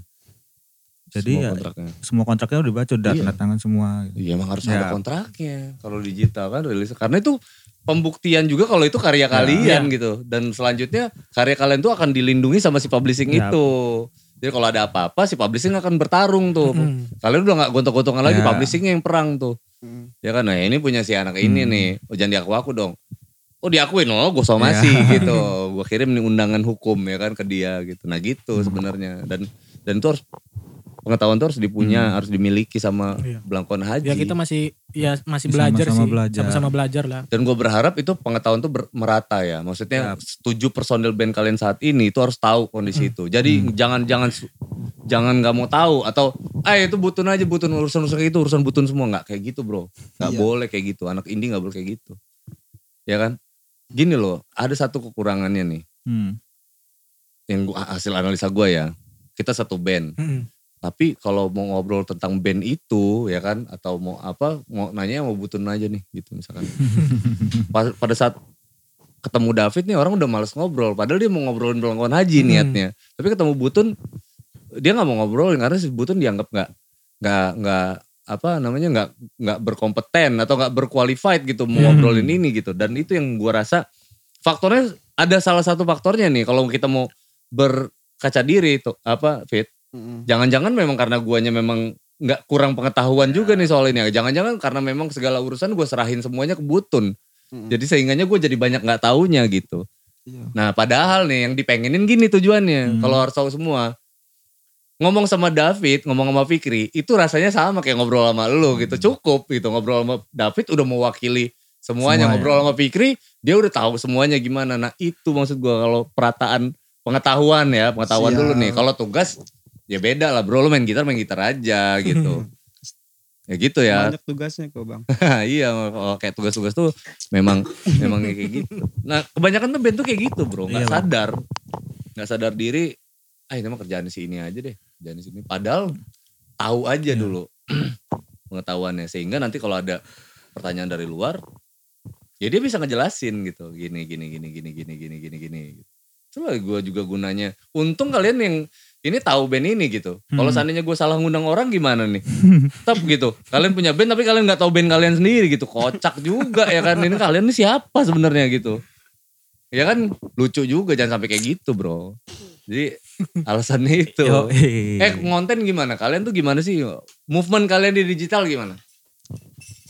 Speaker 2: Jadi
Speaker 1: Semua
Speaker 2: ya
Speaker 1: kontraknya.
Speaker 2: semua kontraknya udah baca, udah
Speaker 1: Iya.
Speaker 2: tanda tangan semua. Gitu.
Speaker 1: Iya emang harus
Speaker 2: Ya.
Speaker 1: ada kontraknya. Kalau digital kan rilis. Karena itu pembuktian juga kalau itu karya kalian
Speaker 4: Iya.
Speaker 1: gitu. Dan selanjutnya karya kalian tuh akan dilindungi sama si publishing
Speaker 2: Ya.
Speaker 1: itu. Jadi kalau ada apa-apa si publishing akan bertarung tuh.
Speaker 4: Hmm.
Speaker 1: Kalian udah gak gontok-gontongan lagi,
Speaker 2: Ya.
Speaker 1: publishingnya yang perang tuh.
Speaker 3: Hmm.
Speaker 1: Ya kan, nah ini punya si anak ini
Speaker 2: Hmm.
Speaker 1: nih. Oh jangan diaku-aku dong. Oh diakuin, oh gue somasi
Speaker 2: Ya.
Speaker 1: gitu. Gue kirim nih undangan hukum ya kan ke dia gitu. Nah gitu sebenarnya. Dan dan itu harus, pengetahuan itu harus dipunya,
Speaker 2: Hmm.
Speaker 1: harus dimiliki sama
Speaker 4: Iya.
Speaker 1: belangkon haji.
Speaker 4: Ya kita masih ya masih belajar
Speaker 2: Sama-sama
Speaker 4: sih.
Speaker 2: belajar.
Speaker 4: Sama-sama belajar lah.
Speaker 1: Dan gue berharap itu pengetahuan itu ber- merata ya. Maksudnya
Speaker 2: Ya.
Speaker 1: tujuh personil band kalian saat ini itu harus tahu kondisi itu. Jadi jangan jangan su- jangan nggak mau tahu atau ah itu butun aja, butun urusan urusan kayak gitu, urusan butun semua, nggak kayak gitu bro. Nggak
Speaker 3: Iya.
Speaker 1: boleh kayak gitu. Anak indie nggak boleh kayak gitu. Ya kan? Gini loh, ada satu kekurangannya nih.
Speaker 2: Hmm.
Speaker 1: Yang gua, hasil analisa gue ya. Kita satu band.
Speaker 4: Hmm.
Speaker 1: Tapi kalau mau ngobrol tentang band itu ya kan, atau mau apa, mau nanya mau butun aja nih gitu misalkan. Pa- Pada saat ketemu David nih orang udah males ngobrol, padahal dia mau ngobrolin belangkon haji
Speaker 4: Hmm.
Speaker 1: niatnya. Tapi ketemu Butun dia nggak mau ngobrolin karena si Butun dianggap nggak nggak nggak apa namanya nggak nggak berkompeten atau nggak berqualified gitu mau
Speaker 4: Hmm.
Speaker 1: ngobrolin ini gitu. Dan itu yang gua rasa faktornya ada salah satu faktornya nih kalau kita mau berkaca diri tuh apa Fit.
Speaker 3: Hmm.
Speaker 1: Jangan-jangan memang karena guanya memang nggak kurang pengetahuan juga nih soal ini. Jangan-jangan karena memang segala urusan gue serahin semuanya ke Butun.
Speaker 3: Hmm.
Speaker 1: Jadi sehingganya gue jadi banyak nggak taunya gitu.
Speaker 3: Iya.
Speaker 1: Nah padahal nih yang dipengenin gini tujuannya.
Speaker 2: Hmm.
Speaker 1: Kalau harus tahu semua. Ngomong sama David, ngomong sama Fikri. Itu rasanya sama kayak ngobrol sama lu gitu. Cukup gitu. Ngobrol sama David udah mewakili semuanya.
Speaker 2: Semuanya.
Speaker 1: Ngobrol sama Fikri dia udah tahu semuanya gimana. Nah itu maksud gue kalau perataan pengetahuan ya. Pengetahuan
Speaker 3: Siap.
Speaker 1: dulu nih. Kalau tugas ya beda lah bro. Lu main gitar main gitar aja gitu. Ya gitu ya.
Speaker 3: Banyak tugasnya kok bang.
Speaker 1: Iya, kalau kayak tugas-tugas tuh memang memang kayak gitu. Nah, kebanyakan tuh band tuh kayak gitu, Bro. Enggak
Speaker 2: Iya, Bang.
Speaker 1: sadar. Enggak sadar diri. Ah, ini mah kerjaan si ini aja deh. Kerjaan si ini. Padahal tahu aja
Speaker 2: Iya.
Speaker 1: dulu pengetahuannya sehingga nanti kalau ada pertanyaan dari luar, ya dia bisa ngejelasin gitu. Gini gini gini gini gini gini gini gini. Itulah gue juga gunanya. Untung kalian yang ini tahu band ini gitu. Kalau
Speaker 2: Hmm.
Speaker 1: seandainya gue salah ngundang orang gimana nih? Tetap gitu. Kalian punya band tapi kalian nggak tahu band kalian sendiri gitu. Kocak juga ya kan. Ini kalian ini siapa sebenarnya gitu. Ya kan lucu juga jangan sampai kayak gitu bro. Jadi alasannya itu.
Speaker 2: Yo,
Speaker 1: Eh konten gimana? Kalian tuh gimana sih? Movement kalian di digital gimana?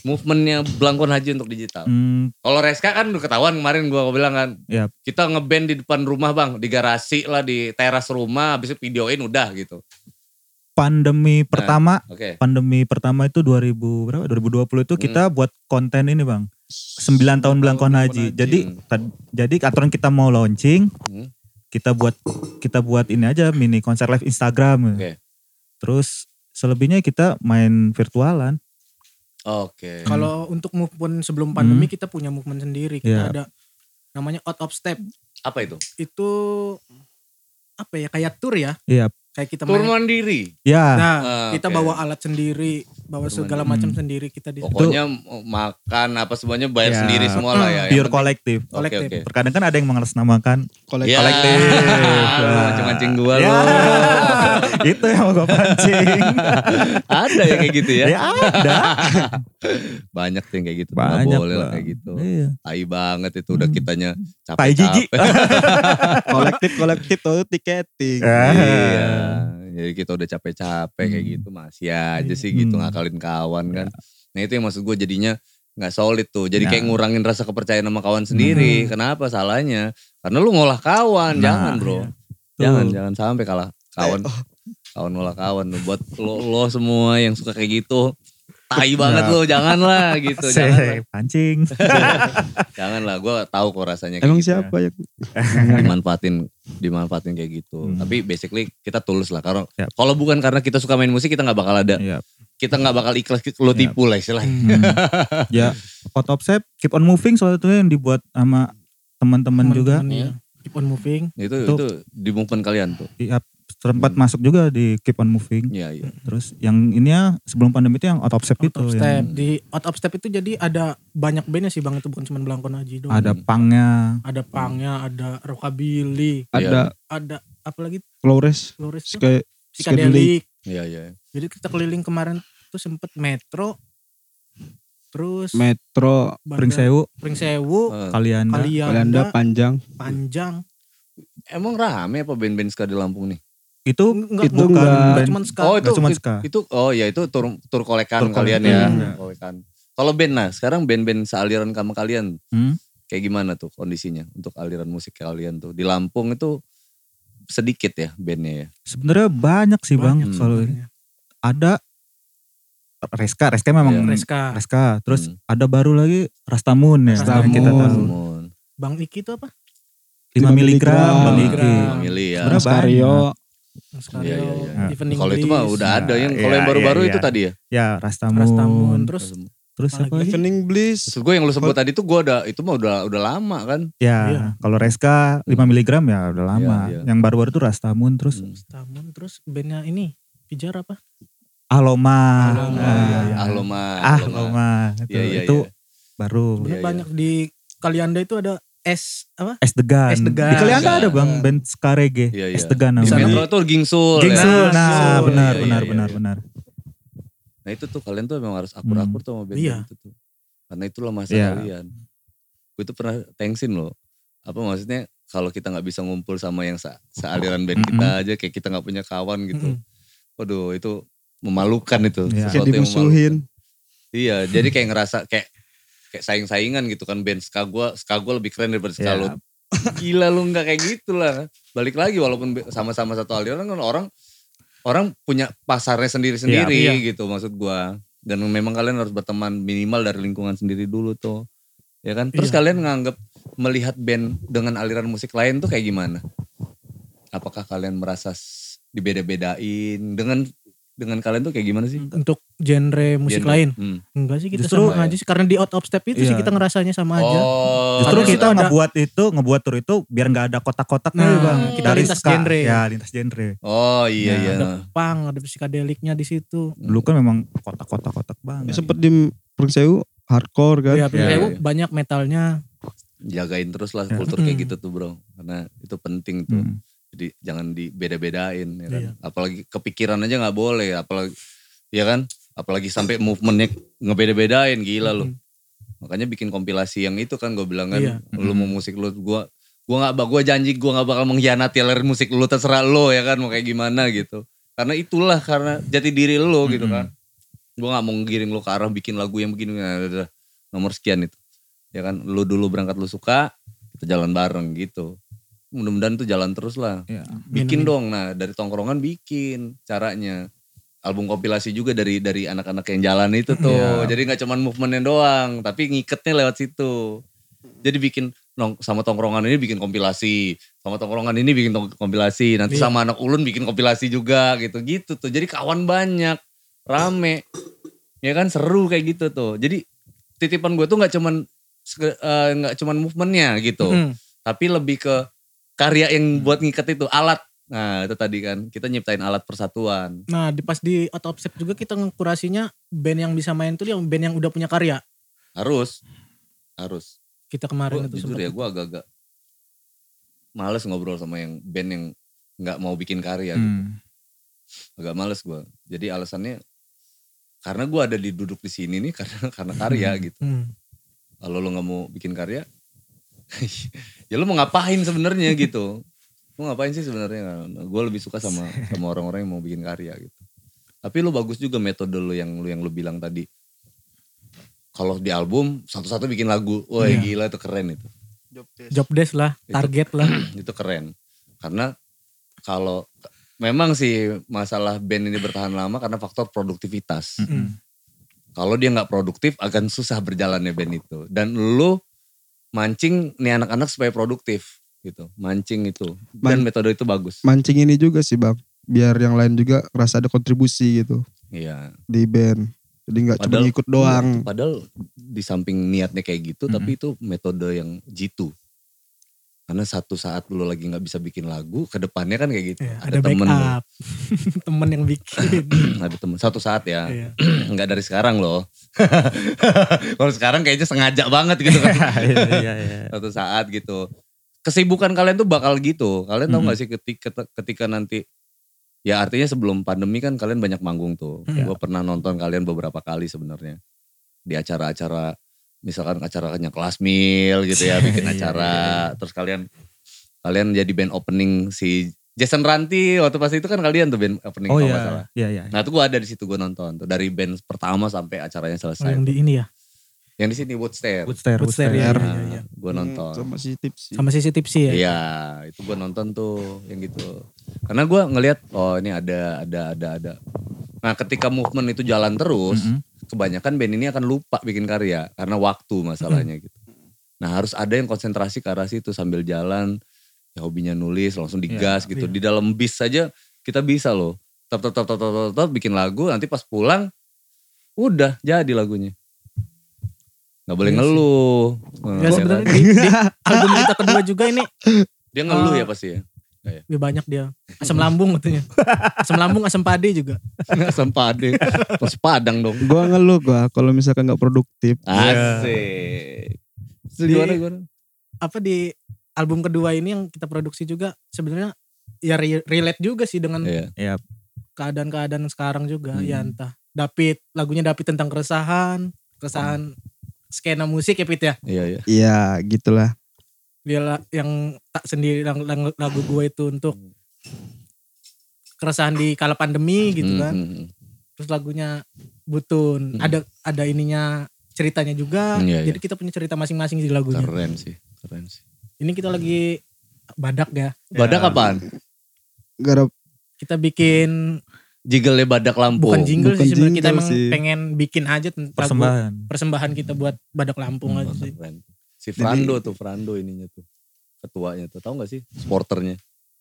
Speaker 1: movementnya Blangkon Haji untuk digital.
Speaker 2: Hmm,
Speaker 1: Kalau Reska kan udah ketahuan kemarin gue bilang kan.
Speaker 2: Yap.
Speaker 1: Kita ngeband di depan rumah bang. Di garasi lah, di teras rumah. Habis itu videoin udah gitu.
Speaker 2: pandemi pertama,
Speaker 1: Oke.
Speaker 2: pandemi pertama itu dua ribu berapa? dua ribu dua puluh itu
Speaker 1: Hmm.
Speaker 2: kita buat konten ini bang. sembilan tahun Blangkon Haji. Jadi
Speaker 1: Hmm.
Speaker 2: tad- jadi aturan kita mau launching,
Speaker 1: Hmm.
Speaker 2: kita buat kita buat ini aja mini konser live Instagram.
Speaker 1: Oke.
Speaker 2: Terus selebihnya kita main virtualan.
Speaker 1: Oke.
Speaker 4: Kalau untuk movement sebelum pandemi
Speaker 2: Hmm.
Speaker 4: kita punya movement sendiri. Kita
Speaker 2: Iya.
Speaker 4: ada namanya out of step.
Speaker 1: Apa itu?
Speaker 4: Itu apa ya, kayak tour ya.
Speaker 2: Iya.
Speaker 4: Kayak kita
Speaker 1: Tur
Speaker 4: main.
Speaker 1: mandiri.
Speaker 2: Ya.
Speaker 4: Nah,
Speaker 1: Ah,
Speaker 4: kita
Speaker 1: oke.
Speaker 4: bawa alat sendiri, bawa
Speaker 1: Tur
Speaker 4: segala
Speaker 2: mandiri.
Speaker 4: macam
Speaker 2: Hmm.
Speaker 4: sendiri kita di situ.
Speaker 1: Pokoknya makan apa semuanya bayar
Speaker 2: Ya.
Speaker 1: sendiri semua lah ya. Yang
Speaker 2: Pure
Speaker 1: penting-
Speaker 2: kolektif.
Speaker 1: Oke
Speaker 4: kolektif.
Speaker 1: oke.
Speaker 2: Terkadang kan ada yang mengatasnamakan
Speaker 3: Kolektif.
Speaker 1: Ya,
Speaker 2: kolektif.
Speaker 1: lu
Speaker 2: Wah.
Speaker 1: mancing-mancing gua
Speaker 2: Ya.
Speaker 1: lu.
Speaker 2: Itu yang mau gue pancing.
Speaker 1: Ada ya kayak gitu ya.
Speaker 2: Ya ada.
Speaker 1: Banyak tuh yang kayak gitu. Nggak
Speaker 2: Banyak
Speaker 1: boleh lah
Speaker 2: Bang.
Speaker 1: kayak gitu.
Speaker 2: Iya.
Speaker 1: Tai banget itu udah
Speaker 2: Hmm.
Speaker 1: kitanya
Speaker 2: Tai jiji.
Speaker 1: capek-capek.
Speaker 3: kolektif kolektif tuh tiketing.
Speaker 2: Ah.
Speaker 1: Iya. Jadi kita udah capek-capek kayak
Speaker 2: Hmm.
Speaker 1: gitu masih aja sih gitu
Speaker 2: Hmm.
Speaker 1: ngakalin kawan kan. Nah itu yang maksud gue jadinya nggak solid tuh. Jadi kayak
Speaker 2: Nah.
Speaker 1: ngurangin rasa kepercayaan sama kawan sendiri. Kenapa salahnya? Karena lu ngolah kawan,
Speaker 2: Nah,
Speaker 1: jangan bro.
Speaker 2: iya.
Speaker 1: Jangan,
Speaker 2: Tuh.
Speaker 1: jangan sampai kalah kawan. Kawan ngolah kawan tuh. Buat lo, lo semua yang suka kayak gitu. Tai banget
Speaker 2: Nah.
Speaker 1: lo, janganlah gitu. Janganlah.
Speaker 2: Seh, pancing.
Speaker 1: Janganlah, gue tahu kok rasanya kayak
Speaker 3: Emang
Speaker 1: gitu.
Speaker 3: siapa ya?
Speaker 1: dimanfaatin dimanfaatin kayak gitu.
Speaker 2: Hmm.
Speaker 1: Tapi basically kita tulus lah. Karena
Speaker 2: Yap.
Speaker 1: kalau bukan karena kita suka main musik kita nggak bakal ada.
Speaker 2: Iya.
Speaker 1: Kita nggak bakal ikhlas lo
Speaker 2: Yap.
Speaker 1: tipu lah istilahnya.
Speaker 2: Hmm. Ya, Out of Step, Keep on Moving soalnya itu yang dibuat sama teman-teman juga.
Speaker 4: Teman-teman, ya. Keep on moving.
Speaker 1: Itu
Speaker 2: Itu-
Speaker 1: itu di movement kalian tuh.
Speaker 2: Iya, sempat
Speaker 1: Hmm.
Speaker 2: masuk juga di Keep on Moving.
Speaker 1: Iya iya.
Speaker 2: Terus yang ini ya sebelum pandemi itu yang Out of Step
Speaker 4: Out
Speaker 2: itu
Speaker 4: of
Speaker 2: yang
Speaker 4: step. Di out of step itu jadi ada banyak bandnya sih bang, itu bukan cuma Blangkon Haji doang.
Speaker 2: ada
Speaker 1: Hmm.
Speaker 2: pangnya.
Speaker 4: Ada pangnya, ada rockabilly,
Speaker 3: Ada
Speaker 4: ada apa lagi?
Speaker 3: Flores,
Speaker 4: Flores tuh,
Speaker 3: kayak
Speaker 4: psychedelic.
Speaker 1: Iya iya.
Speaker 4: Jadi kita keliling kemarin tuh sempet Metro, terus
Speaker 3: Metro,
Speaker 2: Pring
Speaker 4: Bandar-
Speaker 2: Sewu,
Speaker 4: Pring Sewu,
Speaker 1: Eh,
Speaker 2: Kalianda.
Speaker 4: Kalianda,
Speaker 3: Belanda panjang.
Speaker 4: Panjang.
Speaker 1: emang rame apa band-band ska di Lampung nih?
Speaker 2: Itu
Speaker 4: Enggak,
Speaker 3: itu
Speaker 2: bukan
Speaker 3: enggak.
Speaker 2: band.
Speaker 4: Cuman ska.
Speaker 1: Oh itu
Speaker 2: Nggak cuma
Speaker 1: itu,
Speaker 2: ska.
Speaker 1: itu oh ya itu tur tur kolekan
Speaker 2: Tur
Speaker 1: kalian
Speaker 2: kolekan.
Speaker 1: ya.
Speaker 2: Hmm.
Speaker 1: Kolekan. Kalau band nah sekarang band-band sealiran sama kalian
Speaker 2: Hmm?
Speaker 1: kayak gimana tuh kondisinya untuk aliran musik kalian tuh di Lampung itu sedikit ya bandnya ya.
Speaker 2: Sebenarnya banyak sih bang.
Speaker 4: Banyak
Speaker 2: Soalnya
Speaker 4: sebenarnya.
Speaker 2: ada Reska, Reska memang
Speaker 1: Iya.
Speaker 4: Reska,
Speaker 2: Reska. Terus
Speaker 1: Hmm.
Speaker 2: ada baru lagi Rastamun ya.
Speaker 3: Rastamun.
Speaker 2: yang kita tahu.
Speaker 1: Semua.
Speaker 4: Bang Iki itu apa?
Speaker 2: lima miligram Bang
Speaker 3: miligram.
Speaker 2: Iki.
Speaker 4: Miligram.
Speaker 1: Family ya.
Speaker 2: Sebenarnya
Speaker 3: Maskario,
Speaker 4: Sekarang
Speaker 1: Iya, iya, iya.
Speaker 4: Evening
Speaker 1: Kalau itu mah
Speaker 4: Bliss,
Speaker 1: udah ada yang kalau
Speaker 2: Iya,
Speaker 1: yang baru-baru
Speaker 2: iya,
Speaker 1: itu
Speaker 2: iya.
Speaker 1: tadi ya.
Speaker 2: Ya Rastamun.
Speaker 4: Rastamun, terus
Speaker 2: Terus
Speaker 4: apa
Speaker 2: apa
Speaker 4: lagi?
Speaker 2: lagi?
Speaker 3: Evening Bliss.
Speaker 1: Maksud gue yang lu sebut tadi tuh gue ada itu mah udah udah lama kan.
Speaker 2: Ya,
Speaker 4: Iya.
Speaker 2: kalau Reska lima miligram ya udah lama.
Speaker 1: Iya, iya.
Speaker 2: Yang baru-baru tuh Rastamun terus
Speaker 1: Hmm.
Speaker 4: Rastamun, terus bandnya ini Pijar apa?
Speaker 2: Aloma.
Speaker 1: Ahloma,
Speaker 2: Ah,
Speaker 1: iya, iya. Ahloma,
Speaker 2: Ahloma. Itu,
Speaker 1: Iya, iya,
Speaker 2: itu
Speaker 1: iya.
Speaker 2: baru.
Speaker 4: Sebenarnya
Speaker 1: Iya, iya.
Speaker 4: banyak di Kalianda itu ada S apa?
Speaker 2: Es Degan.
Speaker 4: Es Degan.
Speaker 2: Di Kalianda ada
Speaker 1: Iya.
Speaker 2: bang band ska reggae.
Speaker 1: Iya, iya.
Speaker 2: Es Degan
Speaker 1: Di
Speaker 2: namanya.
Speaker 1: Metro tuh Gingsul.
Speaker 2: Gingsul.
Speaker 1: ya.
Speaker 2: Nah,
Speaker 1: Gingsul.
Speaker 2: benar
Speaker 1: Iya,
Speaker 2: benar
Speaker 1: iya,
Speaker 2: benar
Speaker 1: iya.
Speaker 2: benar.
Speaker 1: Nah itu tuh kalian tuh memang harus akur-akur tuh sama band
Speaker 4: Iya.
Speaker 1: itu tuh. Karena itulah masa
Speaker 2: Iya.
Speaker 1: kalian. Gue tuh pernah thanksin loh. Apa maksudnya kalau kita gak bisa ngumpul sama yang se- sealiran band
Speaker 2: Mm-mm.
Speaker 1: kita aja kayak kita gak punya kawan gitu.
Speaker 4: Mm-mm.
Speaker 1: Waduh itu memalukan itu.
Speaker 2: Iya.
Speaker 1: Sesuatu
Speaker 3: Kayak
Speaker 1: yang
Speaker 3: dimusuhin.
Speaker 1: memalukan. Iya jadi kayak ngerasa kayak kayak saing-saingan gitu kan band ska gue. Ska gue lebih keren daripada ska
Speaker 2: Iya.
Speaker 1: lu. Gila lu gak kayak gitu lah. Balik lagi walaupun be- sama-sama satu aliran kan orang orang punya pasarnya sendiri-sendiri
Speaker 4: Iya.
Speaker 1: gitu maksud gua. Dan memang kalian harus berteman minimal dari lingkungan sendiri dulu tuh. Ya kan? Terus
Speaker 4: Iya.
Speaker 1: kalian nganggap melihat band dengan aliran musik lain tuh kayak gimana? Apakah kalian merasa s- dibeda-bedain dengan dengan kalian tuh kayak gimana sih?
Speaker 4: Untuk genre musik
Speaker 1: Genre.
Speaker 4: lain?
Speaker 1: Hmm.
Speaker 4: Enggak sih, kita
Speaker 2: Justru-
Speaker 4: sama aja sih. Karena di out of step itu sih
Speaker 2: Iya.
Speaker 4: kita ngerasanya sama aja.
Speaker 1: Oh.
Speaker 2: Justru
Speaker 4: Karena
Speaker 2: kita
Speaker 4: kita ada-
Speaker 2: ngebuat itu, ngebuat tur itu biar nggak ada kotak-kotaknya
Speaker 4: Nah,
Speaker 2: bang.
Speaker 4: kita
Speaker 2: Dari
Speaker 4: lintas
Speaker 2: ska.
Speaker 4: genre.
Speaker 2: Ya lintas genre.
Speaker 1: Oh iya
Speaker 2: Nah,
Speaker 1: iya.
Speaker 4: Ada punk, ada psikadeliknya di situ.
Speaker 2: Dulu kan memang kotak-kotak-kotak banget.
Speaker 3: Sempet di Pringsewu hardcore kan.
Speaker 4: Ya,
Speaker 2: Iya,
Speaker 4: Sewu
Speaker 1: iya.
Speaker 4: banyak metalnya.
Speaker 1: Jagain terus lah
Speaker 2: Ya.
Speaker 1: kultur kayak
Speaker 4: Mm.
Speaker 1: gitu tuh bro. Karena itu penting tuh.
Speaker 2: Hmm.
Speaker 1: Jadi jangan dibeda-bedain ya kan.
Speaker 4: Iya.
Speaker 1: Apalagi kepikiran aja nggak boleh, apalagi ya kan? Apalagi sampai movementnya ngebeda-bedain gila loh.
Speaker 4: Mm.
Speaker 1: Makanya bikin kompilasi yang itu kan gue bilang kan,
Speaker 4: Iya.
Speaker 1: lu mau musik lu gua gua nggak gua janji gua nggak bakal mengkhianati aliran musik lu terserah lo ya kan mau kayak gimana gitu. Karena itulah karena jati diri lo gitu
Speaker 2: Mm-mm.
Speaker 1: kan. Gue gak mau ngiring lu ke arah bikin lagu yang begini. Nah, nomor sekian itu. Ya kan, lu dulu berangkat lu suka, kita jalan bareng gitu. Mudah-mudahan tuh jalan terus lah.
Speaker 2: Ya.
Speaker 1: Bikin
Speaker 4: Min-min.
Speaker 1: dong, nah dari tongkrongan bikin caranya. Album kompilasi juga dari dari anak-anak yang jalan itu tuh.
Speaker 2: Iya.
Speaker 1: Jadi gak cuman movementnya doang, tapi ngiketnya lewat situ. Jadi bikin nong, sama tongkrongan ini bikin kompilasi, sama tongkrongan ini bikin tong, kompilasi, nanti
Speaker 4: Iya.
Speaker 1: sama anak ulun bikin kompilasi juga gitu-gitu tuh. Jadi kawan banyak, rame, ya kan seru kayak gitu tuh. Jadi titipan gue tuh nggak cuman nggak uh, cuman movementnya gitu,
Speaker 4: Mm.
Speaker 1: tapi lebih ke karya yang buat ngiket itu alat. Nah itu tadi kan kita nyiptain alat persatuan.
Speaker 4: Nah di pas di Out of Shape juga kita ngekurasinya band yang bisa main tuh yang band yang udah punya karya.
Speaker 1: Harus, harus.
Speaker 4: Kita kemarin
Speaker 1: Gua,
Speaker 4: itu
Speaker 1: jujur
Speaker 4: sempet.
Speaker 1: ya gue agak-agak males ngobrol sama yang band yang nggak mau bikin karya gitu.
Speaker 2: Hmm.
Speaker 1: Agak males gue. Jadi alasannya karena gue ada di duduk di sini nih karena karena karya gitu.
Speaker 4: Hmm.
Speaker 1: Kalau lo nggak mau bikin karya, ya lo mau ngapain sebenarnya gitu? Lo ngapain sih sebenarnya? Gue lebih suka sama sama orang-orang yang mau bikin karya gitu. Tapi lo bagus juga metode lo yang lo yang lo bilang tadi. Kalau di album satu-satu bikin lagu, wah
Speaker 4: Iya.
Speaker 1: gila itu keren itu.
Speaker 3: Job desk.
Speaker 4: Job desk lah,
Speaker 1: Itu-
Speaker 4: target lah.
Speaker 1: Itu keren. Karena kalau memang sih masalah band ini bertahan lama karena faktor produktivitas.
Speaker 2: Mm-mm.
Speaker 1: Kalau dia nggak produktif akan susah berjalannya band itu. Dan lu mancing nih anak-anak supaya produktif gitu. Mancing itu. Dan
Speaker 3: Man-
Speaker 1: metode itu bagus.
Speaker 3: Mancing ini juga sih bang, biar yang lain juga ngerasa ada kontribusi gitu
Speaker 1: Iya.
Speaker 3: di band. Jadi nggak cuma
Speaker 1: Padahal-
Speaker 3: ngikut doang.
Speaker 1: Padahal di samping niatnya kayak gitu,
Speaker 2: Mm-mm.
Speaker 1: tapi itu metode yang jitu. Karena satu saat lu lagi nggak bisa bikin lagu, ke depannya kan kayak gitu.
Speaker 4: Ya, ada
Speaker 1: temen lu,
Speaker 4: backup. Temen yang bikin.
Speaker 1: ada temen. Satu saat ya,
Speaker 4: Iya.
Speaker 1: nggak dari sekarang loh. Kalau sekarang kayaknya sengaja banget gitu kan.
Speaker 2: Iya, iya, iya.
Speaker 1: Satu saat gitu. Kesibukan kalian tuh bakal gitu. Kalian tahu
Speaker 2: Mhm.
Speaker 1: gak sih ketika, ketika nanti, ya artinya sebelum pandemi kan kalian banyak manggung tuh.
Speaker 4: Mhm.
Speaker 1: Gue pernah nonton kalian beberapa kali sebenarnya. Di acara-acara, misalkan acaranya kelas mil gitu ya, bikin
Speaker 2: Iya,
Speaker 1: acara.
Speaker 2: iya, iya.
Speaker 1: Terus kalian kalian jadi band opening si Jason Ranti. Waktu pas itu kan kalian tuh band opening
Speaker 2: Oh
Speaker 1: kalau nggak
Speaker 2: iya,
Speaker 1: salah.
Speaker 2: iya, iya.
Speaker 1: Nah itu gue ada di situ gue nonton tuh. Dari band pertama sampai acaranya
Speaker 4: Oh,
Speaker 1: selesai.
Speaker 4: yang di ini ya.
Speaker 1: Yang di sini Woodstair.
Speaker 2: Woodstair,
Speaker 4: Woodstair,
Speaker 2: Woodstair.
Speaker 4: iya,
Speaker 1: Nah,
Speaker 4: iya, iya.
Speaker 1: gue nonton.
Speaker 3: Hmm, sama si Tipsy.
Speaker 4: Sama sisi tipsi ya.
Speaker 1: Iya, itu gue nonton tuh yang gitu. Karena gue ngelihat, oh ini ada, ada, ada, ada. Nah ketika movement itu jalan terus,
Speaker 2: Mm-mm.
Speaker 1: kebanyakan band ini akan lupa bikin karya karena waktu masalahnya gitu. Nah harus ada yang konsentrasi ke arah situ sambil jalan, ya hobinya nulis langsung digas
Speaker 2: Iya,
Speaker 1: gitu.
Speaker 4: iya.
Speaker 1: Di dalam bis saja kita bisa loh, tap tap tap tap tap tap, tap, bikin lagu, nanti pas pulang, udah jadi lagunya. Nggak boleh
Speaker 4: Iya sih.
Speaker 1: ngeluh.
Speaker 4: Ya
Speaker 1: Nah,
Speaker 4: sebenarnya
Speaker 1: kan?
Speaker 4: di, di album kita kedua juga ini
Speaker 1: Dia ngeluh
Speaker 4: Ah.
Speaker 1: ya pasti ya.
Speaker 4: lebih banyak dia. Asam lambung katanya. Asam lambung, asam pade juga.
Speaker 1: Asam pade, terus padang dong.
Speaker 3: Gua ngeluh gua kalau misalkan nggak produktif.
Speaker 1: Asik. Terus
Speaker 4: Di-
Speaker 1: gimana, gimana?
Speaker 4: Apa di album kedua ini yang kita produksi juga sebenarnya ya re- relate juga sih dengan
Speaker 1: Iya.
Speaker 2: Iya.
Speaker 4: keadaan-keadaan sekarang juga.
Speaker 1: Hmm.
Speaker 4: Ya entah David, lagunya David tentang keresahan, keresahan skena musik ya Pit ya.
Speaker 1: Iya, iya.
Speaker 3: Iya gitulah.
Speaker 4: Dia la- yang tak sendiri lang- lang- lagu gue itu untuk keresahan di kala pandemi gitu
Speaker 1: Hmm,
Speaker 4: kan.
Speaker 1: hmm, hmm.
Speaker 4: Terus lagunya Butun,
Speaker 1: Hmm.
Speaker 4: ada ada ininya ceritanya juga.
Speaker 1: Hmm, iya,
Speaker 4: Jadi kita punya cerita masing-masing di lagunya.
Speaker 1: Keren sih, keren sih.
Speaker 4: Ini kita lagi badak ya.
Speaker 1: Badak
Speaker 2: Ya.
Speaker 1: apaan?
Speaker 3: Gara
Speaker 4: Kita bikin
Speaker 1: Jiggle badak Lampung.
Speaker 4: bukan jingle
Speaker 3: bukan
Speaker 4: sih sebenarnya, kita
Speaker 3: jingle
Speaker 4: emang
Speaker 3: sih.
Speaker 4: pengen bikin aja tentang lagu-
Speaker 2: Persembahan.
Speaker 4: persembahan kita buat badak Lampung
Speaker 1: Hmm,
Speaker 4: aja sih.
Speaker 1: keren. Si Frando tuh, Frando ininya tuh. Ketuanya tuh, tahu gak sih? Sporternya.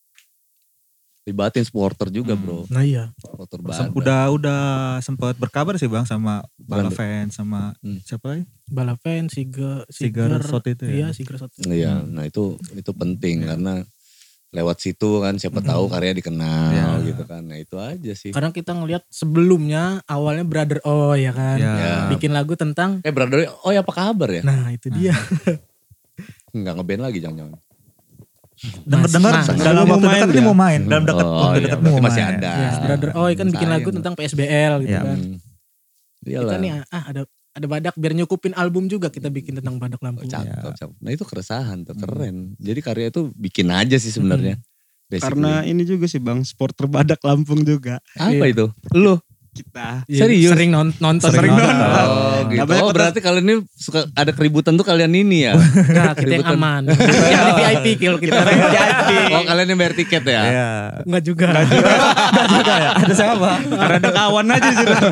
Speaker 1: Libatin supporter juga
Speaker 2: Hmm.
Speaker 1: bro.
Speaker 4: Nah iya.
Speaker 1: Supporter
Speaker 2: Sem-
Speaker 1: badak.
Speaker 2: Udah udah sempat berkabar sih Bang sama Bala
Speaker 1: Brando.
Speaker 2: fans sama
Speaker 1: Hmm.
Speaker 2: siapa lagi?
Speaker 4: Balapen, Siger,
Speaker 2: Siger Sot itu ya.
Speaker 4: Iya, Siger Sot.
Speaker 1: Iya,
Speaker 2: Hmm.
Speaker 1: nah itu itu penting
Speaker 2: Iya.
Speaker 1: karena lewat situ kan siapa
Speaker 4: Hmm.
Speaker 1: tahu karya dikenal
Speaker 2: Iya.
Speaker 1: gitu kan. Nah itu aja sih.
Speaker 4: Karena kita ngelihat sebelumnya awalnya Brother Oh ya kan.
Speaker 2: Ya.
Speaker 1: Ya.
Speaker 4: Bikin lagu tentang
Speaker 1: Eh brother, oh ya apa kabar ya?
Speaker 4: nah itu dia.
Speaker 1: Nggak ngeband lagi jangan-jangan.
Speaker 2: Dengar-dengar
Speaker 4: Mas,
Speaker 2: dalam
Speaker 3: mas.
Speaker 2: waktu
Speaker 3: Mau
Speaker 2: dekat
Speaker 3: main
Speaker 2: ini
Speaker 3: dia?
Speaker 2: mau main. Dalam dekat
Speaker 1: Oh,
Speaker 2: waktu
Speaker 1: iya,
Speaker 2: dekat
Speaker 1: berarti
Speaker 2: mau
Speaker 1: masih
Speaker 2: main.
Speaker 1: ada.
Speaker 4: Ya, Brother Oh kan bikin
Speaker 1: Sayang
Speaker 4: lagu
Speaker 1: dong.
Speaker 4: tentang P S B L gitu
Speaker 2: Iya.
Speaker 4: kan.
Speaker 1: Hmm.
Speaker 4: Kita
Speaker 1: Iyalah.
Speaker 4: nih ah ada ada badak biar nyukupin album juga kita bikin tentang badak
Speaker 1: Oh,
Speaker 4: Lampung.
Speaker 1: cakep,
Speaker 2: Ya.
Speaker 1: cakep. Nah itu keresahan tuh,
Speaker 2: Hmm.
Speaker 1: keren. Jadi karya itu bikin aja sih sebenarnya. Basically.
Speaker 3: karena ini juga sih bang, supporter badak Lampung juga.
Speaker 1: Apa
Speaker 4: Iya.
Speaker 1: itu? Lu?
Speaker 3: Kita.
Speaker 4: Ya,
Speaker 1: Serius?
Speaker 4: Sering non- nonton.
Speaker 2: Sering nonton.
Speaker 1: Oh, gitu.
Speaker 3: Nggak banyak
Speaker 1: Oh
Speaker 3: petas-
Speaker 1: berarti kalian ini suka ada keributan tuh kalian ini ya?
Speaker 4: Nah, kita yang
Speaker 1: Keributan.
Speaker 4: aman. Yang di V I P kalau kita.
Speaker 3: V I P.
Speaker 1: Oh kalian yang bayar tiket ya?
Speaker 2: Iya.
Speaker 4: Enggak juga.
Speaker 2: Enggak juga ya. Ada siapa?
Speaker 3: Karena ada kawan aja di situ.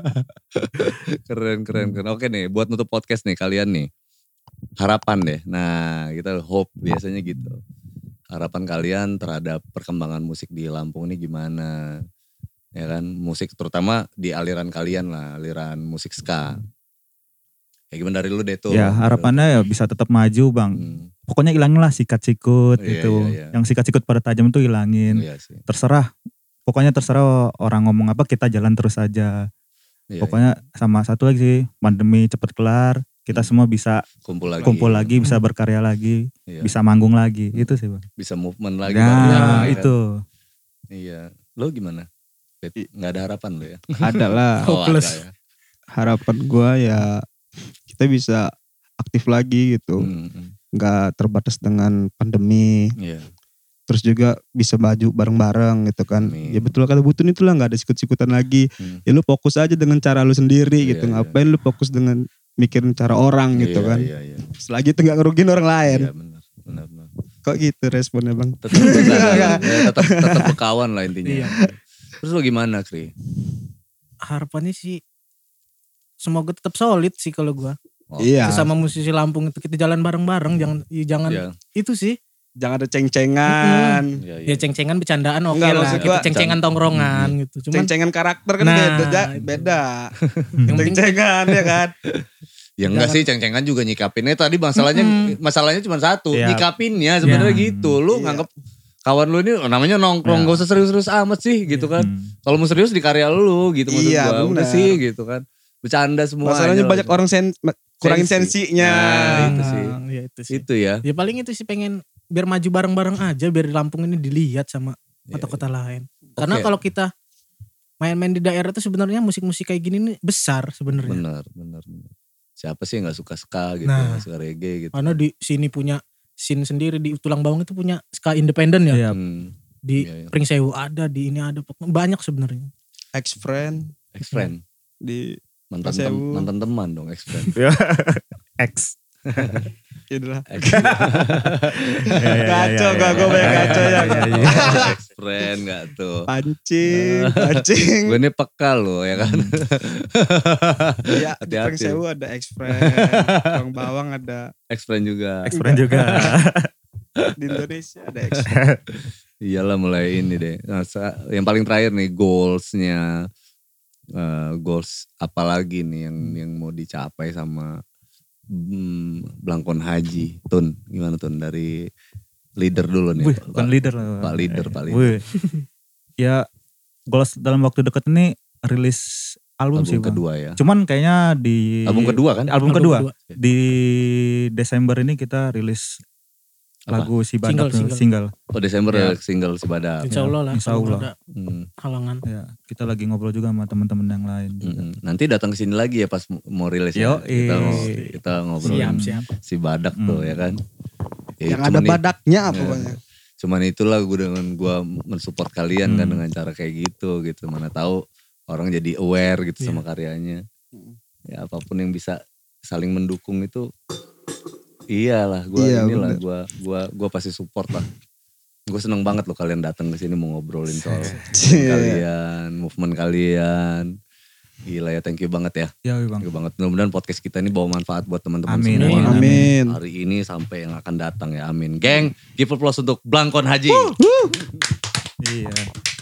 Speaker 1: Keren keren keren. Oke nih buat nutup podcast nih kalian nih. Harapan deh. Nah kita hope biasanya gitu. Harapan kalian terhadap perkembangan musik di Lampung ini gimana? Ya kan musik terutama di aliran kalian lah, aliran musik ska. Kayak gimana dari lu deh tuh?
Speaker 2: Ya harapannya ya bisa tetap maju bang.
Speaker 1: Hmm,
Speaker 2: Pokoknya hilangin lah sikat-sikut
Speaker 1: Iya,
Speaker 2: gitu.
Speaker 1: iya, iya.
Speaker 2: Yang sikat-sikut pada tajam itu hilangin.
Speaker 1: iya sih.
Speaker 2: Terserah. Pokoknya terserah orang ngomong apa kita jalan terus aja.
Speaker 1: Iya,
Speaker 2: Pokoknya sama satu lagi sih pandemi cepet kelar. Kita
Speaker 1: Hmm.
Speaker 2: semua bisa
Speaker 1: iya. kumpul lagi.
Speaker 2: kumpul lagi, bisa berkarya lagi,
Speaker 1: Iya.
Speaker 2: bisa manggung lagi. Itu sih bang.
Speaker 1: Bisa movement lagi.
Speaker 2: Nah
Speaker 1: bareng-bareng, ya kan?
Speaker 2: itu.
Speaker 1: Iya. Lo gimana? Bet? Nggak ada harapan lo ya?
Speaker 3: Ada lah.
Speaker 1: Oh,
Speaker 4: Hopeless.
Speaker 1: ada ya.
Speaker 3: Harapan gue ya kita bisa aktif lagi gitu.
Speaker 1: Hmm, hmm.
Speaker 3: Nggak terbatas dengan pandemi.
Speaker 1: Iya.
Speaker 3: Terus juga bisa maju bareng-bareng gitu kan.
Speaker 1: Amin.
Speaker 3: Ya betul kata Butun itulah, nggak ada sikut-sikutan lagi.
Speaker 1: Hmm.
Speaker 3: Ya lu fokus aja dengan cara lu sendiri
Speaker 1: Iya,
Speaker 3: gitu.
Speaker 1: iya.
Speaker 3: Ngapain lu fokus dengan mikirin cara orang gitu
Speaker 1: Iya,
Speaker 3: kan.
Speaker 1: Iya, iya.
Speaker 3: Selagi itu nggak ngerugiin orang lain.
Speaker 1: Iya benar, benar, benar.
Speaker 3: Kok gitu responnya bang?
Speaker 1: Tetap ya, tetap tetap berkawan lah intinya.
Speaker 4: Iya.
Speaker 1: Terus lo gimana, Kri?
Speaker 4: Harapannya sih semoga tetap solid sih kalau gua.
Speaker 1: Oh,
Speaker 3: Iya.
Speaker 4: Sesama musisi Lampung itu kita jalan bareng-bareng, jangan ya jangan
Speaker 1: Iya,
Speaker 4: itu sih.
Speaker 3: Jangan ada ceng-cengan.
Speaker 1: iya, iya.
Speaker 4: Ya ceng-cengan bercandaan oke
Speaker 3: Enggak,
Speaker 4: lah.
Speaker 3: maksud
Speaker 4: Kita
Speaker 3: gua-
Speaker 4: ceng-cengan tongkrongan gitu. Cuman
Speaker 3: Ceng-cengan karakter kan
Speaker 4: Nah,
Speaker 3: beda. Ja-
Speaker 4: itu.
Speaker 3: beda.
Speaker 4: yang penting
Speaker 3: Ceng-cengan ya kan.
Speaker 1: Ya enggak sih ceng-cengan juga nyikapinnya tadi masalahnya
Speaker 4: Mm-mm.
Speaker 1: masalahnya cuma satu,
Speaker 2: Iya.
Speaker 1: nyikapinnya sebenarnya
Speaker 4: Iya.
Speaker 1: gitu. Lu
Speaker 3: Iya.
Speaker 1: nganggep kawan lu ini oh, namanya nongkrong,
Speaker 2: Iya.
Speaker 1: gak usah serius-serius amat sih gitu kan.
Speaker 2: Hmm.
Speaker 1: Kalau mau serius di karya lu gitu maksud
Speaker 3: Iya,
Speaker 1: gua. Udah
Speaker 3: benar.
Speaker 1: sih gitu kan. Bercanda semua.
Speaker 3: Masalahnya
Speaker 1: aja
Speaker 3: banyak
Speaker 1: lah.
Speaker 3: orang sen kurangin
Speaker 1: Sensi.
Speaker 3: sensinya.
Speaker 1: Nah, itu sih.
Speaker 4: Nah, ya itu sih.
Speaker 1: Itu ya.
Speaker 4: Ya paling itu sih pengen biar maju bareng-bareng aja biar Lampung ini dilihat sama
Speaker 1: Iya,
Speaker 4: kota-kota lain. Karena
Speaker 1: Oke.
Speaker 4: kalau kita main-main di daerah itu sebenarnya musik-musik kayak gini nih besar sebenarnya.
Speaker 1: Benar, benar, benar. Siapa sih yang gak suka ska gitu,
Speaker 4: Nah.
Speaker 1: gak suka reggae gitu.
Speaker 4: Karena di sini punya scene sendiri, di Tulang Bawang itu punya ska independen ya.
Speaker 2: Iya.
Speaker 1: Hmm,
Speaker 4: Di
Speaker 1: iya, iya.
Speaker 4: Pringsewu ada, di ini ada, pokoknya banyak sebenarnya.
Speaker 3: Ex-friend
Speaker 1: Ex-friend.
Speaker 3: di
Speaker 1: Mantan,
Speaker 3: Sewu.
Speaker 1: tem- mantan teman dong ex-friend.
Speaker 2: X.
Speaker 3: itulah.
Speaker 1: Ex-
Speaker 2: Ya, ya,
Speaker 3: Kacau,
Speaker 2: ya,
Speaker 3: gak
Speaker 2: ya,
Speaker 3: gue banyak
Speaker 2: ya,
Speaker 3: kacau
Speaker 2: ya,
Speaker 3: ya.
Speaker 2: ya, ya.
Speaker 1: ex-friend gak tuh.
Speaker 3: Pancing, pancing.
Speaker 1: Gue ini peka loh ya kan.
Speaker 3: Iya, di
Speaker 1: Hati-hati.
Speaker 3: Pringsewu ada ex-friend. Tulang Bawang ada.
Speaker 1: Ex-friend juga.
Speaker 2: X-friend juga.
Speaker 3: Di Indonesia ada ex-friend.
Speaker 1: Iyalah mulai ini deh. Nah, sa- yang paling terakhir nih goalsnya. eh, goals apa lagi nih yang yang mau dicapai sama hmm, Blangkon Haji. Tun, gimana Tun dari leader dulu nih.
Speaker 2: Wih,
Speaker 1: Pak-
Speaker 2: bukan leader lah.
Speaker 1: Pak leader, Pak leader.
Speaker 2: Wih. Ya, goals dalam waktu dekat ini rilis album,
Speaker 1: Album
Speaker 2: sih bang.
Speaker 1: kedua ya.
Speaker 2: Cuman kayaknya di
Speaker 1: Album kedua kan?
Speaker 2: Album, kedua.
Speaker 4: kedua.
Speaker 2: Di Desember ini kita rilis
Speaker 1: Apa?
Speaker 2: lagu si Badak
Speaker 4: Single,
Speaker 2: single.
Speaker 4: single.
Speaker 2: single.
Speaker 1: Oh Desember
Speaker 2: Ya.
Speaker 1: single si Badak.
Speaker 4: Insya Allah lah.
Speaker 2: Insya
Speaker 4: kalau
Speaker 2: Allah.
Speaker 4: ada
Speaker 1: Hmm,
Speaker 4: halangan.
Speaker 2: Ya, kita lagi ngobrol juga sama teman-teman yang lain juga.
Speaker 1: mm-mm. Nanti datang ke sini lagi ya pas mau rilis ya.
Speaker 2: Yo,
Speaker 1: Kita, mau,
Speaker 2: eh.
Speaker 1: kita ngobrolin
Speaker 4: Siap, siap.
Speaker 1: si Badak tuh
Speaker 2: Hmm.
Speaker 1: ya kan. Ya,
Speaker 3: Yang
Speaker 1: cuman
Speaker 3: ada
Speaker 1: i-
Speaker 3: badaknya
Speaker 1: Ya.
Speaker 3: pokoknya.
Speaker 1: Cuman itulah gue dengan gue mensupport kalian kan
Speaker 2: Hmm.
Speaker 1: dengan cara kayak gitu gitu. Mana tahu orang jadi aware gitu
Speaker 4: Iya.
Speaker 1: sama karyanya.
Speaker 3: Hmm.
Speaker 1: Ya apapun yang bisa saling mendukung itu iyalah gue
Speaker 3: Iya,
Speaker 1: inilah
Speaker 3: bener.
Speaker 1: gue gua gua pasti support lah. Gue seneng banget loh kalian datang ke sini mau ngobrolin soal
Speaker 3: Cie.
Speaker 1: kalian, movement kalian. Gila ya, thank you banget ya.
Speaker 2: Ya, wih, bang.
Speaker 1: Thank you banget. Mudah-mudahan podcast kita ini bawa manfaat buat teman-teman
Speaker 2: Amin,
Speaker 1: semua.
Speaker 2: amin,
Speaker 3: Amin.
Speaker 1: Hari ini sampai yang akan datang ya, amin. Geng, give applause untuk Blangkon Haji.
Speaker 2: Iya.